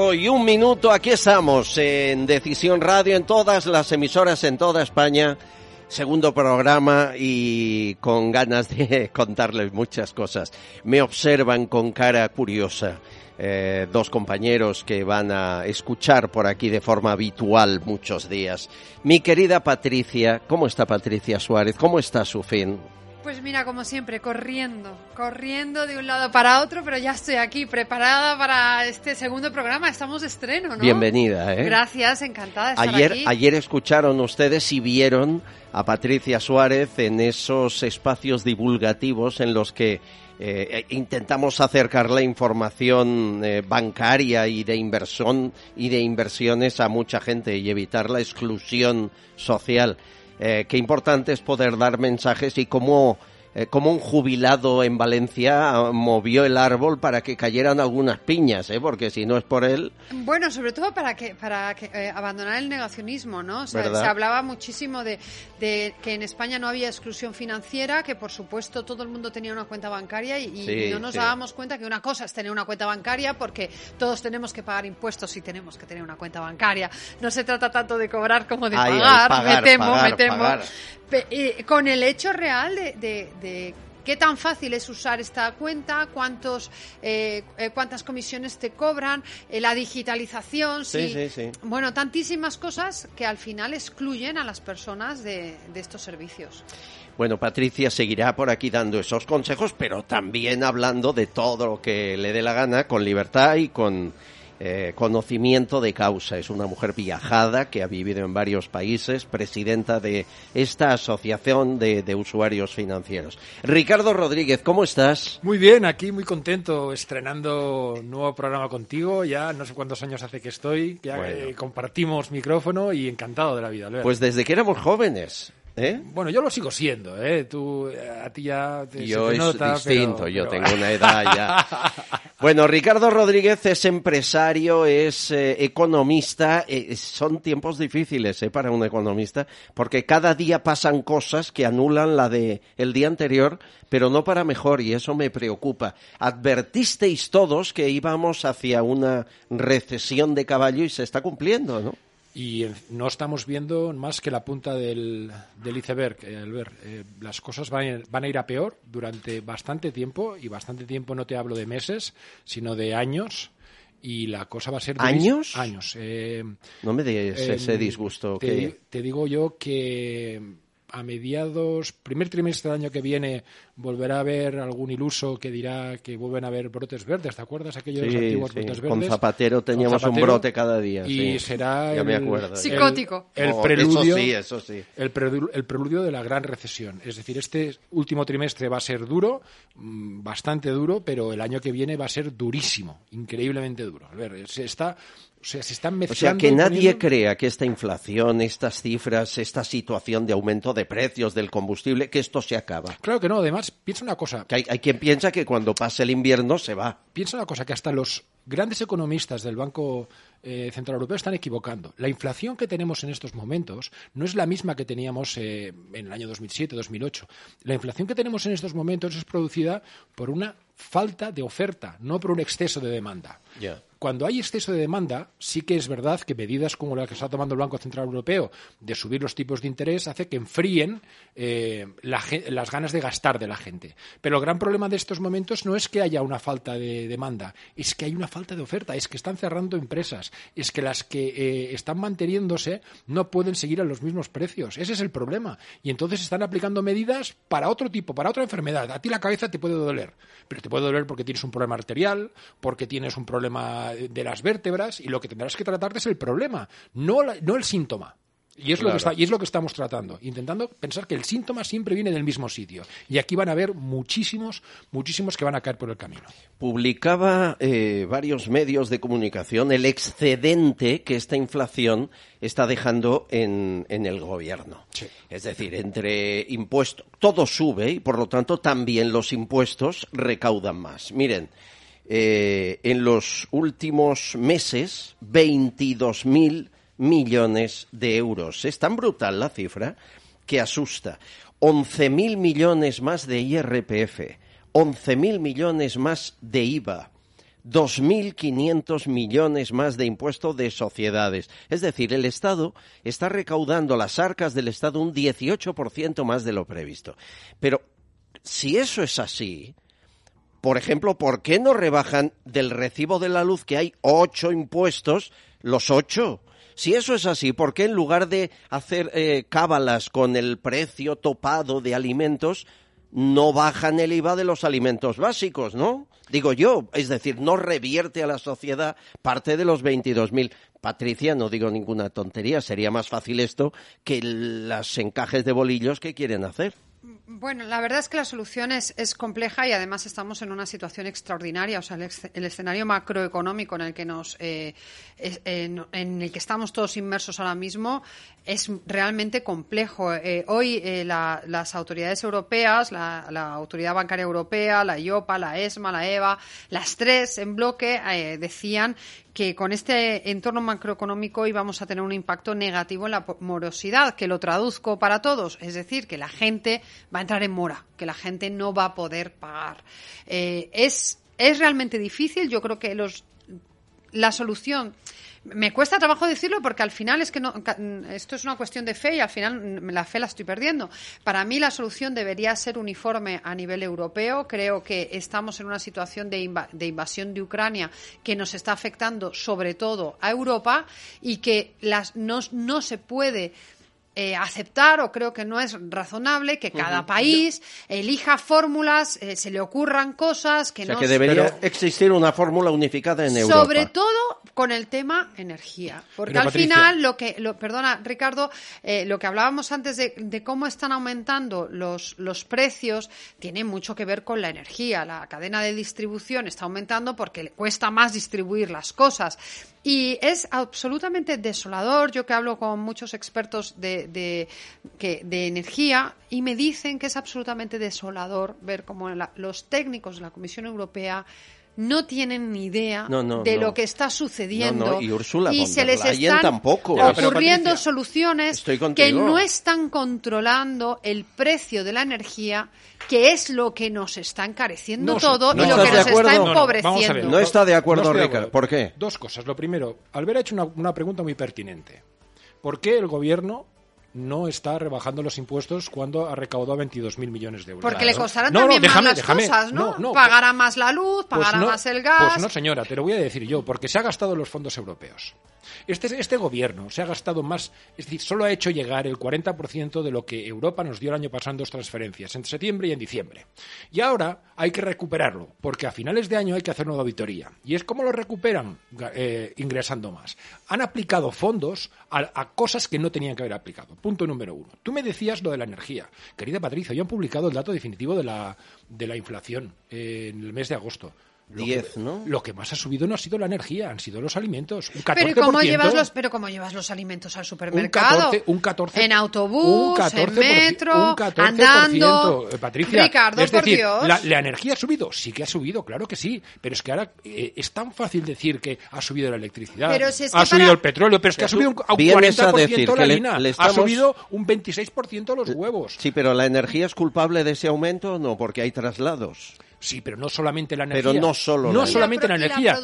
[SPEAKER 8] 5:01, aquí estamos en Decisión Radio, en todas las emisoras en toda España. Segundo programa y con ganas de contarles muchas cosas. Me observan con cara curiosa dos compañeros que van a escuchar por aquí de forma habitual muchos días. Mi querida Patricia, ¿cómo está Patricia Suárez? ¿Cómo está su fin?
[SPEAKER 4] Pues mira, como siempre, corriendo de un lado para otro, pero ya estoy aquí preparada para este segundo programa. Estamos de estreno, ¿no?
[SPEAKER 8] Bienvenida, ¿eh?
[SPEAKER 4] Gracias, encantada de estar aquí.
[SPEAKER 8] Ayer escucharon ustedes y vieron a Patricia Suárez en esos espacios divulgativos en los que intentamos acercar la información bancaria y de inversión y de inversiones a mucha gente y evitar la exclusión social. Qué importante es poder dar mensajes y cómo un jubilado en Valencia movió el árbol para que cayeran algunas piñas, porque si no es por él...
[SPEAKER 4] Bueno, sobre todo para que abandonar el negacionismo, ¿no? O sea, se hablaba muchísimo de que en España no había exclusión financiera, que por supuesto todo el mundo tenía una cuenta bancaria y no nos dábamos cuenta que una cosa es tener una cuenta bancaria porque todos tenemos que pagar impuestos y tenemos que tener una cuenta bancaria. No se trata tanto de cobrar como de pagar, me temo. Pagar. Con el hecho real de qué tan fácil es usar esta cuenta, cuántas comisiones te cobran, la digitalización, bueno, tantísimas cosas que al final excluyen a las personas de estos servicios.
[SPEAKER 8] Bueno, Patricia seguirá por aquí dando esos consejos, pero también hablando de todo lo que le dé la gana, con libertad y con conocimiento de causa. Es una mujer viajada que ha vivido en varios países, presidenta de esta asociación de usuarios financieros. Ricardo Rodríguez, ¿cómo estás?
[SPEAKER 16] Muy bien, aquí muy contento, estrenando nuevo programa contigo. Ya no sé cuántos años hace que estoy, ya compartimos micrófono y encantado de la vida, Albert.
[SPEAKER 8] Pues desde que éramos jóvenes.
[SPEAKER 16] Bueno, yo lo sigo siendo, Tú, a ti ya
[SPEAKER 8] yo
[SPEAKER 16] se te nota,
[SPEAKER 8] es distinto,
[SPEAKER 16] pero...
[SPEAKER 8] yo tengo una edad ya. Bueno, Ricardo Rodríguez es empresario, es economista. Son tiempos difíciles para un economista, porque cada día pasan cosas que anulan la de el día anterior, pero no para mejor, y eso me preocupa. Advertisteis todos que íbamos hacia una recesión de caballo y se está cumpliendo, ¿no?
[SPEAKER 16] Y no estamos viendo más que la punta del iceberg, Albert. Las cosas van a ir a peor durante bastante tiempo, y bastante tiempo no te hablo de meses, sino de años, y la cosa va a ser...
[SPEAKER 8] ¿Años?
[SPEAKER 16] Años.
[SPEAKER 8] No me des ese disgusto.
[SPEAKER 16] Te digo yo que a mediados, primer trimestre del año que viene, volverá a haber algún iluso que dirá que vuelven a haber brotes verdes. ¿Te acuerdas aquellos antiguos brotes verdes?
[SPEAKER 8] Con Zapatero teníamos un brote cada día.
[SPEAKER 16] Y será
[SPEAKER 4] psicótico.
[SPEAKER 16] El preludio,
[SPEAKER 8] eso sí.
[SPEAKER 16] El preludio de la gran recesión. Es decir, este último trimestre va a ser duro, bastante duro, pero el año que viene va a ser durísimo, increíblemente duro. A ver, se están mezclando.
[SPEAKER 8] O sea, que nadie crea que esta inflación, estas cifras, esta situación de aumento de precios del combustible, que esto se acaba.
[SPEAKER 16] Claro que no. Además, piensa una cosa.
[SPEAKER 8] Que hay quien piensa que cuando pase el invierno se va.
[SPEAKER 16] Piensa una cosa, que hasta los grandes economistas del Banco Central Europeo están equivocando. La inflación que tenemos en estos momentos no es la misma que teníamos en el año 2007-2008. La inflación que tenemos en estos momentos es producida por una falta de oferta, no por un exceso de demanda. Cuando hay exceso de demanda, sí que es verdad que medidas como la que está tomando el Banco Central Europeo de subir los tipos de interés hace que enfríen las ganas de gastar de la gente. Pero el gran problema de estos momentos no es que haya una falta de demanda, es que hay una falta de oferta, es que están cerrando empresas, es que las que están manteniéndose no pueden seguir a los mismos precios. Ese es el problema. Y entonces están aplicando medidas para otro tipo, para otra enfermedad. A ti la cabeza te puede doler, pero te puede doler porque tienes un problema arterial, porque tienes un problema de las vértebras, y lo que tendrás que tratarte es el problema, no el síntoma. Y es, claro, lo que estamos tratando, intentando pensar que el síntoma siempre viene del mismo sitio. Y aquí van a haber muchísimos que van a caer por el camino.
[SPEAKER 8] Publicaba varios medios de comunicación el excedente que esta inflación está dejando en el gobierno.
[SPEAKER 16] Sí.
[SPEAKER 8] Es decir, entre impuestos, todo sube y por lo tanto también los impuestos recaudan más. Miren, en los últimos meses, 22.000 millones de euros. Es tan brutal la cifra que asusta. 11.000 millones más de IRPF, 11.000 millones más de IVA, 2.500 millones más de impuesto de sociedades. Es decir, el Estado está recaudando, las arcas del Estado, un 18% más de lo previsto. Pero si eso es así, por ejemplo, ¿por qué no rebajan del recibo de la luz, que hay 8 impuestos, los 8? Si eso es así, ¿por qué en lugar de hacer cábalas con el precio topado de alimentos, no bajan el IVA de los alimentos básicos, ¿no? Digo yo, es decir, no revierte a la sociedad parte de los 22.000. Patricia, no digo ninguna tontería, sería más fácil esto que los encajes de bolillos que quieren hacer.
[SPEAKER 4] Bueno, la verdad es que la solución es compleja y además estamos en una situación extraordinaria. O sea, el escenario macroeconómico en el que en el que estamos todos inmersos ahora mismo es realmente complejo. Hoy las autoridades europeas, la Autoridad Bancaria Europea, la IOPA, la ESMA, la EBA, las tres en bloque decían que con este entorno macroeconómico íbamos a tener un impacto negativo en la morosidad, que lo traduzco para todos, es decir, que la gente va a entrar en mora, que la gente no va a poder pagar. Es realmente difícil, yo creo que la solución... Me cuesta trabajo decirlo porque al final es que esto es una cuestión de fe y al final la fe la estoy perdiendo. Para mí la solución debería ser uniforme a nivel europeo. Creo que estamos en una situación de invasión de Ucrania que nos está afectando sobre todo a Europa y que no se puede aceptar, o creo que no es razonable que cada país elija fórmulas, se le ocurran cosas que
[SPEAKER 8] que debería existir una fórmula unificada en Europa.
[SPEAKER 4] Sobre todo con el tema energía, porque pero, al Patricia, final perdona Ricardo, lo que hablábamos antes de cómo están aumentando los precios tiene mucho que ver con la energía. La cadena de distribución está aumentando porque le cuesta más distribuir las cosas. Y es absolutamente desolador. Yo que hablo con muchos expertos de energía y me dicen que es absolutamente desolador ver cómo los técnicos de la Comisión Europea no tienen ni idea de lo que está sucediendo
[SPEAKER 8] y Ursula von
[SPEAKER 4] se
[SPEAKER 8] der
[SPEAKER 4] les
[SPEAKER 8] Leyen
[SPEAKER 4] están
[SPEAKER 8] tampoco.
[SPEAKER 4] ocurriendo soluciones que no están controlando el precio de la energía, que es lo que nos está encareciendo todo y lo que nos está empobreciendo.
[SPEAKER 8] No está de acuerdo, Ricardo. ¿Por qué?
[SPEAKER 16] Dos cosas. Lo primero, Albert ha hecho una pregunta muy pertinente. ¿Por qué el gobierno no está rebajando los impuestos cuando ha recaudado 22.000 millones de euros?
[SPEAKER 4] Porque le costarán también más las cosas, ¿no? Pagará más la luz, pagará más el gas...
[SPEAKER 16] Pues no, señora, te lo voy a decir yo, porque se ha gastado los fondos europeos. Este gobierno se ha gastado más, es decir, solo ha hecho llegar el 40% de lo que Europa nos dio el año pasado en 2 transferencias, en septiembre y en diciembre. Y ahora hay que recuperarlo, porque a finales de año hay que hacer una auditoría. ¿Y es cómo lo recuperan? Ingresando más. Han aplicado fondos a cosas que no tenían que haber aplicado. Punto número 1. Tú me decías lo de la energía. Querida Patricia, hoy han publicado el dato definitivo de la inflación en el mes de agosto.
[SPEAKER 8] 10, ¿no?
[SPEAKER 16] Lo que más ha subido no ha sido la energía, han sido los alimentos. Un 14%.
[SPEAKER 4] Pero ¿cómo llevas los alimentos al supermercado?
[SPEAKER 16] Un 14%.
[SPEAKER 4] En autobús, en metro, andando.
[SPEAKER 16] Patricia,
[SPEAKER 4] Ricardo,
[SPEAKER 16] es decir,
[SPEAKER 4] por Dios.
[SPEAKER 16] ¿La energía ha subido? Sí que ha subido, claro que sí. Pero es que ahora es tan fácil decir que ha subido la electricidad, ha subido el petróleo, pero es que ha subido un 40% la harina, ha subido un 26% los huevos.
[SPEAKER 8] Sí, pero ¿la energía es culpable de ese aumento? No, porque hay traslados.
[SPEAKER 16] Sí, pero no solamente la energía.
[SPEAKER 8] Pero no
[SPEAKER 16] solamente la energía.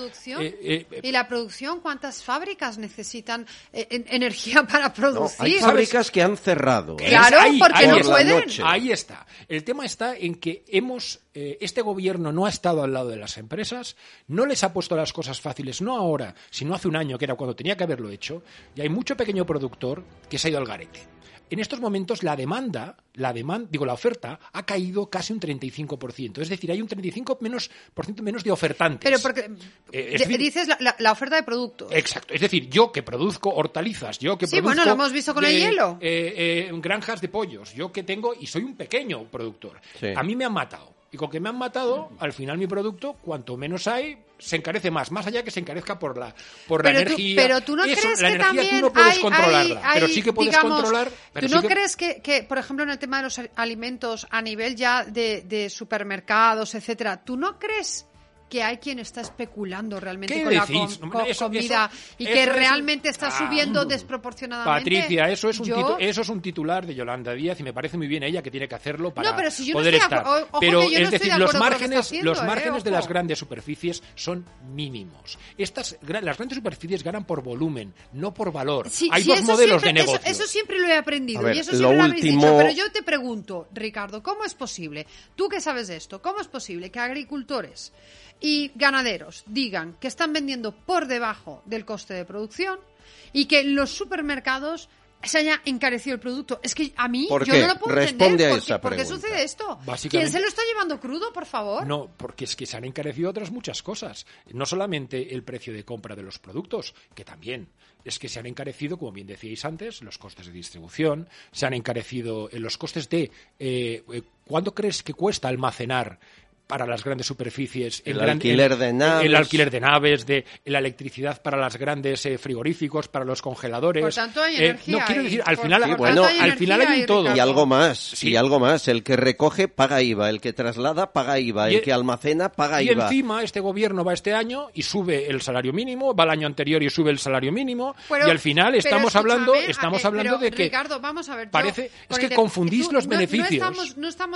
[SPEAKER 4] ¿Y la producción? ¿Cuántas fábricas necesitan energía para producir?
[SPEAKER 8] Hay fábricas que han cerrado.
[SPEAKER 4] Claro, porque no pueden.
[SPEAKER 16] Ahí está. El tema está en que este gobierno no ha estado al lado de las empresas, no les ha puesto las cosas fáciles, no ahora, sino hace un año, que era cuando tenía que haberlo hecho, y hay mucho pequeño productor que se ha ido al garete. En estos momentos la oferta ha caído casi un 35%. Es decir, hay un 35% menos de ofertantes.
[SPEAKER 4] Pero porque dices la oferta de productos.
[SPEAKER 16] Exacto. Es decir, yo que produzco hortalizas, yo que produzco...
[SPEAKER 4] Sí, bueno, lo hemos visto con el hielo.
[SPEAKER 16] Granjas de pollos, yo que tengo... Y soy un pequeño productor. Sí. A mí me han matado. Y con que me han matado, al final mi producto, cuanto menos hay, se encarece más allá que se encarece por la energía.
[SPEAKER 4] Pero tú no crees
[SPEAKER 16] la
[SPEAKER 4] que
[SPEAKER 16] energía
[SPEAKER 4] también
[SPEAKER 16] tú no puedes controlarla, pero sí que puedes controlar.
[SPEAKER 4] ¿Tú no crees que, por ejemplo, en el tema de los alimentos a nivel ya de supermercados, etcétera, tú no crees que hay quien está especulando realmente con la comida y que realmente está subiendo desproporcionadamente.
[SPEAKER 16] Patricia, eso es un titular de Yolanda Díaz y me parece muy bien ella que tiene que hacerlo para
[SPEAKER 4] pero si yo
[SPEAKER 16] poder estar.
[SPEAKER 4] Pero
[SPEAKER 16] es decir, los márgenes
[SPEAKER 4] de
[SPEAKER 16] las grandes superficies son mínimos. Las grandes superficies ganan por volumen, no por valor. Hay dos modelos de negocio.
[SPEAKER 4] Eso siempre lo he aprendido y eso siempre lo habéis dicho. Pero yo te pregunto, Ricardo, ¿cómo es posible? Tú que sabes de esto, ¿cómo es posible que agricultores y ganaderos digan que están vendiendo por debajo del coste de producción y que en los supermercados se haya encarecido el producto? Es que a mí, yo no lo puedo entender. ¿Por qué sucede esto? ¿Quién se lo está llevando crudo, por favor?
[SPEAKER 16] No, porque es que se han encarecido otras muchas cosas. No solamente el precio de compra de los productos, que también. Es que se han encarecido, como bien decíais antes, los costes de distribución, se han encarecido los costes de... ¿cuánto crees que cuesta almacenar para las grandes superficies
[SPEAKER 8] el alquiler de
[SPEAKER 16] naves, de la electricidad para las grandes frigoríficos, para los congeladores?
[SPEAKER 4] Por tanto hay energía.
[SPEAKER 16] No, quiero decir, al final hay un todo.
[SPEAKER 8] Y algo más, el que recoge paga IVA, el que traslada paga IVA, el que almacena paga IVA.
[SPEAKER 16] Y encima este gobierno va este año y sube el salario mínimo, va el año anterior y sube el salario mínimo, y al final estamos hablando de que
[SPEAKER 4] Ricardo, vamos a ver,
[SPEAKER 16] confundís los beneficios.
[SPEAKER 4] No estamos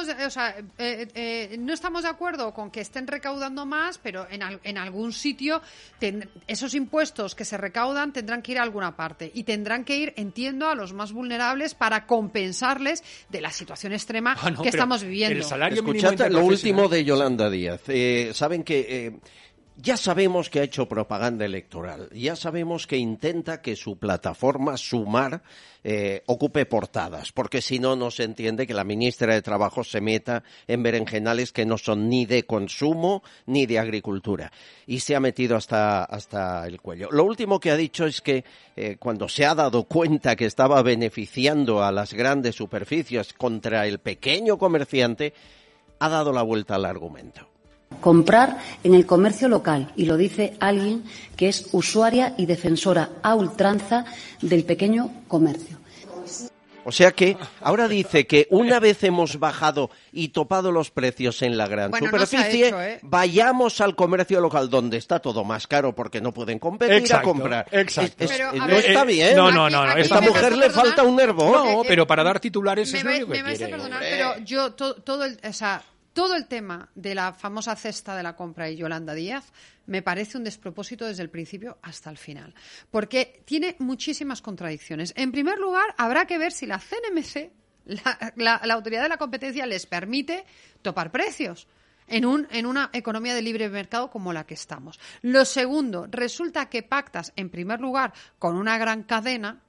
[SPEAKER 4] de acuerdo con que estén recaudando más, pero en algún sitio esos impuestos que se recaudan tendrán que ir a alguna parte y tendrán que ir, entiendo, a los más vulnerables para compensarles de la situación extrema que estamos viviendo.
[SPEAKER 16] El salario mínimo
[SPEAKER 8] Escuchad lo último de Yolanda Díaz. Saben que ya sabemos que ha hecho propaganda electoral, ya sabemos que intenta que su plataforma Sumar ocupe portadas, porque si no, no se entiende que la ministra de Trabajo se meta en berenjenales que no son ni de consumo ni de agricultura, y se ha metido hasta el cuello. Lo último que ha dicho es que cuando se ha dado cuenta que estaba beneficiando a las grandes superficies contra el pequeño comerciante, ha dado la vuelta al argumento.
[SPEAKER 1] Comprar en el comercio local, y lo dice alguien que es usuaria y defensora a ultranza del pequeño comercio.
[SPEAKER 8] O sea que ahora dice que una vez hemos bajado y topado los precios en la gran superficie, vayamos al comercio local donde está todo más caro porque no pueden competir a comprar.
[SPEAKER 16] Exacto.
[SPEAKER 8] No está bien.
[SPEAKER 16] No.
[SPEAKER 8] A esta mujer le falta un nervo.
[SPEAKER 16] No, pero para dar titulares es lo único que quiere.
[SPEAKER 4] Me vais a perdonar, pero yo todo el tema de la famosa cesta de la compra de Yolanda Díaz me parece un despropósito desde el principio hasta el final, porque tiene muchísimas contradicciones. En primer lugar, habrá que ver si la CNMC, la Autoridad de la Competencia, les permite topar precios en una economía de libre mercado como la que estamos. Lo segundo, resulta que pactas, en primer lugar, con una gran cadena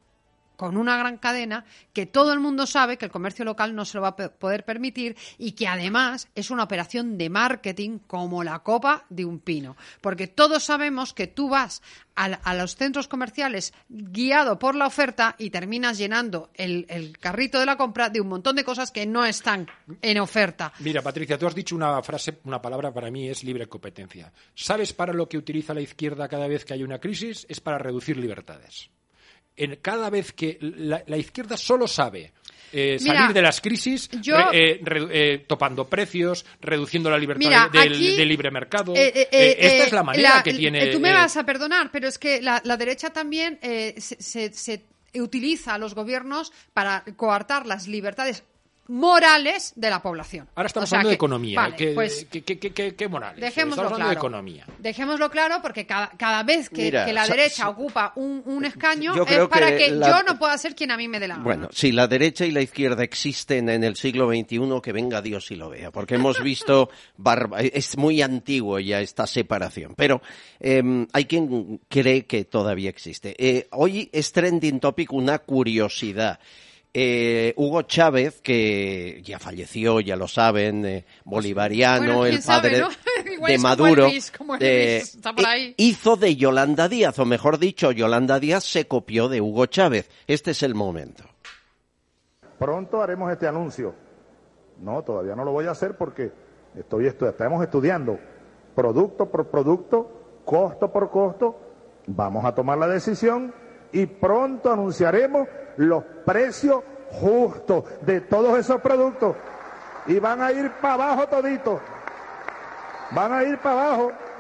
[SPEAKER 4] que todo el mundo sabe que el comercio local no se lo va a poder permitir y que además es una operación de marketing como la copa de un pino. Porque todos sabemos que tú vas a los centros comerciales guiado por la oferta y terminas llenando el carrito de la compra de un montón de cosas que no están en oferta.
[SPEAKER 16] Mira, Patricia, tú has dicho una palabra para mí es libre competencia. ¿Sabes para lo que utiliza la izquierda cada vez que hay una crisis? Es para reducir libertades. Cada vez que la izquierda solo sabe salir de las crisis topando precios, reduciendo la libertad del libre mercado. Esta es la manera que tiene...
[SPEAKER 4] Tú me vas a perdonar, pero es que la derecha también se utiliza a los gobiernos para coartar las libertades morales de la población.
[SPEAKER 16] Ahora estamos hablando de economía.
[SPEAKER 4] Vale,
[SPEAKER 16] ¿Qué morales?
[SPEAKER 4] Dejémoslo
[SPEAKER 16] estamos hablando
[SPEAKER 4] claro.
[SPEAKER 16] de economía.
[SPEAKER 4] Dejémoslo claro porque cada vez que la derecha ocupa un escaño es para que yo no pueda ser quien a mí me dé la gana.
[SPEAKER 8] Bueno, si la derecha y la izquierda existen en el siglo XXI, que venga Dios y lo vea, porque hemos visto es muy antiguo ya esta separación, pero hay quien cree que todavía existe. Hoy es trending topic una curiosidad. Hugo Chávez, que ya falleció, ya lo saben, bolivariano, el padre de Maduro,
[SPEAKER 4] está por ahí.
[SPEAKER 8] Hizo de Yolanda Díaz, o mejor dicho, Yolanda Díaz se copió de Hugo Chávez. Este es el momento.
[SPEAKER 6] Pronto haremos este anuncio. No, todavía no lo voy a hacer porque estamos estudiando producto por producto, costo por costo. Vamos a tomar la decisión y pronto anunciaremos los precios justos de todos esos productos y van a ir para abajo toditos, van a ir para abajo.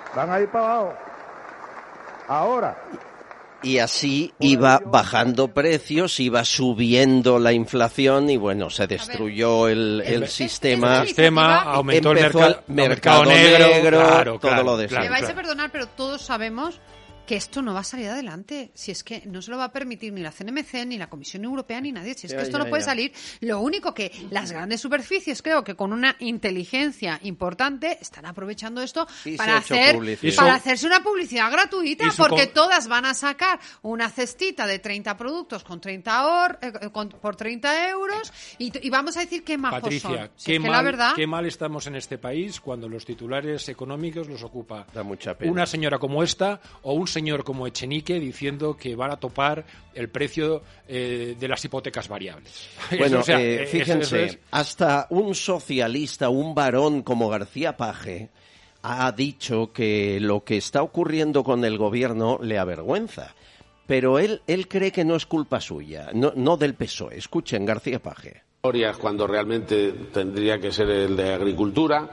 [SPEAKER 6] Van a ir para abajo. Ahora.
[SPEAKER 8] Y así iba bajando precios, iba subiendo la inflación y bueno, se destruyó el sistema.
[SPEAKER 16] El sistema aumentó el mercado
[SPEAKER 8] negro,
[SPEAKER 16] claro,
[SPEAKER 8] todo lo de
[SPEAKER 4] Me vais a perdonar, pero todos sabemos que esto no va a salir adelante. Si es que no se lo va a permitir ni la CNMC, ni la Comisión Europea, ni nadie. Si es que esto no puede salir. Lo único que las grandes superficies, creo que con una inteligencia importante, están aprovechando esto para hacerse una publicidad gratuita, porque todas van a sacar una cestita de 30 productos con 30 por 30 euros y vamos a decir qué majos
[SPEAKER 16] Patricia,
[SPEAKER 4] son.
[SPEAKER 16] Qué mal estamos en este país cuando los titulares económicos los ocupa
[SPEAKER 8] da mucha pena.
[SPEAKER 16] Una señora como esta o un señor como Echenique diciendo que van a topar el precio de las hipotecas variables.
[SPEAKER 8] Bueno, fíjense, hasta un socialista, un varón como García Page, ha dicho que lo que está ocurriendo con el gobierno le avergüenza. Pero él cree que no es culpa suya, no del PSOE. Escuchen, García Page.
[SPEAKER 5] Cuando realmente tendría que ser el de Agricultura,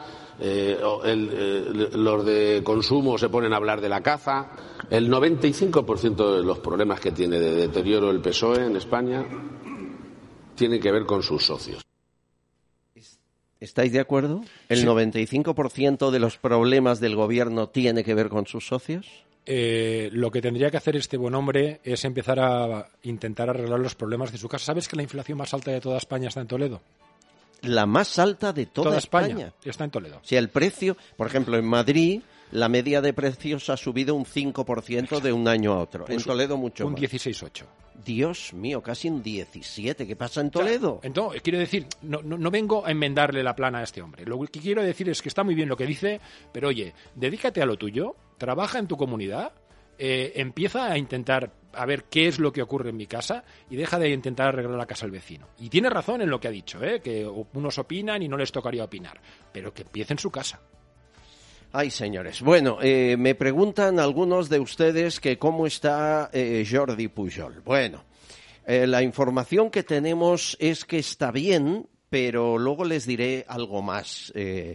[SPEAKER 5] los de consumo se ponen a hablar de la caza. El 95% de los problemas que tiene de deterioro el PSOE en España tienen que ver con sus socios.
[SPEAKER 8] ¿Estáis de acuerdo? ¿El 95% de los problemas del gobierno tiene que ver con sus socios?
[SPEAKER 16] Lo que tendría que hacer este buen hombre es empezar a intentar arreglar los problemas de su casa. ¿Sabes que la inflación más alta de toda España está en Toledo?
[SPEAKER 8] La más alta de toda España
[SPEAKER 16] está en Toledo.
[SPEAKER 8] Si el precio, por ejemplo, en Madrid, la media de precios ha subido un 5% de un año a otro.
[SPEAKER 16] Pues
[SPEAKER 8] en Toledo mucho más.
[SPEAKER 16] Un 16,8.
[SPEAKER 8] Dios mío, casi un 17. ¿Qué pasa en Toledo?
[SPEAKER 16] Entonces, quiero decir, no vengo a enmendarle la plana a este hombre. Lo que quiero decir es que está muy bien lo que dice, pero oye, dedícate a lo tuyo, trabaja en tu comunidad, empieza a intentar a ver qué es lo que ocurre en mi casa y deja de intentar arreglar la casa al vecino. Y tiene razón en lo que ha dicho, que unos opinan y no les tocaría opinar, pero que empiece en su casa.
[SPEAKER 8] Ay, señores. Bueno, me preguntan algunos de ustedes que cómo está Jordi Pujol. Bueno, la información que tenemos es que está bien, pero luego les diré algo más.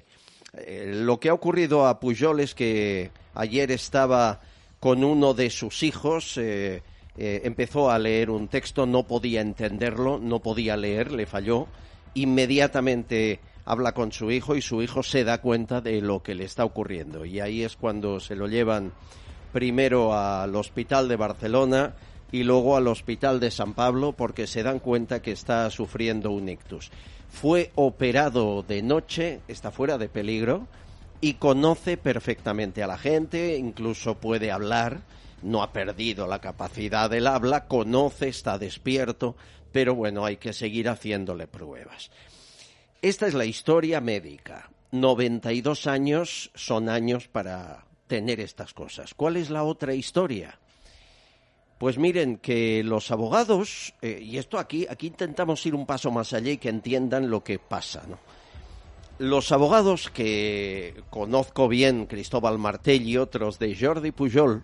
[SPEAKER 8] Lo que ha ocurrido a Pujol es que ayer estaba con uno de sus hijos, empezó a leer un texto, no podía entenderlo, no podía leer, le falló, inmediatamente habla con su hijo y su hijo se da cuenta de lo que le está ocurriendo y ahí es cuando se lo llevan primero al hospital de Barcelona y luego al hospital de San Pablo porque se dan cuenta que está sufriendo un ictus. Fue operado de noche, está fuera de peligro y conoce perfectamente a la gente, incluso puede hablar, no ha perdido la capacidad del habla, conoce, está despierto, pero bueno, hay que seguir haciéndole pruebas. Esta es la historia médica. 92 años son años para tener estas cosas. ¿Cuál es la otra historia? Pues miren que los abogados, y esto aquí intentamos ir un paso más allá y que entiendan lo que pasa, ¿no? Los abogados que conozco bien, Cristóbal Martell y otros de Jordi Pujol,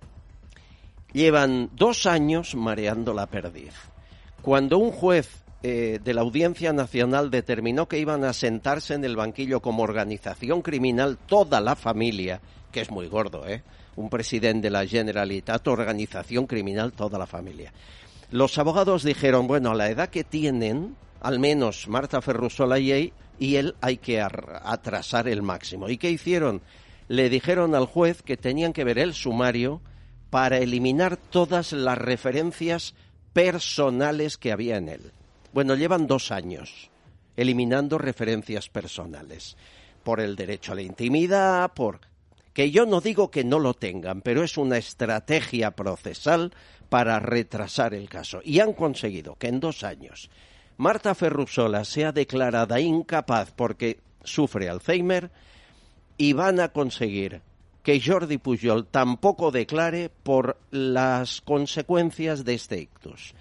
[SPEAKER 8] llevan 2 años mareando la perdiz. Cuando un juez de la Audiencia Nacional determinó que iban a sentarse en el banquillo como organización criminal toda la familia, que es muy gordo, un presidente de la Generalitat, organización criminal toda la familia. Los abogados dijeron, bueno, a la edad que tienen, al menos Marta Ferrusola y él hay que atrasar el máximo. ¿Y qué hicieron? Le dijeron al juez que tenían que ver el sumario para eliminar todas las referencias personales que había en él. Bueno, llevan 2 años eliminando referencias personales por el derecho a la intimidad, que yo no digo que no lo tengan, pero es una estrategia procesal para retrasar el caso. Y han conseguido que en 2 años Marta Ferrusola sea declarada incapaz porque sufre Alzheimer y van a conseguir que Jordi Pujol tampoco declare por las consecuencias de este ictus.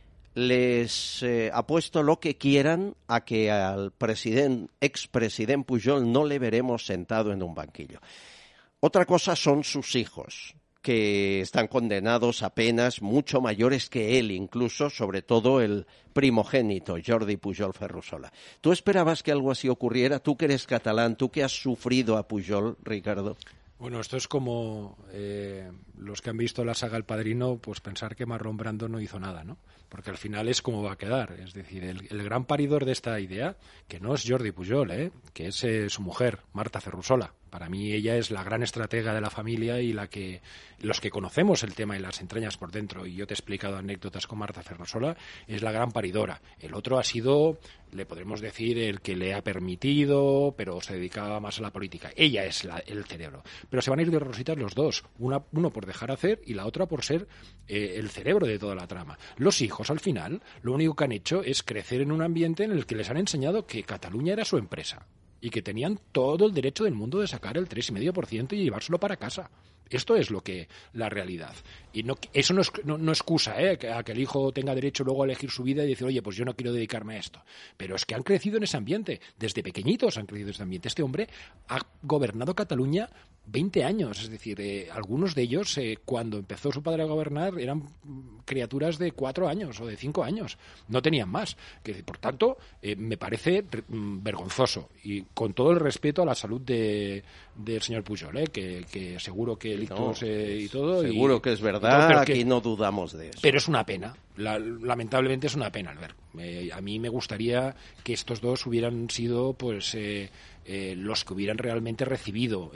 [SPEAKER 8] Les apuesto lo que quieran a que al expresidente Pujol no le veremos sentado en un banquillo. Otra cosa son sus hijos, que están condenados a penas mucho mayores que él, incluso, sobre todo el primogénito, Jordi Pujol Ferrusola. ¿Tú esperabas que algo así ocurriera? Tú que eres catalán, tú que has sufrido a Pujol, Ricardo.
[SPEAKER 16] Bueno, esto es como los que han visto la saga El Padrino, pues pensar que Marlon Brando no hizo nada, ¿no? Porque al final es como va a quedar. Es decir, el gran paridor de esta idea, que no es Jordi Pujol, que es su mujer, Marta Ferrusola. Para mí ella es la gran estratega de la familia y los que conocemos el tema y las entrañas por dentro, y yo te he explicado anécdotas con Marta Ferrusola, es la gran paridora. El otro ha sido, le podremos decir, el que le ha permitido, pero se dedicaba más a la política. Ella es el cerebro. Pero se van a ir de rositas los dos, uno por dejar hacer y la otra por ser el cerebro de toda la trama. Los hijos, al final, lo único que han hecho es crecer en un ambiente en el que les han enseñado que Cataluña era su empresa y que tenían todo el derecho del mundo de sacar el 3,5% y llevárselo para casa. Esto es la realidad. Y eso no excusa a que el hijo tenga derecho luego a elegir su vida y decir, oye, pues yo no quiero dedicarme a esto. Pero es que han crecido en ese ambiente. Desde pequeñitos han crecido en ese ambiente. Este hombre ha gobernado Cataluña 20 años. Es decir, algunos de ellos, cuando empezó su padre a gobernar, eran criaturas de 4 años o de 5 años. No tenían más. Por tanto, me parece vergonzoso. Y con todo el respeto a la salud del señor Pujol, que seguro que y todo.
[SPEAKER 8] Seguro que es verdad, aquí no dudamos de eso.
[SPEAKER 16] Pero es una pena, lamentablemente es una pena, Albert. A mí me gustaría que estos dos hubieran sido pues los que hubieran realmente recibido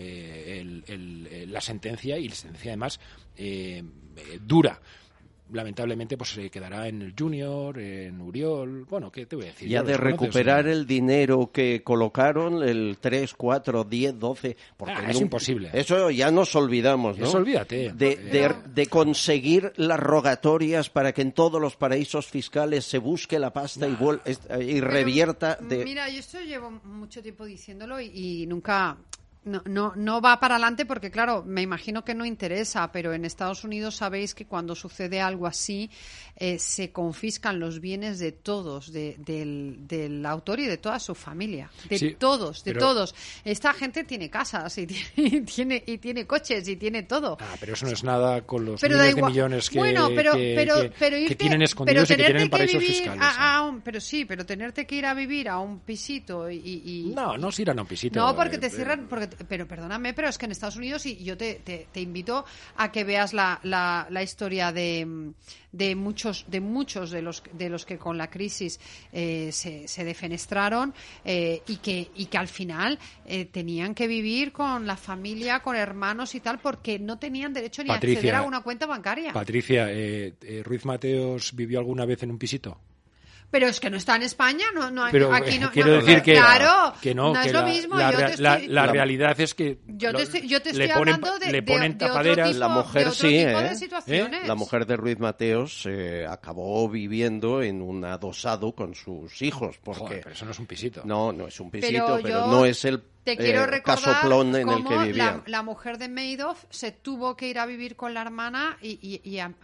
[SPEAKER 16] la sentencia, y la sentencia además dura. Lamentablemente pues se quedará en el Junior, en Uriol, bueno, ¿qué te voy a decir?
[SPEAKER 8] Ya de recuperar el dinero que colocaron, el 3, 4, 10, 12...
[SPEAKER 16] es imposible.
[SPEAKER 8] Eso ya nos olvidamos, ¿no?
[SPEAKER 16] Eso olvídate.
[SPEAKER 8] De conseguir las rogatorias para que en todos los paraísos fiscales se busque la pasta y revierta...
[SPEAKER 4] Mira, yo esto llevo mucho tiempo diciéndolo y nunca... No va para adelante porque, claro, me imagino que no interesa, pero en Estados Unidos sabéis que cuando sucede algo así se confiscan los bienes de todos, del autor y de toda su familia, todos. Esta gente tiene casas y tiene coches y tiene todo.
[SPEAKER 16] Pero eso no es nada con los miles de millones que tienen escondidos y que tienen en paraísos fiscales.
[SPEAKER 4] Pero tenerte que ir a vivir a un pisito y...
[SPEAKER 16] No se irán a un pisito.
[SPEAKER 4] No, porque te cierran... Pero perdóname, pero es que en Estados Unidos, y yo te invito a que veas la historia de muchos de los que con la crisis se defenestraron y que al final tenían que vivir con la familia, con hermanos y tal, porque no tenían derecho ni a acceder a una cuenta bancaria.
[SPEAKER 16] Patricia, ¿Ruiz Mateos vivió alguna vez en un pisito?
[SPEAKER 4] Pero es que no está en España,
[SPEAKER 16] pero,
[SPEAKER 4] aquí no.
[SPEAKER 16] Quiero decir que
[SPEAKER 4] no es lo mismo.
[SPEAKER 16] La realidad es que
[SPEAKER 4] yo te estoy hablando de
[SPEAKER 16] tapaderas.
[SPEAKER 8] La mujer
[SPEAKER 4] de situaciones.
[SPEAKER 8] La mujer de Ruiz Mateos acabó viviendo en un adosado con sus hijos. Porque
[SPEAKER 16] pero eso no es un pisito.
[SPEAKER 8] No es un pisito, pero no es el casoplón en el que vivían.
[SPEAKER 4] La mujer de Madoff se tuvo que ir a vivir con la hermana y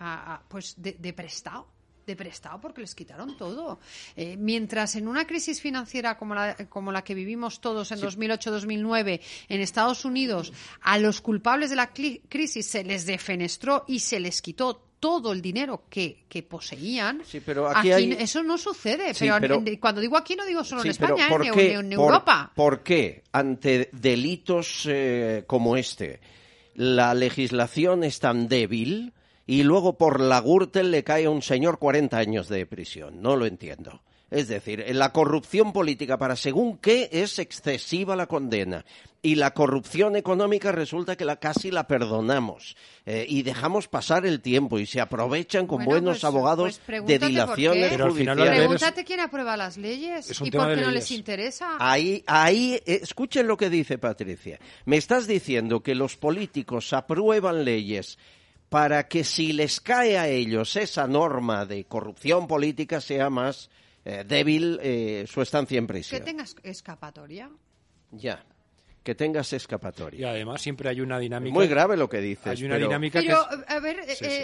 [SPEAKER 4] pues de prestado. Porque les quitaron todo. Mientras en una crisis financiera como la que vivimos todos en 2008-2009 en Estados Unidos, a los culpables de la crisis se les defenestró y se les quitó todo el dinero que poseían.
[SPEAKER 8] Sí, pero aquí
[SPEAKER 4] eso no sucede. Pero cuando digo aquí no digo solo en España, en
[SPEAKER 8] Europa. ¿Por qué ante delitos como este la legislación es tan débil? Y luego por la Gürtel le cae a un señor 40 años de prisión. No lo entiendo. Es decir, la corrupción política para según qué es excesiva la condena. Y la corrupción económica resulta que casi la perdonamos. Y dejamos pasar el tiempo y se aprovechan con buenos abogados de dilaciones judiciales.
[SPEAKER 4] Pregúntate quién aprueba las leyes y por qué no les interesa.
[SPEAKER 8] Ahí, escuchen lo que dice Patricia. Me estás diciendo que los políticos aprueban leyes para que si les cae a ellos esa norma de corrupción política sea más débil su estancia en prisión.
[SPEAKER 4] Que tengas escapatoria.
[SPEAKER 8] Ya, que tengas escapatoria.
[SPEAKER 16] Y además siempre hay una dinámica...
[SPEAKER 8] Muy grave lo que dices.
[SPEAKER 16] Hay una dinámica
[SPEAKER 4] pero, a ver,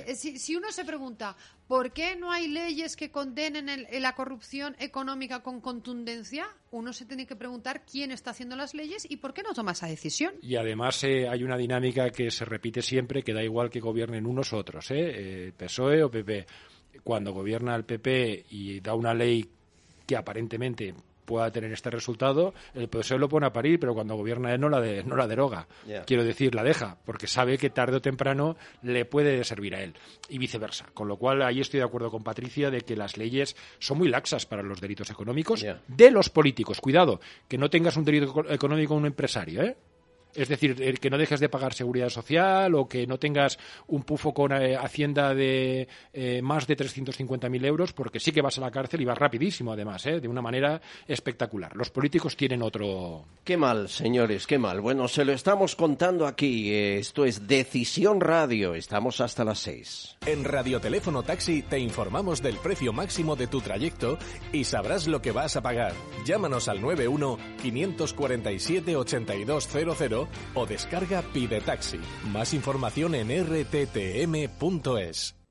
[SPEAKER 4] si uno se pregunta, ¿por qué no hay leyes que condenen la corrupción económica con contundencia? Uno se tiene que preguntar quién está haciendo las leyes y por qué no toma esa decisión.
[SPEAKER 16] Y además hay una dinámica que se repite siempre, que da igual que gobiernen unos u otros, PSOE o PP. Cuando gobierna el PP y da una ley que aparentemente pueda tener este resultado, el PSOE lo pone a parir, pero cuando gobierna él no la deroga. Quiero decir, la deja, porque sabe que tarde o temprano le puede servir a él, y viceversa. Con lo cual, ahí estoy de acuerdo con Patricia de que las leyes son muy laxas para los delitos económicos de los políticos. Cuidado, que no tengas un delito económico un empresario, ¿eh? Es decir, que no dejes de pagar seguridad social o que no tengas un pufo con Hacienda de más de 350.000 euros, porque sí que vas a la cárcel y vas rapidísimo, además, de una manera espectacular. Los políticos tienen otro...
[SPEAKER 8] Qué mal, señores, qué mal. Bueno, se lo estamos contando aquí. Esto es Decisión Radio. Estamos hasta las 6.
[SPEAKER 25] En Radioteléfono Taxi te informamos del precio máximo de tu trayecto y sabrás lo que vas a pagar. Llámanos al 91-547-8200 o descarga Pide Taxi. Más información en rttm.es.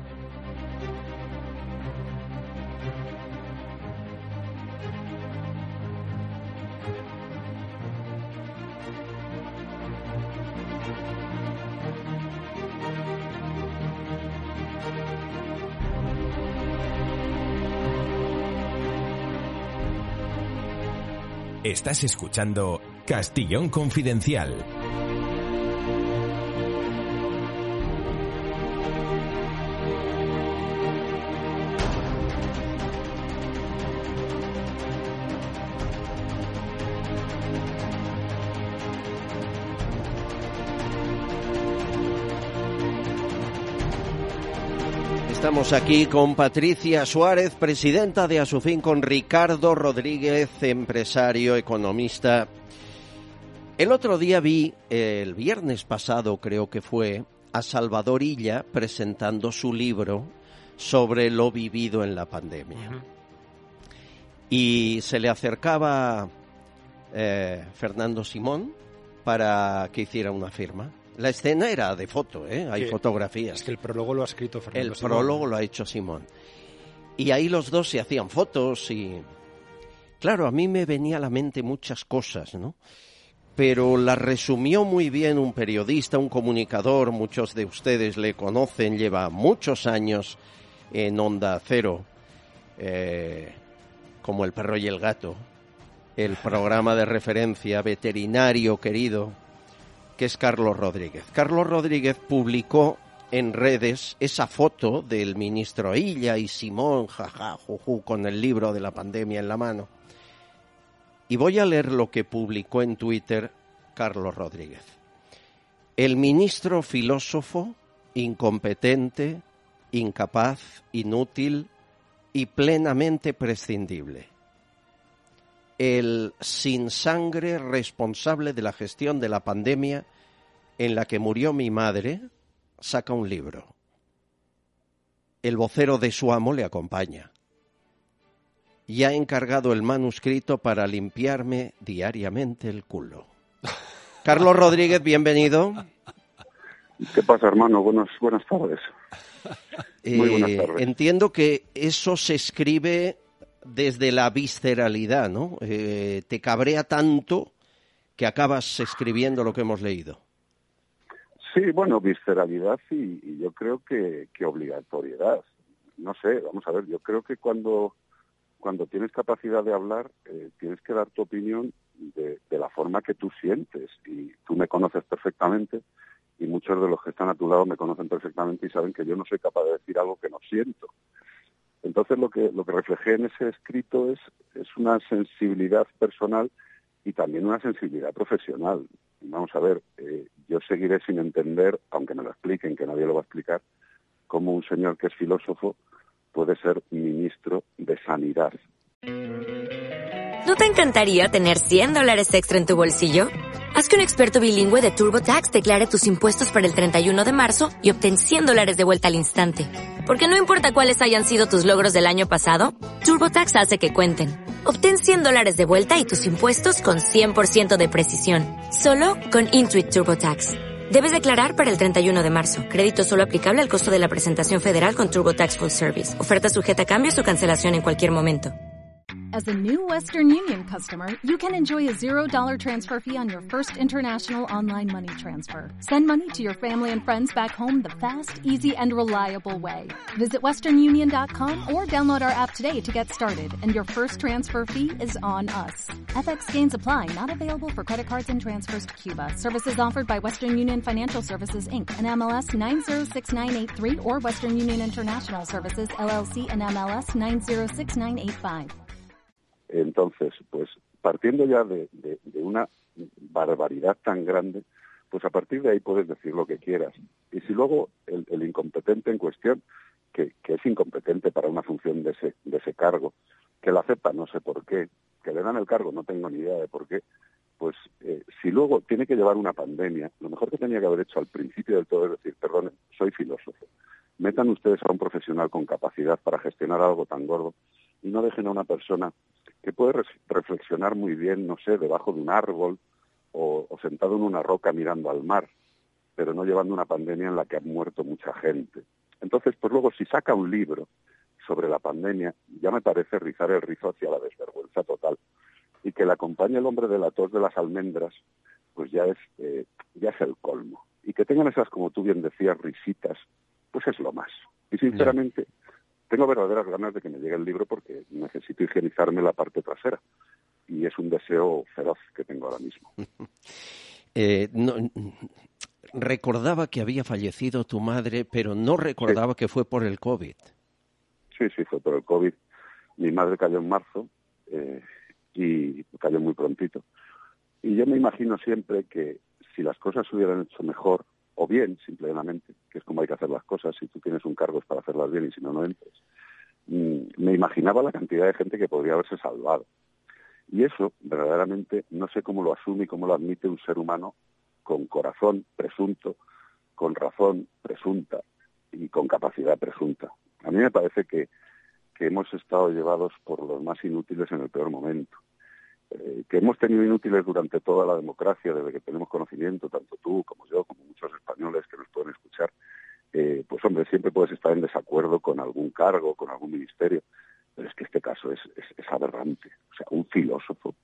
[SPEAKER 25] Estás escuchando Castellón Confidencial.
[SPEAKER 8] Estamos aquí con Patricia Suárez, presidenta de Asufin, con Ricardo Rodríguez, empresario, economista. El otro día vi, el viernes pasado creo que fue, a Salvador Illa presentando su libro sobre lo vivido en la pandemia. Y se le acercaba Fernando Simón para que hiciera una firma. La escena era de foto, hay fotografías.
[SPEAKER 16] Es que el prólogo lo ha escrito Fernando Simón.
[SPEAKER 8] El prólogo lo ha hecho Simón. Y ahí los dos se hacían fotos y... Claro, a mí me venía a la mente muchas cosas, ¿no? Pero la resumió muy bien un periodista, un comunicador, muchos de ustedes le conocen, lleva muchos años en Onda Cero, como El perro y el gato, el programa de referencia veterinario querido, que es Carlos Rodríguez. Carlos Rodríguez publicó en redes esa foto del ministro Illa y Simón, jaja, juju, con el libro de la pandemia en la mano. Y voy a leer lo que publicó en Twitter Carlos Rodríguez. El ministro filósofo, incompetente, incapaz, inútil y plenamente prescindible. El sin sangre responsable de la gestión de la pandemia en la que murió mi madre, saca un libro. El vocero de su amo le acompaña. Y ha encargado el manuscrito para limpiarme diariamente el culo. Carlos Rodríguez, bienvenido.
[SPEAKER 17] ¿Qué pasa, hermano? Buenas tardes. Muy buenas tardes.
[SPEAKER 8] Entiendo que eso se escribe desde la visceralidad, ¿no? Te cabrea tanto que acabas escribiendo lo que hemos leído.
[SPEAKER 17] Sí, bueno, visceralidad y yo creo que obligatoriedad. No sé, vamos a ver, yo creo que cuando tienes capacidad de hablar, tienes que dar tu opinión de la forma que tú sientes. Y tú me conoces perfectamente y muchos de los que están a tu lado me conocen perfectamente y saben que yo no soy capaz de decir algo que no siento. Entonces lo que reflejé en ese escrito es una sensibilidad personal y también una sensibilidad profesional. Vamos a ver, yo seguiré sin entender, aunque me lo expliquen, que nadie lo va a explicar, cómo un señor que es filósofo puede ser ministro de Sanidad.
[SPEAKER 18] ¿No te encantaría tener $100 extra en tu bolsillo? Haz que un experto bilingüe de TurboTax declare tus impuestos para el 31 de marzo y obtén $100 de vuelta al instante. Porque no importa cuáles hayan sido tus logros del año pasado, TurboTax hace que cuenten. Obtén $100 de vuelta y tus impuestos con 100% de precisión. Solo con Intuit TurboTax. Debes declarar para el 31 de marzo. Crédito solo aplicable al costo de la presentación federal con TurboTax Full Service. Oferta sujeta a cambios o cancelación en cualquier momento.
[SPEAKER 24] As a new Western Union customer, you can enjoy a $0 transfer fee on your first international online money transfer. Send money to your family and friends back home the fast, easy, and reliable way. Visit westernunion.com or download our app today to get started, and your first transfer fee is on us. FX gains apply, not available for credit cards and transfers to Cuba. Services offered by Western Union Financial Services, Inc., and MLS 906983, or Western Union International Services, LLC, and MLS 906985.
[SPEAKER 17] Entonces, pues partiendo ya de una barbaridad tan grande, pues a partir de ahí puedes decir lo que quieras. Y si luego el incompetente en cuestión, que es incompetente para una función de ese cargo, que la acepta no sé por qué, que le dan el cargo no tengo ni idea de por qué, pues si luego tiene que llevar una pandemia, lo mejor que tenía que haber hecho al principio del todo es decir, perdón, soy filósofo, metan ustedes a un profesional con capacidad para gestionar algo tan gordo y no dejen a una persona que puede reflexionar muy bien, no sé, debajo de un árbol o sentado en una roca mirando al mar, pero no llevando una pandemia en la que ha muerto mucha gente. Entonces, pues luego si saca un libro sobre la pandemia, ya me parece rizar el rizo hacia la desvergüenza total. Y que le acompañe el hombre de la tos de las almendras, pues ya es el colmo. Y que tengan esas, como tú bien decías, risitas, pues es lo más. Y sinceramente, tengo verdaderas ganas de que me llegue el libro porque necesito higienizarme la parte trasera. Y es un deseo feroz que tengo ahora mismo.
[SPEAKER 8] Recordaba que había fallecido tu madre, pero no recordaba que fue por el COVID.
[SPEAKER 17] Sí, fue por el COVID. Mi madre cayó en marzo y cayó muy prontito. Y yo me imagino siempre que si las cosas se hubieran hecho mejor, o bien, simplemente, que es como hay que hacer las cosas, si tú tienes un cargo es para hacerlas bien y si no, no entres. Me imaginaba la cantidad de gente que podría haberse salvado. Y eso, verdaderamente, no sé cómo lo asume y cómo lo admite un ser humano con corazón presunto, con razón presunta y con capacidad presunta. A mí me parece que hemos estado llevados por los más inútiles en el peor momento. Que hemos tenido inútiles durante toda la democracia, desde que tenemos conocimiento, tanto tú como yo, como muchos españoles que nos pueden escuchar, pues hombre, siempre puedes estar en desacuerdo con algún cargo, con algún ministerio, pero es que este caso es aberrante. O sea, un filósofo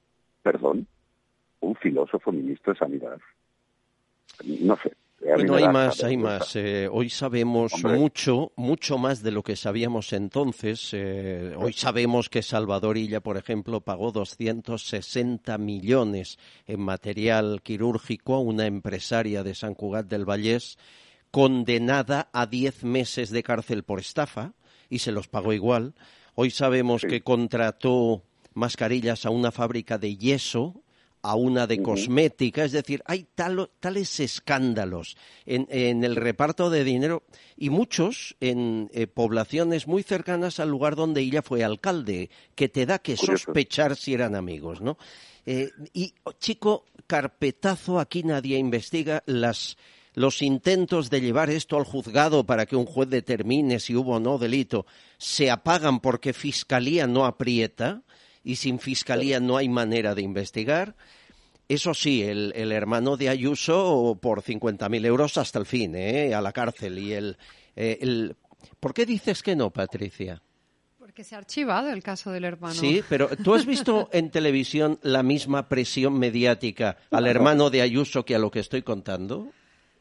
[SPEAKER 17] ministro de Sanidad, no sé.
[SPEAKER 8] Bueno, hay más. Hoy sabemos mucho más de lo que sabíamos entonces. Hoy sabemos que Salvador Illa, por ejemplo, pagó 260 millones en material quirúrgico a una empresaria de Sant Cugat del Vallès condenada a 10 meses de cárcel por estafa y se los pagó igual. Hoy sabemos que contrató mascarillas a una fábrica de yeso, a una de cosmética, es decir, hay tales escándalos en el reparto de dinero y muchos en poblaciones muy cercanas al lugar donde ella fue alcalde, que te da que sospechar si eran amigos, ¿no? Y, chico, carpetazo, aquí nadie investiga los intentos de llevar esto al juzgado para que un juez determine si hubo o no delito, se apagan porque Fiscalía no aprieta, y sin Fiscalía no hay manera de investigar. Eso sí, el hermano de Ayuso por 50.000 euros hasta el fin, a la cárcel. Y ¿Por qué dices que no, Patricia?
[SPEAKER 4] Porque se ha archivado el caso del hermano.
[SPEAKER 8] Sí, pero ¿tú has visto en televisión la misma presión mediática al hermano de Ayuso que a lo que estoy contando?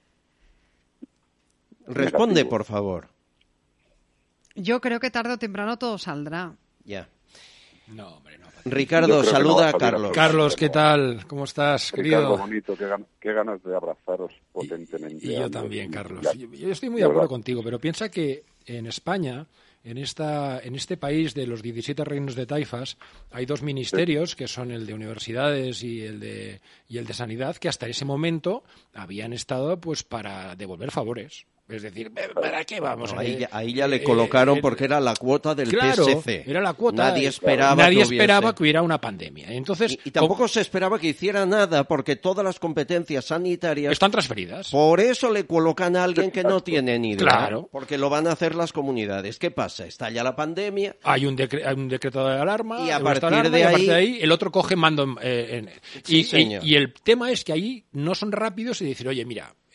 [SPEAKER 8] Responde, por favor.
[SPEAKER 4] Yo creo que tarde o temprano todo saldrá.
[SPEAKER 8] Ya.
[SPEAKER 16] No, hombre, no.
[SPEAKER 8] Ricardo, saluda a Carlos.
[SPEAKER 16] Carlos, ¿qué tal? ¿Cómo estás, querido?
[SPEAKER 17] Ricardo, bonito, qué ganas de abrazaros potentemente.
[SPEAKER 16] Y yo también, Carlos. Yo estoy muy de acuerdo contigo, pero piensa que en España, en este país de los 17 reinos de taifas, hay dos ministerios, que son el de universidades y el de sanidad, que hasta ese momento habían estado pues para devolver favores. Es decir, ¿para qué vamos?
[SPEAKER 8] No, ahí ya le colocaron porque era la cuota del PSC.
[SPEAKER 16] Era la cuota.
[SPEAKER 8] Nadie esperaba
[SPEAKER 16] que hubiera una pandemia. Entonces,
[SPEAKER 8] y tampoco se esperaba que hiciera nada porque todas las competencias sanitarias
[SPEAKER 16] están transferidas.
[SPEAKER 8] Por eso le colocan a alguien que no tiene ni idea.
[SPEAKER 16] Claro.
[SPEAKER 8] Porque lo van a hacer las comunidades. ¿Qué pasa? Estalla la pandemia.
[SPEAKER 16] Hay un decreto de alarma.
[SPEAKER 8] Y a partir de ahí
[SPEAKER 16] el otro coge mando.
[SPEAKER 8] Sí, señor.
[SPEAKER 16] Y el tema es que ahí no son rápidos y decir, oye, mira,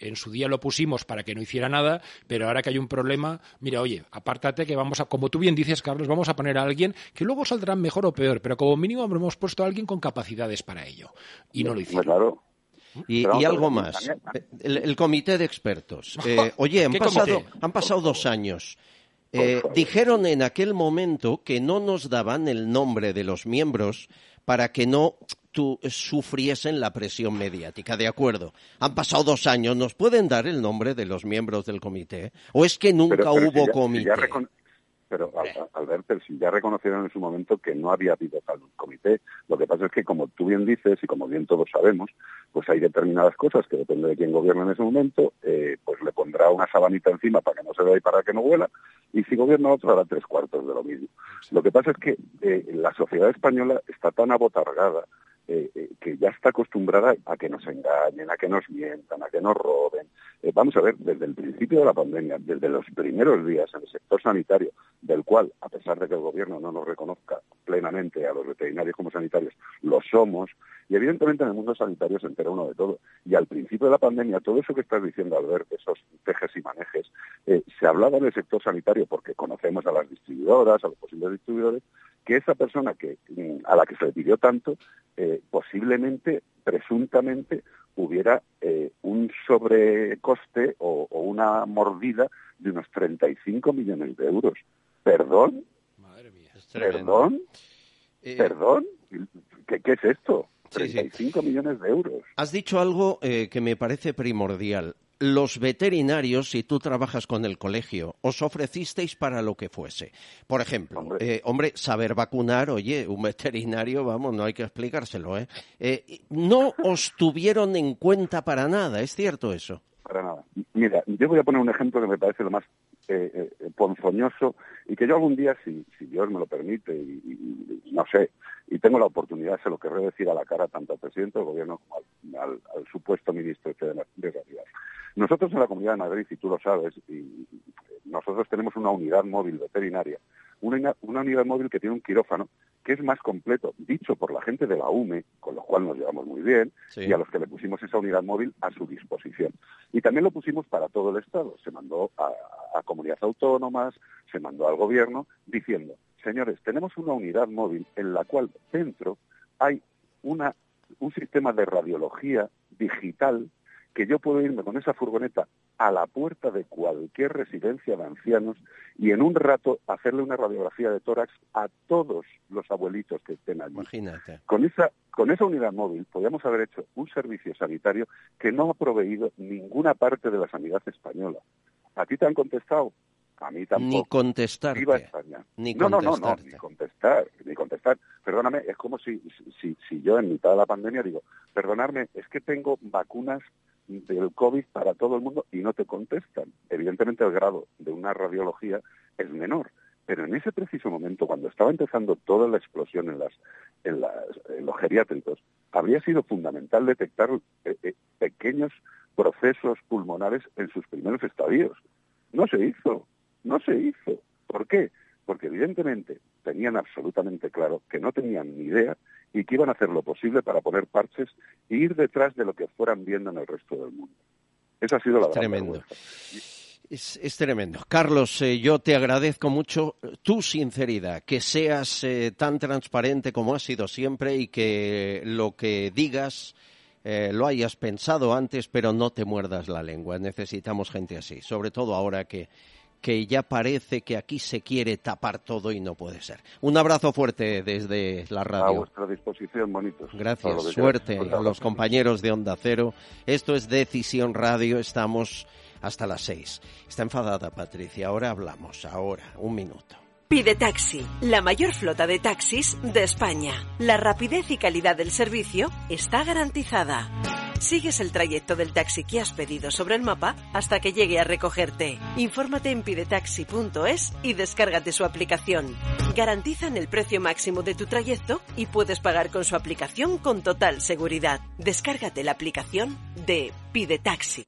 [SPEAKER 16] en su día lo pusimos para que no hiciera nada, pero ahora que hay un problema, mira, oye, apártate que vamos a, como tú bien dices, Carlos, vamos a poner a alguien que luego saldrá mejor o peor, pero como mínimo hemos puesto a alguien con capacidades para ello. Y no lo hicieron.
[SPEAKER 17] Claro.
[SPEAKER 8] Y algo más, el comité de expertos. Oye, han pasado 2 años. Dijeron en aquel momento que no nos daban el nombre de los miembros para que no sufriesen la presión mediática. De acuerdo. Han pasado 2 años. ¿Nos pueden dar el nombre de los miembros del comité? ¿O es que nunca hubo comité?
[SPEAKER 17] Pero, Alberto, si ya reconocieron en su momento que no había habido tal comité, lo que pasa es que, como tú bien dices y como bien todos sabemos, pues hay determinadas cosas que depende de quién gobierna en ese momento, pues le pondrá una sabanita encima para que no se vea y para que no huela, y si gobierna otro hará 3/4 de lo mismo. Lo que pasa es que la sociedad española está tan abotargada que ya está acostumbrada a que nos engañen, a que nos mientan, a que nos roben. Vamos a ver, desde el principio de la pandemia, desde los primeros días en el sector sanitario, del cual, a pesar de que el gobierno no nos reconozca plenamente a los veterinarios como sanitarios, lo somos, y evidentemente en el mundo sanitario se entera uno de todo. Y al principio de la pandemia, todo eso que estás diciendo, Albert, esos tejes y manejes, se hablaba en el sector sanitario porque conocemos a las distribuidoras, a los posibles distribuidores, que esa persona a la que se le pidió tanto, posiblemente, presuntamente, hubiera un sobrecoste o una mordida de unos 35 millones de euros. ¿Perdón?
[SPEAKER 8] Madre mía.
[SPEAKER 17] ¿Perdón? ¿Perdón? ¿Qué es esto? 35 millones de euros.
[SPEAKER 8] Has dicho algo que me parece primordial. Los veterinarios, si tú trabajas con el colegio, os ofrecisteis para lo que fuese. Por ejemplo, saber vacunar, oye, un veterinario, vamos, no hay que explicárselo, no os tuvieron en cuenta para nada, ¿es cierto eso?
[SPEAKER 17] Para nada. Mira, yo voy a poner un ejemplo que me parece lo más ponzoñoso y que yo algún día, si Dios me lo permite, y no sé, y tengo la oportunidad, se lo querré decir a la cara tanto al presidente del gobierno como al supuesto ministro de realidad. Nosotros en la Comunidad de Madrid, y tú lo sabes, y nosotros tenemos una unidad móvil veterinaria, una unidad móvil que tiene un quirófano que es más completo, dicho por la gente de la UME, con lo cual nos llevamos muy bien, y a los que le pusimos esa unidad móvil a su disposición. Y también lo pusimos para todo el Estado. Se mandó a comunidades autónomas, se mandó al gobierno, diciendo, señores, tenemos una unidad móvil en la cual dentro hay un sistema de radiología digital que yo puedo irme con esa furgoneta a la puerta de cualquier residencia de ancianos y en un rato hacerle una radiografía de tórax a todos los abuelitos que estén allí.
[SPEAKER 8] Imagínate.
[SPEAKER 17] Con esa unidad móvil podríamos haber hecho un servicio sanitario que no ha proveído ninguna parte de la sanidad española. ¿A ti te han contestado? A mí tampoco.
[SPEAKER 8] Ni contestarte.
[SPEAKER 17] Viva España.
[SPEAKER 8] Ni
[SPEAKER 17] contestar. Perdóname, es como si yo en mitad de la pandemia digo, perdonadme, es que tengo vacunas del COVID para todo el mundo y no te contestan. Evidentemente el grado de una radiología es menor, pero en ese preciso momento, cuando estaba empezando toda la explosión en los geriátricos, habría sido fundamental detectar pequeños procesos pulmonares en sus primeros estadios. No se hizo. ¿Por qué? Porque evidentemente tenían absolutamente claro que no tenían ni idea y que iban a hacer lo posible para poner parches e ir detrás de lo que fueran viendo en el resto del mundo. Esa ha sido la gran vergüenza.
[SPEAKER 8] Es tremendo. Carlos, yo te agradezco mucho tu sinceridad, que seas tan transparente como has sido siempre y que lo que digas lo hayas pensado antes, pero no te muerdas la lengua. Necesitamos gente así, sobre todo ahora que ya parece que aquí se quiere tapar todo y no puede ser. Un abrazo fuerte desde la radio.
[SPEAKER 17] A vuestra disposición, bonitos.
[SPEAKER 8] Gracias, suerte a los compañeros de Onda Cero. Esto es Decisión Radio, estamos hasta las 6. Está enfadada Patricia, ahora hablamos, un minuto.
[SPEAKER 13] Pide Taxi, la mayor flota de taxis de España. La rapidez y calidad del servicio está garantizada. Sigues el trayecto del taxi que has pedido sobre el mapa hasta que llegue a recogerte. Infórmate en pidetaxi.es y descárgate su aplicación. Garantizan el precio máximo de tu trayecto y puedes pagar con su aplicación con total seguridad. Descárgate la aplicación de Pide Taxi.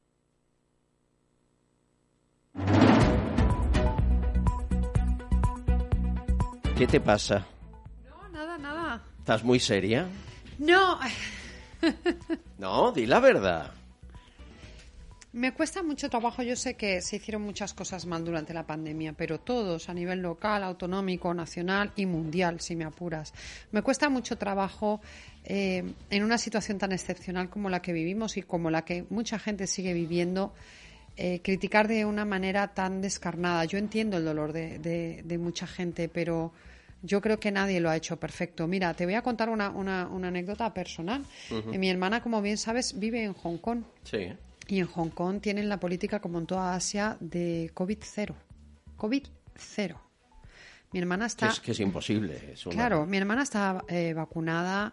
[SPEAKER 8] ¿Qué te pasa?
[SPEAKER 4] No, nada.
[SPEAKER 8] ¿Estás muy seria?
[SPEAKER 4] No.
[SPEAKER 8] No, di la verdad.
[SPEAKER 4] Me cuesta mucho trabajo. Yo sé que se hicieron muchas cosas mal durante la pandemia, pero todos a nivel local, autonómico, nacional y mundial, si me apuras. Me cuesta mucho trabajo en una situación tan excepcional como la que vivimos y como la que mucha gente sigue viviendo, criticar de una manera tan descarnada. Yo entiendo el dolor de mucha gente, pero yo creo que nadie lo ha hecho perfecto. Mira, te voy a contar una anécdota personal.
[SPEAKER 8] Uh-huh.
[SPEAKER 4] Mi hermana, como bien sabes, vive en Hong Kong.
[SPEAKER 8] Sí.
[SPEAKER 4] Y en Hong Kong tienen la política, como en toda Asia, de COVID-0. COVID-0. Mi hermana está...
[SPEAKER 8] Que es imposible.
[SPEAKER 4] Claro, mi hermana está vacunada,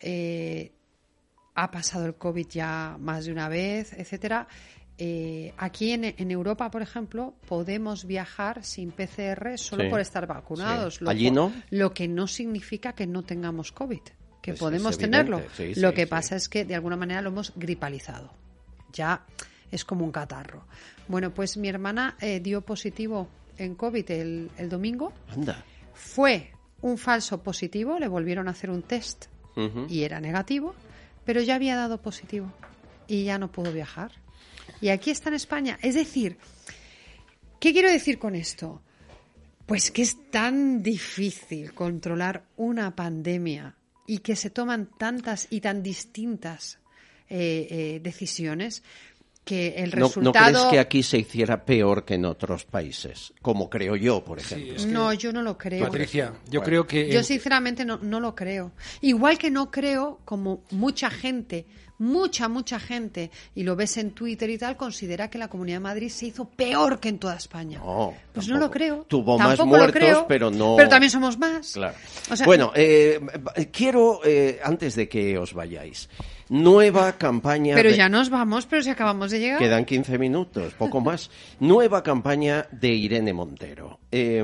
[SPEAKER 4] ha pasado el COVID ya más de una vez, etcétera. Aquí en Europa, por ejemplo, podemos viajar sin PCR solo por estar vacunados.
[SPEAKER 8] Sí. ¿Allí no?
[SPEAKER 4] Lo que no significa que no tengamos COVID, que podemos tenerlo.
[SPEAKER 8] Sí,
[SPEAKER 4] lo que pasa es que de alguna manera lo hemos gripalizado. Ya es como un catarro. Bueno, pues mi hermana dio positivo en COVID el domingo.
[SPEAKER 8] Anda.
[SPEAKER 4] Fue un falso positivo, le volvieron a hacer un test y era negativo, pero ya había dado positivo y ya no pudo viajar. Y aquí está en España. Es decir, ¿qué quiero decir con esto? Pues que es tan difícil controlar una pandemia y que se toman tantas y tan distintas decisiones que el resultado...
[SPEAKER 8] ¿No crees que aquí se hiciera peor que en otros países? Como creo yo, por ejemplo.
[SPEAKER 4] Sí, no, yo no lo creo.
[SPEAKER 16] Patricia, yo creo que...
[SPEAKER 4] Yo sinceramente no lo creo. Igual que no creo, como mucha gente, mucha gente, y lo ves en Twitter y tal, considera que la Comunidad de Madrid se hizo peor que en toda España.
[SPEAKER 8] No,
[SPEAKER 4] pues
[SPEAKER 8] tampoco.
[SPEAKER 4] No lo creo.
[SPEAKER 8] Tuvo
[SPEAKER 4] tampoco
[SPEAKER 8] más muertos,
[SPEAKER 4] lo creo,
[SPEAKER 8] pero no...
[SPEAKER 4] Pero también somos más.
[SPEAKER 8] Claro.
[SPEAKER 4] O sea,
[SPEAKER 8] bueno, quiero, antes de que os vayáis, nueva campaña...
[SPEAKER 4] Pero ya nos vamos, pero si acabamos de llegar.
[SPEAKER 8] Quedan 15 minutos, poco más. Nueva campaña de Irene Montero.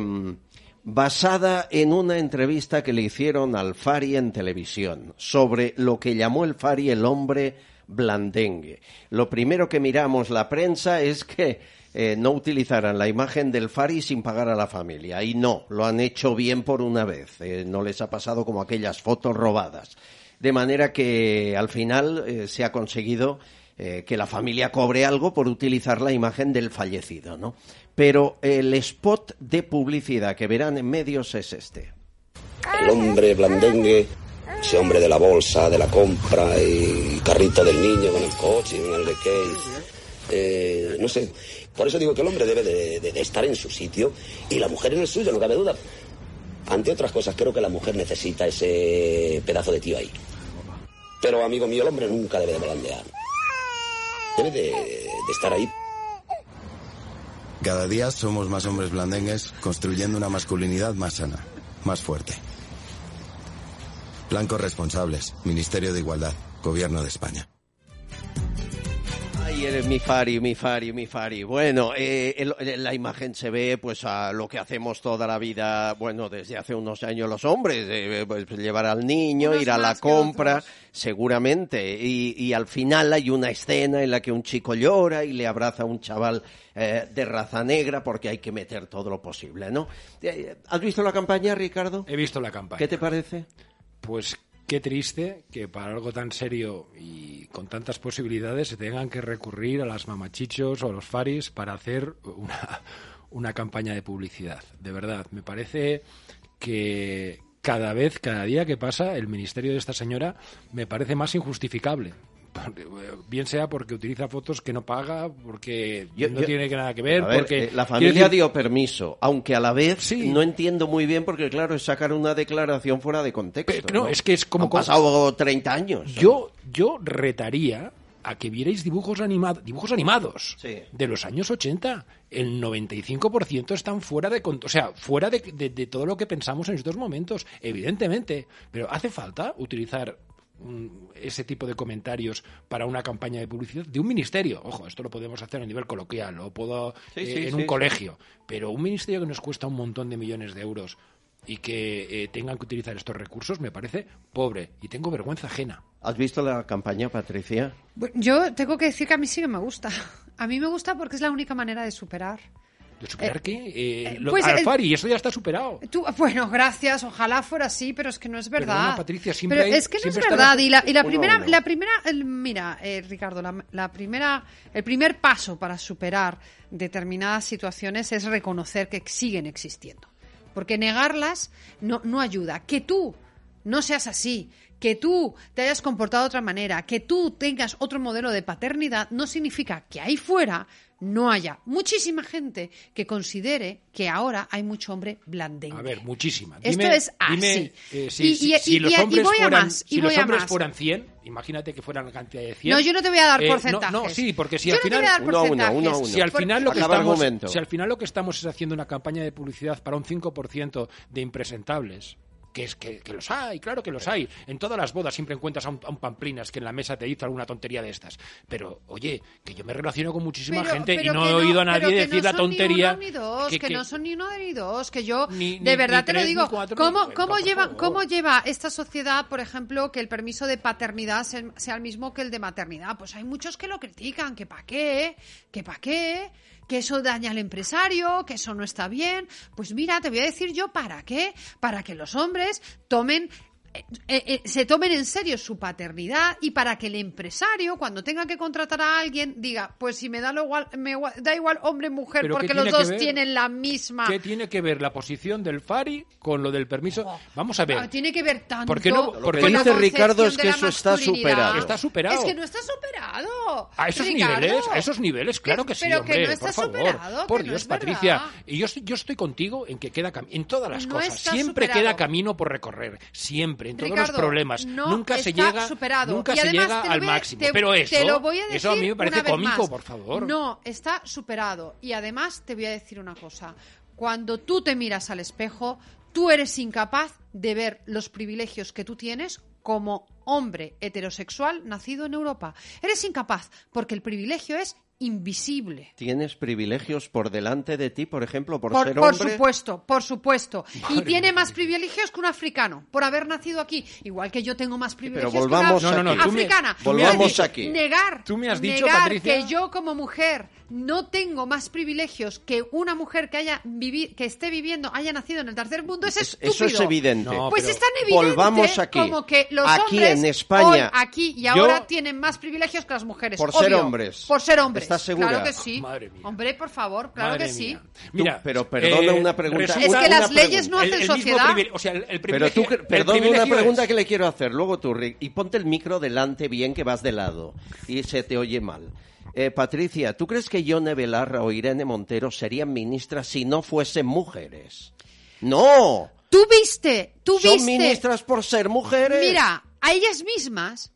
[SPEAKER 8] Basada en una entrevista que le hicieron al Fari en televisión sobre lo que llamó el Fari el hombre blandengue. Lo primero que miramos la prensa es que no utilizaran la imagen del Fari sin pagar a la familia. Y no, lo han hecho bien por una vez. No les ha pasado como aquellas fotos robadas. De manera que al final se ha conseguido que la familia cobre algo por utilizar la imagen del fallecido, ¿no? Pero el spot de publicidad que verán en medios es este.
[SPEAKER 19] El hombre blandengue, ese hombre de la bolsa, de la compra y carrito del niño con el coche y no sé qué. No sé, por eso digo que el hombre debe de estar en su sitio y la mujer en el suyo, no cabe duda. Ante otras cosas, creo que la mujer necesita ese pedazo de tío ahí. Pero, amigo mío, el hombre nunca debe de blandear. Debe de estar ahí.
[SPEAKER 20] Cada día somos más hombres blandengues construyendo una masculinidad más sana, más fuerte. Plan Corresponsables, Ministerio de Igualdad, Gobierno de España.
[SPEAKER 8] Ay, eres mi Fari. Bueno, la imagen se ve pues a lo que hacemos toda la vida, bueno, desde hace unos años los hombres, pues, llevar al niño, ir a la compra, seguramente, y al final hay una escena en la que un chico llora y le abraza a un chaval de raza negra porque hay que meter todo lo posible, ¿no? ¿Has visto la campaña, Ricardo?
[SPEAKER 16] He visto la campaña.
[SPEAKER 8] ¿Qué te parece?
[SPEAKER 16] Pues qué triste que para algo tan serio y con tantas posibilidades se tengan que recurrir a las mamachichos o a los faris para hacer una campaña de publicidad. De verdad, me parece que cada día que pasa, el ministerio de esta señora me parece más injustificable. Bien sea porque utiliza fotos que no paga, porque no tiene nada que ver, porque
[SPEAKER 8] la familia dio permiso, aunque a la vez no entiendo muy bien, porque claro, es sacar una declaración fuera de contexto.
[SPEAKER 16] Pero,
[SPEAKER 8] ¿no?
[SPEAKER 16] Es que es como...
[SPEAKER 8] Han pasado 30 años.
[SPEAKER 16] Yo retaría a que vierais dibujos animados de los años 80. El 95% están fuera de fuera de todo lo que pensamos en estos momentos, evidentemente. Pero hace falta utilizar ese tipo de comentarios para una campaña de publicidad de un ministerio. Ojo, esto lo podemos hacer a nivel coloquial, lo puedo en un colegio, pero un ministerio que nos cuesta un montón de millones de euros y que tengan que utilizar estos recursos me parece pobre y tengo vergüenza ajena.
[SPEAKER 8] ¿Has visto la campaña, Patricia?
[SPEAKER 4] Yo tengo que decir que a mí sí que me gusta. A mí me gusta porque es la única manera de superar
[SPEAKER 16] ¿De superar qué? Al Fari, eso ya está superado.
[SPEAKER 4] Bueno, gracias, ojalá fuera así, pero es que no es verdad.
[SPEAKER 16] Perdona, Patricia, siempre
[SPEAKER 4] es que no es verdad. Y la primera, mira, Ricardo, el primer paso para superar determinadas situaciones es reconocer que siguen existiendo. Porque negarlas no ayuda. Que tú no seas así, que tú te hayas comportado de otra manera, que tú tengas otro modelo de paternidad, no significa que ahí fuera no haya muchísima gente que considere que ahora hay mucho hombre blandengue.
[SPEAKER 16] A ver, muchísima.
[SPEAKER 4] Esto es así.
[SPEAKER 16] Si los hombres fueran 100, imagínate que fueran la cantidad de 100.
[SPEAKER 4] No, yo no te voy a dar porcentajes.
[SPEAKER 16] No, sí, porque si al final... Si al final lo que estamos es haciendo una campaña de publicidad para un 5% de impresentables... Que los hay, claro que los hay. En todas las bodas siempre encuentras a un pamplinas que en la mesa te dice alguna tontería de estas. Pero, oye, que yo me relaciono con muchísima gente y no he oído a nadie decir la tontería.
[SPEAKER 4] Que no son ni uno ni dos, que yo de verdad te lo digo. ¿Cómo lleva esta sociedad, por ejemplo, que el permiso de paternidad sea el mismo que el de maternidad? Pues hay muchos que lo critican, que para qué, que eso daña al empresario, que eso no está bien. Pues mira, te voy a decir yo para qué. Para que los hombres se tomen en serio su paternidad y para que el empresario, cuando tenga que contratar a alguien, diga, pues si me da igual hombre mujer, porque los dos tienen la misma...
[SPEAKER 16] ¿Qué tiene que ver la posición del Fari con lo del permiso? Vamos a ver.
[SPEAKER 4] Tiene que ver tanto.
[SPEAKER 8] Porque dice Ricardo es que eso está superado.
[SPEAKER 16] Está superado.
[SPEAKER 4] Es que no está superado.
[SPEAKER 16] A esos niveles, claro que sí,
[SPEAKER 4] pero
[SPEAKER 16] hombre,
[SPEAKER 4] que no está
[SPEAKER 16] superado, por Dios, Patricia. Y yo estoy contigo en que queda en todas las cosas. Siempre queda camino por recorrer. Siempre. En todos los problemas. Nunca se llega al máximo. Pero eso a mí me parece cómico, por favor.
[SPEAKER 4] No, está superado. Y además te voy a decir una cosa. Cuando tú te miras al espejo, tú eres incapaz de ver los privilegios que tú tienes como hombre heterosexual nacido en Europa. Eres incapaz, porque el privilegio es invisible.
[SPEAKER 8] ¿Tienes privilegios por delante de ti, por ejemplo, por ser hombre?
[SPEAKER 4] Por supuesto. Y tiene más privilegios que un africano, por haber nacido aquí. Igual que yo tengo más privilegios que una africana.
[SPEAKER 8] Volvamos aquí.
[SPEAKER 4] Tú me has dicho, Patricia, que yo como mujer no tengo más privilegios que una mujer que esté viviendo, haya nacido en el tercer mundo, es estúpido.
[SPEAKER 8] Eso es evidente.
[SPEAKER 4] Pues es tan evidente
[SPEAKER 8] volvamos aquí.
[SPEAKER 4] Como que los
[SPEAKER 8] aquí
[SPEAKER 4] hombres
[SPEAKER 8] en España,
[SPEAKER 4] hoy, aquí y ahora tienen más privilegios que las mujeres.
[SPEAKER 8] Por ser hombres.
[SPEAKER 4] Por ser hombres.
[SPEAKER 8] ¿Estás segura?
[SPEAKER 4] Claro que sí.
[SPEAKER 16] Madre mía.
[SPEAKER 4] Hombre, por favor, claro
[SPEAKER 16] Madre
[SPEAKER 4] que sí.
[SPEAKER 16] Mira,
[SPEAKER 8] pero perdona una pregunta.
[SPEAKER 4] Es que las leyes no hacen sociedad.
[SPEAKER 8] Pero tú, perdona una pregunta que le quiero hacer. Luego tú, Rick, y ponte el micro delante bien, que vas de lado y se te oye mal. Patricia, ¿tú crees que Yone Belarra o Irene Montero serían ministras si no fuesen mujeres? ¡No!
[SPEAKER 4] ¿Tú viste?
[SPEAKER 8] ¿Son ministras por ser mujeres?
[SPEAKER 4] Mira, a ellas mismas,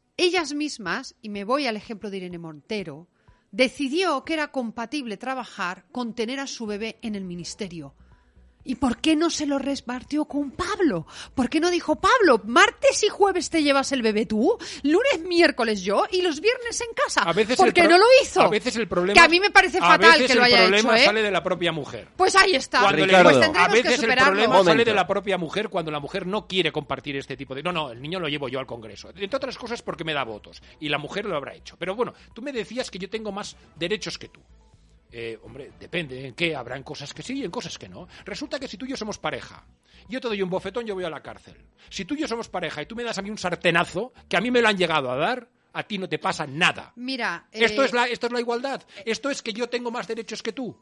[SPEAKER 4] y me voy al ejemplo de Irene Montero, decidió que era compatible trabajar con tener a su bebé en el ministerio. ¿Y por qué no se lo repartió con Pablo? ¿Por qué no dijo, Pablo, martes y jueves te llevas el bebé tú, lunes, miércoles yo y los viernes en casa? ¿Por qué no lo hizo?
[SPEAKER 16] A veces el problema...
[SPEAKER 4] Que a mí me parece fatal que lo haya hecho,
[SPEAKER 16] el problema sale de la propia mujer.
[SPEAKER 4] Pues ahí está.
[SPEAKER 8] Ricardo,
[SPEAKER 4] pues
[SPEAKER 16] a veces el problema sale de
[SPEAKER 8] la
[SPEAKER 16] propia mujer cuando la mujer no quiere compartir este tipo de... No, el niño lo llevo yo al Congreso. Entre otras cosas porque me da votos. Y la mujer lo habrá hecho. Pero bueno, tú me decías que yo tengo más derechos que tú. Hombre, depende en qué, habrán cosas que sí y en cosas que no. Resulta que si tú y yo somos pareja, yo te doy un bofetón, yo voy a la cárcel. Si tú y yo somos pareja y tú me das a mí un sartenazo, que a mí me lo han llegado a dar, a ti no te pasa nada.
[SPEAKER 4] Mira,
[SPEAKER 16] esto es la igualdad. Esto es que yo tengo más derechos que tú.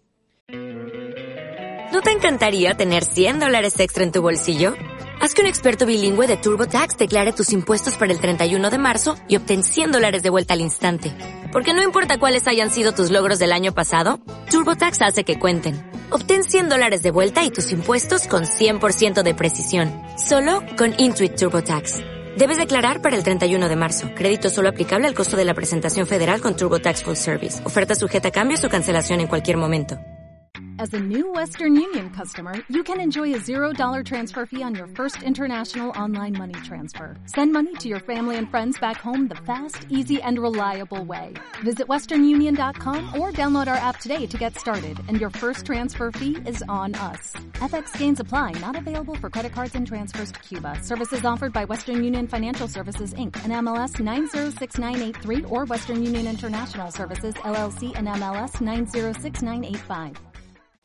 [SPEAKER 18] ¿No te encantaría tener $100 extra en tu bolsillo? Haz que un experto bilingüe de TurboTax declare tus impuestos para el 31 de marzo y obtén $100 de vuelta al instante. Porque no importa cuáles hayan sido tus logros del año pasado, TurboTax hace que cuenten. Obtén $100 de vuelta y tus impuestos con 100% de precisión. Solo con Intuit TurboTax. Debes declarar para el 31 de marzo. Crédito solo aplicable al costo de la presentación federal con TurboTax Full Service. Oferta sujeta a cambios o cancelación en cualquier momento.
[SPEAKER 24] As a new Western Union customer, you can enjoy a $0 transfer fee on your first international online money transfer. Send money to your family and friends back home the fast, easy, and reliable way. Visit westernunion.com or download our app today to get started, and your first transfer fee is on us. FX gains apply, not available for credit cards and transfers to Cuba. Services offered by Western Union Financial Services, Inc., and MLS 906983, or Western Union International Services, LLC, and MLS 906985.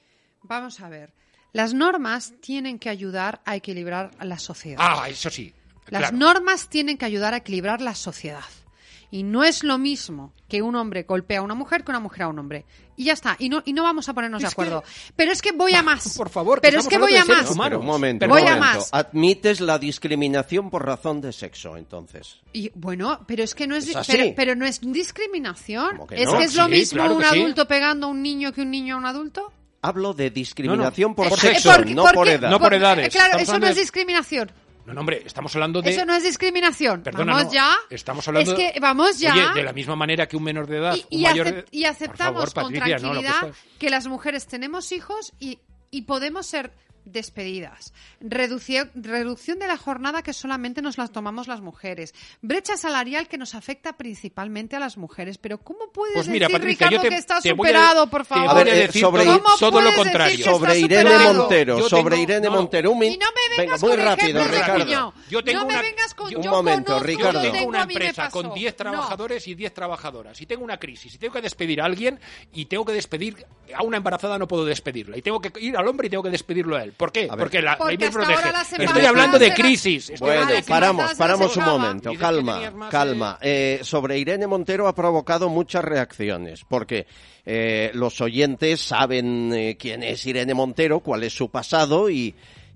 [SPEAKER 4] Vamos a ver. Las normas tienen que ayudar a equilibrar la sociedad.
[SPEAKER 16] Ah, eso sí.
[SPEAKER 4] Las normas tienen que ayudar a equilibrar la sociedad. Y no es lo mismo que un hombre golpea a una mujer que una mujer a un hombre. Y ya está. Y no vamos a ponernos de acuerdo. Pero es que voy a más.
[SPEAKER 16] Por favor,
[SPEAKER 4] pero es que voy a más.
[SPEAKER 8] Pero un momento,
[SPEAKER 4] voy a más.
[SPEAKER 8] Admites la discriminación por razón de sexo, entonces.
[SPEAKER 4] Y bueno, pero es que no es,
[SPEAKER 8] así.
[SPEAKER 4] Pero no es discriminación.
[SPEAKER 8] Que
[SPEAKER 4] es
[SPEAKER 8] no?
[SPEAKER 4] que es lo mismo
[SPEAKER 16] claro
[SPEAKER 4] un
[SPEAKER 16] que
[SPEAKER 4] adulto pegando a un niño que un niño a un adulto.
[SPEAKER 8] Hablo de discriminación por
[SPEAKER 16] sexo,
[SPEAKER 8] no por edad.
[SPEAKER 16] No por edades.
[SPEAKER 4] Claro, eso no es discriminación.
[SPEAKER 16] No, hombre, estamos hablando de...
[SPEAKER 4] Eso no es discriminación.
[SPEAKER 16] Perdona,
[SPEAKER 4] vamos ya.
[SPEAKER 16] Estamos hablando...
[SPEAKER 4] Es que vamos ya.
[SPEAKER 16] Oye, de la misma manera que un menor de edad,
[SPEAKER 4] y,
[SPEAKER 16] un mayor...
[SPEAKER 4] y aceptamos
[SPEAKER 16] por favor, Patricia,
[SPEAKER 4] con tranquilidad que las mujeres tenemos hijos y podemos ser despedidas. Reducción de la jornada que solamente nos las tomamos las mujeres. Brecha salarial que nos afecta principalmente a las mujeres. Pero ¿cómo puedes decir,
[SPEAKER 16] Patricia,
[SPEAKER 4] Ricardo, que está superado, por favor?
[SPEAKER 16] A ver, sobre todo lo contrario.
[SPEAKER 8] Sobre Irene Montero.
[SPEAKER 4] Y no me vengas
[SPEAKER 8] muy
[SPEAKER 4] con
[SPEAKER 8] rápido,
[SPEAKER 4] ejemplos,
[SPEAKER 8] Ricardo.
[SPEAKER 4] no me vengas con...
[SPEAKER 8] Un momento, Ricardo.
[SPEAKER 16] Yo tengo una empresa con 10 trabajadores y 10 trabajadoras. Y tengo una crisis. Y tengo que despedir a alguien y tengo que despedir... A una embarazada no puedo despedirla. Y tengo que ir al hombre y tengo que despedirlo a él. ¿Por qué? Porque la ley me protege. Estoy hablando de crisis.
[SPEAKER 8] Bueno, paramos un momento. Calma. Sobre Irene Montero ha provocado muchas reacciones, porque los oyentes saben quién es Irene Montero, cuál es su pasado y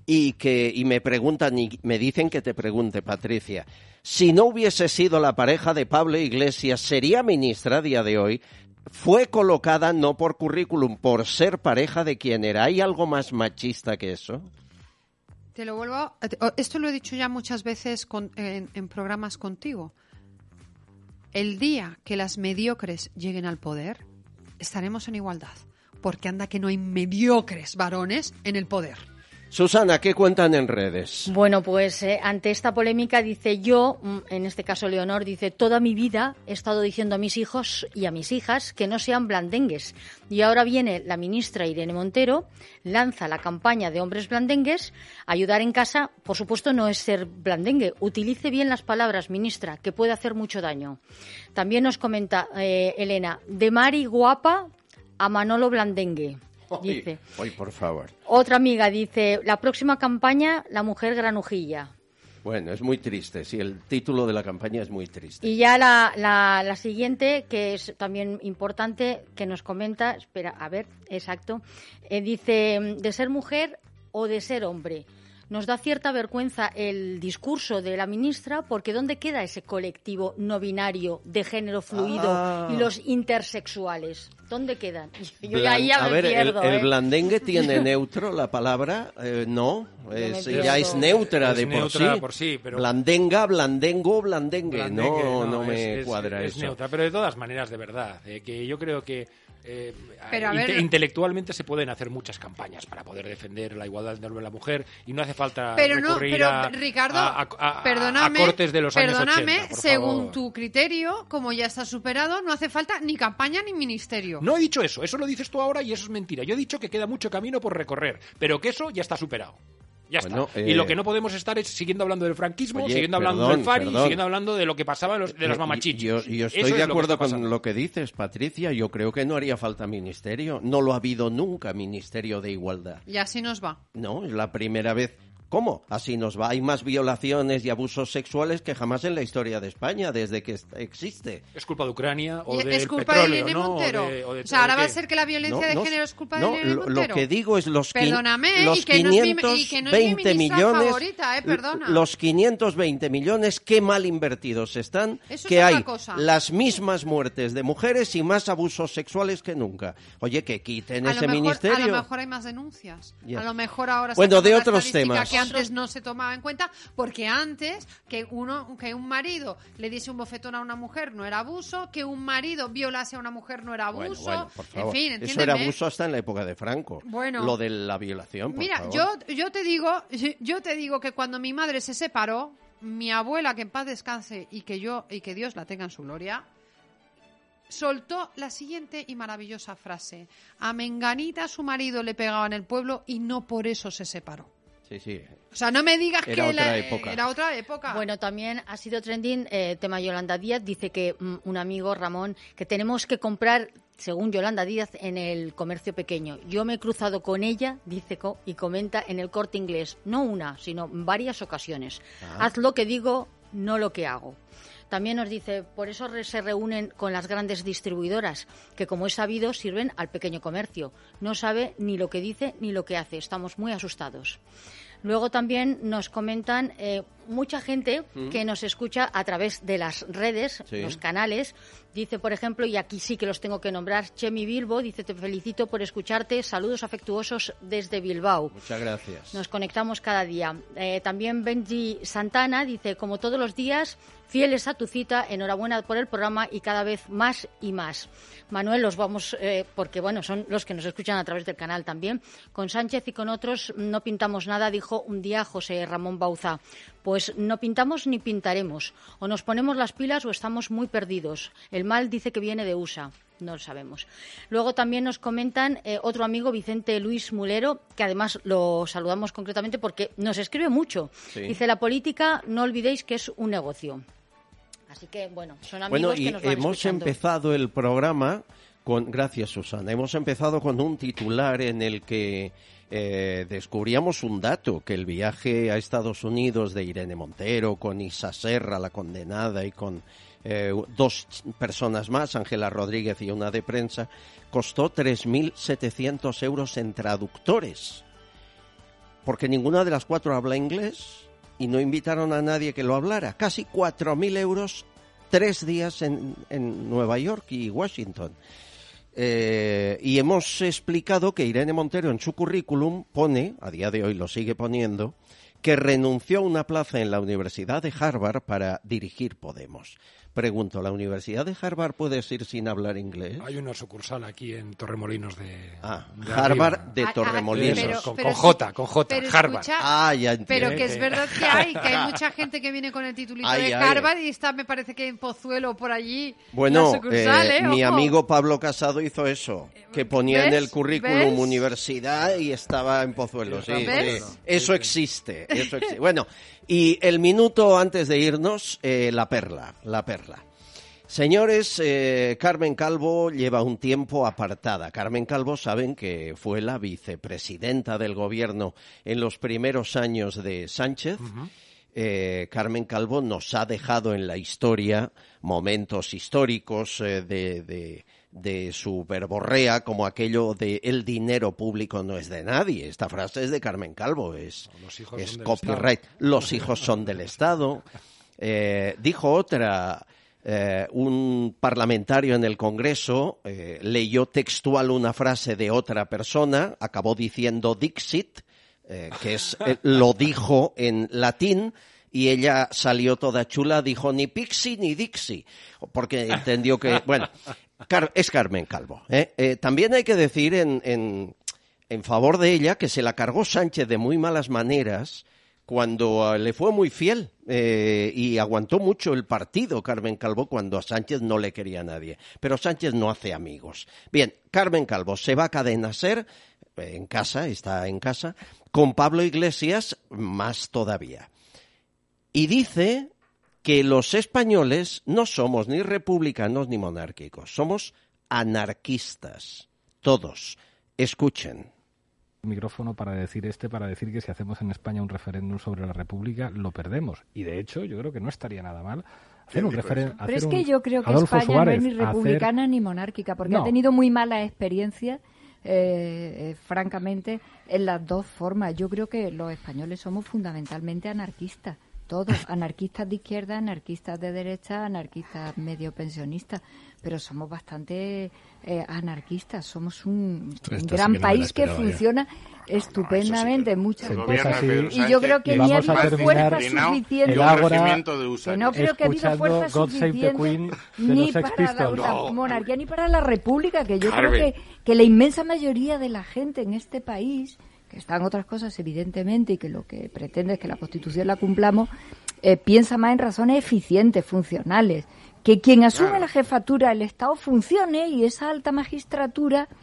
[SPEAKER 8] me preguntan y me dicen que te pregunte, Patricia, si no hubiese sido la pareja de Pablo Iglesias, ¿sería ministra a día de hoy? Fue colocada no por currículum, por ser pareja de quien era. ¿Hay algo más machista que eso?
[SPEAKER 4] Te lo vuelvo... Esto lo he dicho ya muchas veces en programas contigo. El día que las mediocres lleguen al poder, estaremos en igualdad. Porque anda que no hay mediocres varones en el poder.
[SPEAKER 8] Susana, ¿qué cuentan en redes?
[SPEAKER 9] Bueno, pues ante esta polémica dice yo, en este caso Leonor, dice toda mi vida he estado diciendo a mis hijos y a mis hijas que no sean blandengues. Y ahora viene la ministra Irene Montero, lanza la campaña de hombres blandengues. Ayudar en casa, por supuesto, no es ser blandengue. Utilice bien las palabras, ministra, que puede hacer mucho daño. También nos comenta Elena, de Mari guapa a Manolo blandengue. Dice.
[SPEAKER 8] Hoy, por favor.
[SPEAKER 9] Otra amiga dice, la próxima campaña, la mujer granujilla.
[SPEAKER 8] Bueno, es muy triste, sí, el título de la campaña es muy triste.
[SPEAKER 9] Y ya la siguiente, que es también importante, que nos comenta, espera, a ver, exacto, dice, de ser mujer o de ser hombre. Nos da cierta vergüenza el discurso de la ministra, porque ¿dónde queda ese colectivo no binario de género fluido y los intersexuales? ¿Dónde quedan? Yo ya me pierdo.
[SPEAKER 8] ¿El blandengue tiene neutro la palabra? No, ya es neutra de por sí.
[SPEAKER 16] Pero...
[SPEAKER 8] Blandenga, blandengo, blandengue. No me cuadra eso.
[SPEAKER 16] Es neutra, pero de todas maneras, de verdad, que yo creo que
[SPEAKER 4] pero
[SPEAKER 16] intelectualmente se pueden hacer muchas campañas para poder defender la igualdad de la mujer y no hace falta recurrir
[SPEAKER 4] Ricardo,
[SPEAKER 16] a cortes de los años 80,
[SPEAKER 4] según tu criterio, como ya está superado, no hace falta ni campaña ni ministerio.
[SPEAKER 16] No he dicho eso lo dices tú ahora y eso es mentira. Yo he dicho que queda mucho camino por recorrer, pero que eso ya está superado. Ya está. Y lo que no podemos estar es siguiendo hablando del franquismo, siguiendo hablando del FARI, siguiendo hablando de lo que pasaba de los mamachichos.
[SPEAKER 8] Yo estoy de acuerdo con lo que dices, Patricia. Yo creo que no haría falta ministerio. No lo ha habido nunca, Ministerio de Igualdad.
[SPEAKER 4] Y así nos va.
[SPEAKER 8] No, es la primera vez. ¿Cómo? Así nos va. Hay más violaciones y abusos sexuales que jamás en la historia de España, desde que existe.
[SPEAKER 16] ¿Es culpa de Ucrania o del
[SPEAKER 4] ¿Es culpa
[SPEAKER 16] petróleo,
[SPEAKER 4] de Irene Montero? O sea, ahora va a ser que la violencia de género es culpa de Irene Montero.
[SPEAKER 8] Lo que digo es los
[SPEAKER 4] 520
[SPEAKER 8] millones,
[SPEAKER 4] favorita, perdona.
[SPEAKER 8] Los 520 millones, qué mal invertidos están,
[SPEAKER 4] eso
[SPEAKER 8] que
[SPEAKER 4] es
[SPEAKER 8] hay
[SPEAKER 4] cosa.
[SPEAKER 8] Las mismas muertes de mujeres y más abusos sexuales que nunca. Oye, que quiten ese ministerio.
[SPEAKER 4] A lo mejor hay más denuncias. A lo mejor ahora
[SPEAKER 8] de otros temas.
[SPEAKER 4] Que antes no se tomaba en cuenta, porque antes que un marido le diese un bofetón a una mujer no era abuso, que un marido violase a una mujer no era abuso.
[SPEAKER 8] Bueno, por favor.
[SPEAKER 4] En fin, entiéndeme.
[SPEAKER 8] Eso era abuso hasta en la época de Franco.
[SPEAKER 4] Bueno,
[SPEAKER 8] lo de la violación, por favor.
[SPEAKER 4] yo te digo que cuando mi madre se separó, mi abuela, que en paz descanse y que Dios la tenga en su gloria, soltó la siguiente y maravillosa frase: a Menganita su marido le pegaba en el pueblo y no por eso se separó.
[SPEAKER 8] Sí.
[SPEAKER 4] O sea, no me digas
[SPEAKER 8] era
[SPEAKER 4] otra época.
[SPEAKER 9] Bueno, también ha sido trending tema Yolanda Díaz. Dice que un amigo, Ramón, que tenemos que comprar según Yolanda Díaz, en el comercio pequeño. Yo me he cruzado con ella, dice y comenta, en el Corte Inglés, no una, sino en varias ocasiones. Haz lo que digo, no lo que hago. También nos dice, por eso se reúnen con las grandes distribuidoras, que como es sabido sirven al pequeño comercio. No sabe ni lo que dice ni lo que hace. Estamos muy asustados. Luego también nos comentan mucha gente que nos escucha a través de las redes, los canales. Dice, por ejemplo, y aquí sí que los tengo que nombrar, Chemi Bilbo, dice, te felicito por escucharte, saludos afectuosos desde Bilbao.
[SPEAKER 8] Muchas gracias.
[SPEAKER 9] Nos conectamos cada día. También Benji Santana dice, como todos los días, fieles a tu cita, enhorabuena por el programa y cada vez más y más. Manuel, los vamos, porque bueno, son los que nos escuchan a través del canal también. Con Sánchez y con otros no pintamos nada, dijo un día José Ramón Bauza. Pues no pintamos ni pintaremos. O nos ponemos las pilas o estamos muy perdidos. El mal dice que viene de USA. No lo sabemos. Luego también nos comentan otro amigo, Vicente Luis Mulero, que además lo saludamos concretamente porque nos escribe mucho. Sí. Dice, la política, no olvidéis que es un negocio. Así que, bueno, son amigos que nos van
[SPEAKER 8] hemos
[SPEAKER 9] escuchando.
[SPEAKER 8] Empezado el programa con... Gracias, Susana. Hemos empezado con un titular en el que descubríamos un dato, que el viaje a Estados Unidos de Irene Montero con Isa Serra, la condenada, y con dos personas más, Ángela Rodríguez y una de prensa, costó 3.700 euros en traductores, porque ninguna de las cuatro habla inglés y no invitaron a nadie que lo hablara. Casi 4.000 euros 3 días en Nueva York y Washington. Y hemos explicado que Irene Montero en su currículum pone, a día de hoy lo sigue poniendo, que renunció a una plaza en la Universidad de Harvard para dirigir Podemos. Pregunto, ¿la Universidad de Harvard puedes ir sin hablar inglés?
[SPEAKER 16] Hay una sucursal aquí en Torremolinos de
[SPEAKER 8] Harvard
[SPEAKER 16] arriba.
[SPEAKER 8] de Torremolinos.
[SPEAKER 16] Con J, Harvard.
[SPEAKER 4] Escucha,
[SPEAKER 8] ya entiendo.
[SPEAKER 4] Pero que es verdad que hay mucha gente que viene con el titulito de Harvard y está, me parece que en Pozuelo por allí.
[SPEAKER 8] Bueno,
[SPEAKER 4] la sucursal,
[SPEAKER 8] mi amigo Pablo Casado hizo eso, que ponía en el currículum universidad y estaba en Pozuelo. Sí, sí. Eso existe. Bueno, y el minuto antes de irnos, la perla. Señores, Carmen Calvo lleva un tiempo apartada. Carmen Calvo, saben que fue la vicepresidenta del gobierno en los primeros años de Sánchez. Carmen Calvo nos ha dejado en la historia momentos históricos de su verborrea, como aquello de el dinero público no es de nadie. Esta frase es de Carmen Calvo, es copyright. Los hijos son del Estado. Dijo otra... un parlamentario en el Congreso leyó textual una frase de otra persona, acabó diciendo Dixit, que es lo dijo en latín, y ella salió toda chula, dijo ni Pixi ni Dixi, porque entendió que, bueno, es Carmen Calvo. También hay que decir en favor de ella que se la cargó Sánchez de muy malas maneras cuando le fue muy fiel y aguantó mucho el partido Carmen Calvo cuando a Sánchez no le quería nadie. Pero Sánchez no hace amigos. Bien, Carmen Calvo se va a Cadena SER, en casa, está en casa, con Pablo Iglesias más todavía. Y dice que los españoles no somos ni republicanos ni monárquicos, somos anarquistas, todos. Escuchen.
[SPEAKER 10] Micrófono para decir que si hacemos en España un referéndum sobre la República lo perdemos, y de hecho yo creo que no estaría nada mal hacer un referéndum.
[SPEAKER 15] Pero es que yo creo que
[SPEAKER 10] Adolfo
[SPEAKER 15] España
[SPEAKER 10] Suárez,
[SPEAKER 15] no es ni republicana ni monárquica, porque ha tenido muy mala experiencia, francamente, en las dos formas. Yo creo que los españoles somos fundamentalmente anarquistas, todos, anarquistas de izquierda, anarquistas de derecha, anarquistas medio pensionistas, pero somos bastante anarquistas. Somos un gran país que funciona estupendamente en muchas cosas. Y yo creo que ni ha habido fuerza suficiente. No creo que ha habido fuerza suficiente ni para la monarquía ni para la república, que yo creo que la inmensa mayoría de la gente en este país, que están otras cosas evidentemente y que lo que pretende es que la Constitución la cumplamos, piensa más en razones eficientes, funcionales, que quien asume la jefatura del Estado funcione y esa alta magistratura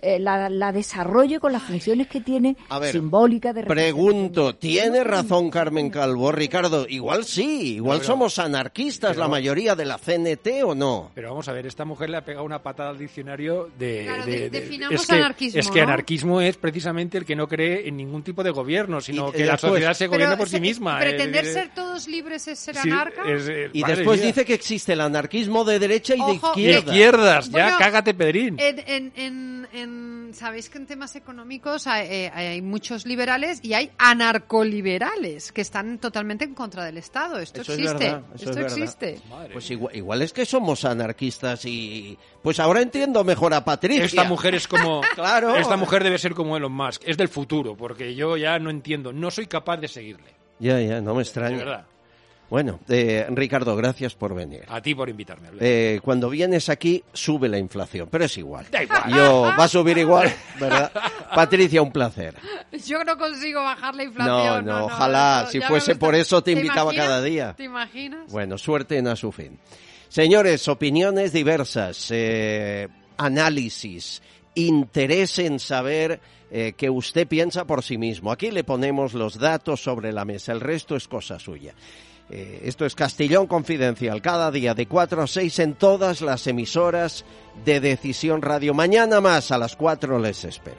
[SPEAKER 15] la desarrolle con las funciones que tiene, simbólicas de
[SPEAKER 8] pregunto, ¿tiene razón Carmen Calvo? Ricardo, igual sí, igual somos anarquistas la mayoría de la CNT, ¿o no?
[SPEAKER 16] Pero vamos a ver, esta mujer le ha pegado una patada al diccionario de
[SPEAKER 4] definamos anarquismo,
[SPEAKER 16] es que anarquismo es precisamente el que no cree en ningún tipo de gobierno, sino que la sociedad se gobierna por sí misma.
[SPEAKER 4] Pretender ser todos libres es ser anarca.
[SPEAKER 8] Y después dice que existe el anarquismo de derecha y de izquierda.
[SPEAKER 16] Izquierdas, ya cágate, Pedrín.
[SPEAKER 4] Sabéis que en temas económicos hay muchos liberales y hay anarcoliberales que están totalmente en contra del Estado. Esto existe. Esto existe.
[SPEAKER 8] Pues igual es que somos anarquistas y pues ahora entiendo mejor a Patricia.
[SPEAKER 16] Esta mujer es como
[SPEAKER 8] claro.
[SPEAKER 16] Esta mujer debe ser como Elon Musk, es del futuro, porque yo ya no entiendo, no soy capaz de seguirle.
[SPEAKER 8] Ya, no me extraña.
[SPEAKER 16] De verdad.
[SPEAKER 8] Bueno, Ricardo, gracias por venir.
[SPEAKER 16] A ti por invitarme.
[SPEAKER 8] Cuando vienes aquí sube la inflación, pero es igual.
[SPEAKER 16] Da igual.
[SPEAKER 8] Va a subir igual, ¿verdad? Patricia, un placer.
[SPEAKER 4] Yo no consigo bajar la inflación.
[SPEAKER 8] No, ojalá. Si fuese por eso te invitaba cada día.
[SPEAKER 4] ¿Te imaginas?
[SPEAKER 8] Bueno, suerte en a su fin. Señores, opiniones diversas, análisis, interés en saber que usted piensa por sí mismo. Aquí le ponemos los datos sobre la mesa, el resto es cosa suya. Esto es Castellón Confidencial, cada día de 4 a 6 en todas las emisoras de Decisión Radio. Mañana más a las 4 les espero.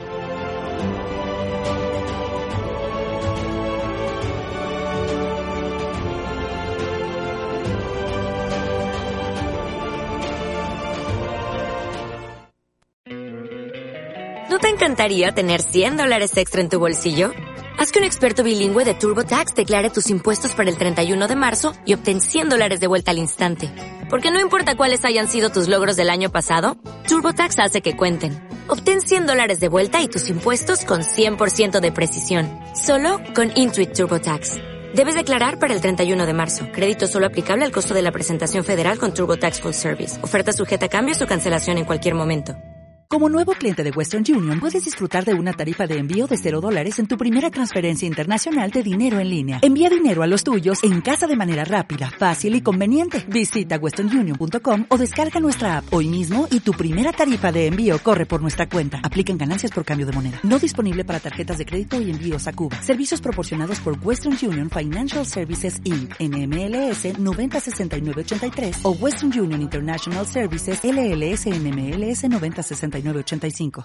[SPEAKER 18] ¿No te encantaría tener $100 extra en tu bolsillo? Haz que un experto bilingüe de TurboTax declare tus impuestos para el 31 de marzo y obtén $100 de vuelta al instante. Porque no importa cuáles hayan sido tus logros del año pasado, TurboTax hace que cuenten. Obtén $100 de vuelta y tus impuestos con 100% de precisión. Solo con Intuit TurboTax. Debes declarar para el 31 de marzo. Crédito solo aplicable al costo de la presentación federal con TurboTax Full Service. Oferta sujeta a cambios o cancelación en cualquier momento.
[SPEAKER 2] Como nuevo cliente de Western Union, puedes disfrutar de una tarifa de envío de $0 en tu primera transferencia internacional de dinero en línea. Envía dinero a los tuyos en casa de manera rápida, fácil y conveniente. Visita westernunion.com o descarga nuestra app hoy mismo y tu primera tarifa de envío corre por nuestra cuenta. Aplican ganancias por cambio de moneda. No disponible para tarjetas de crédito y envíos a Cuba. Servicios proporcionados por Western Union Financial Services Inc. NMLS 906983 o Western Union International Services LLS NMLS 906985.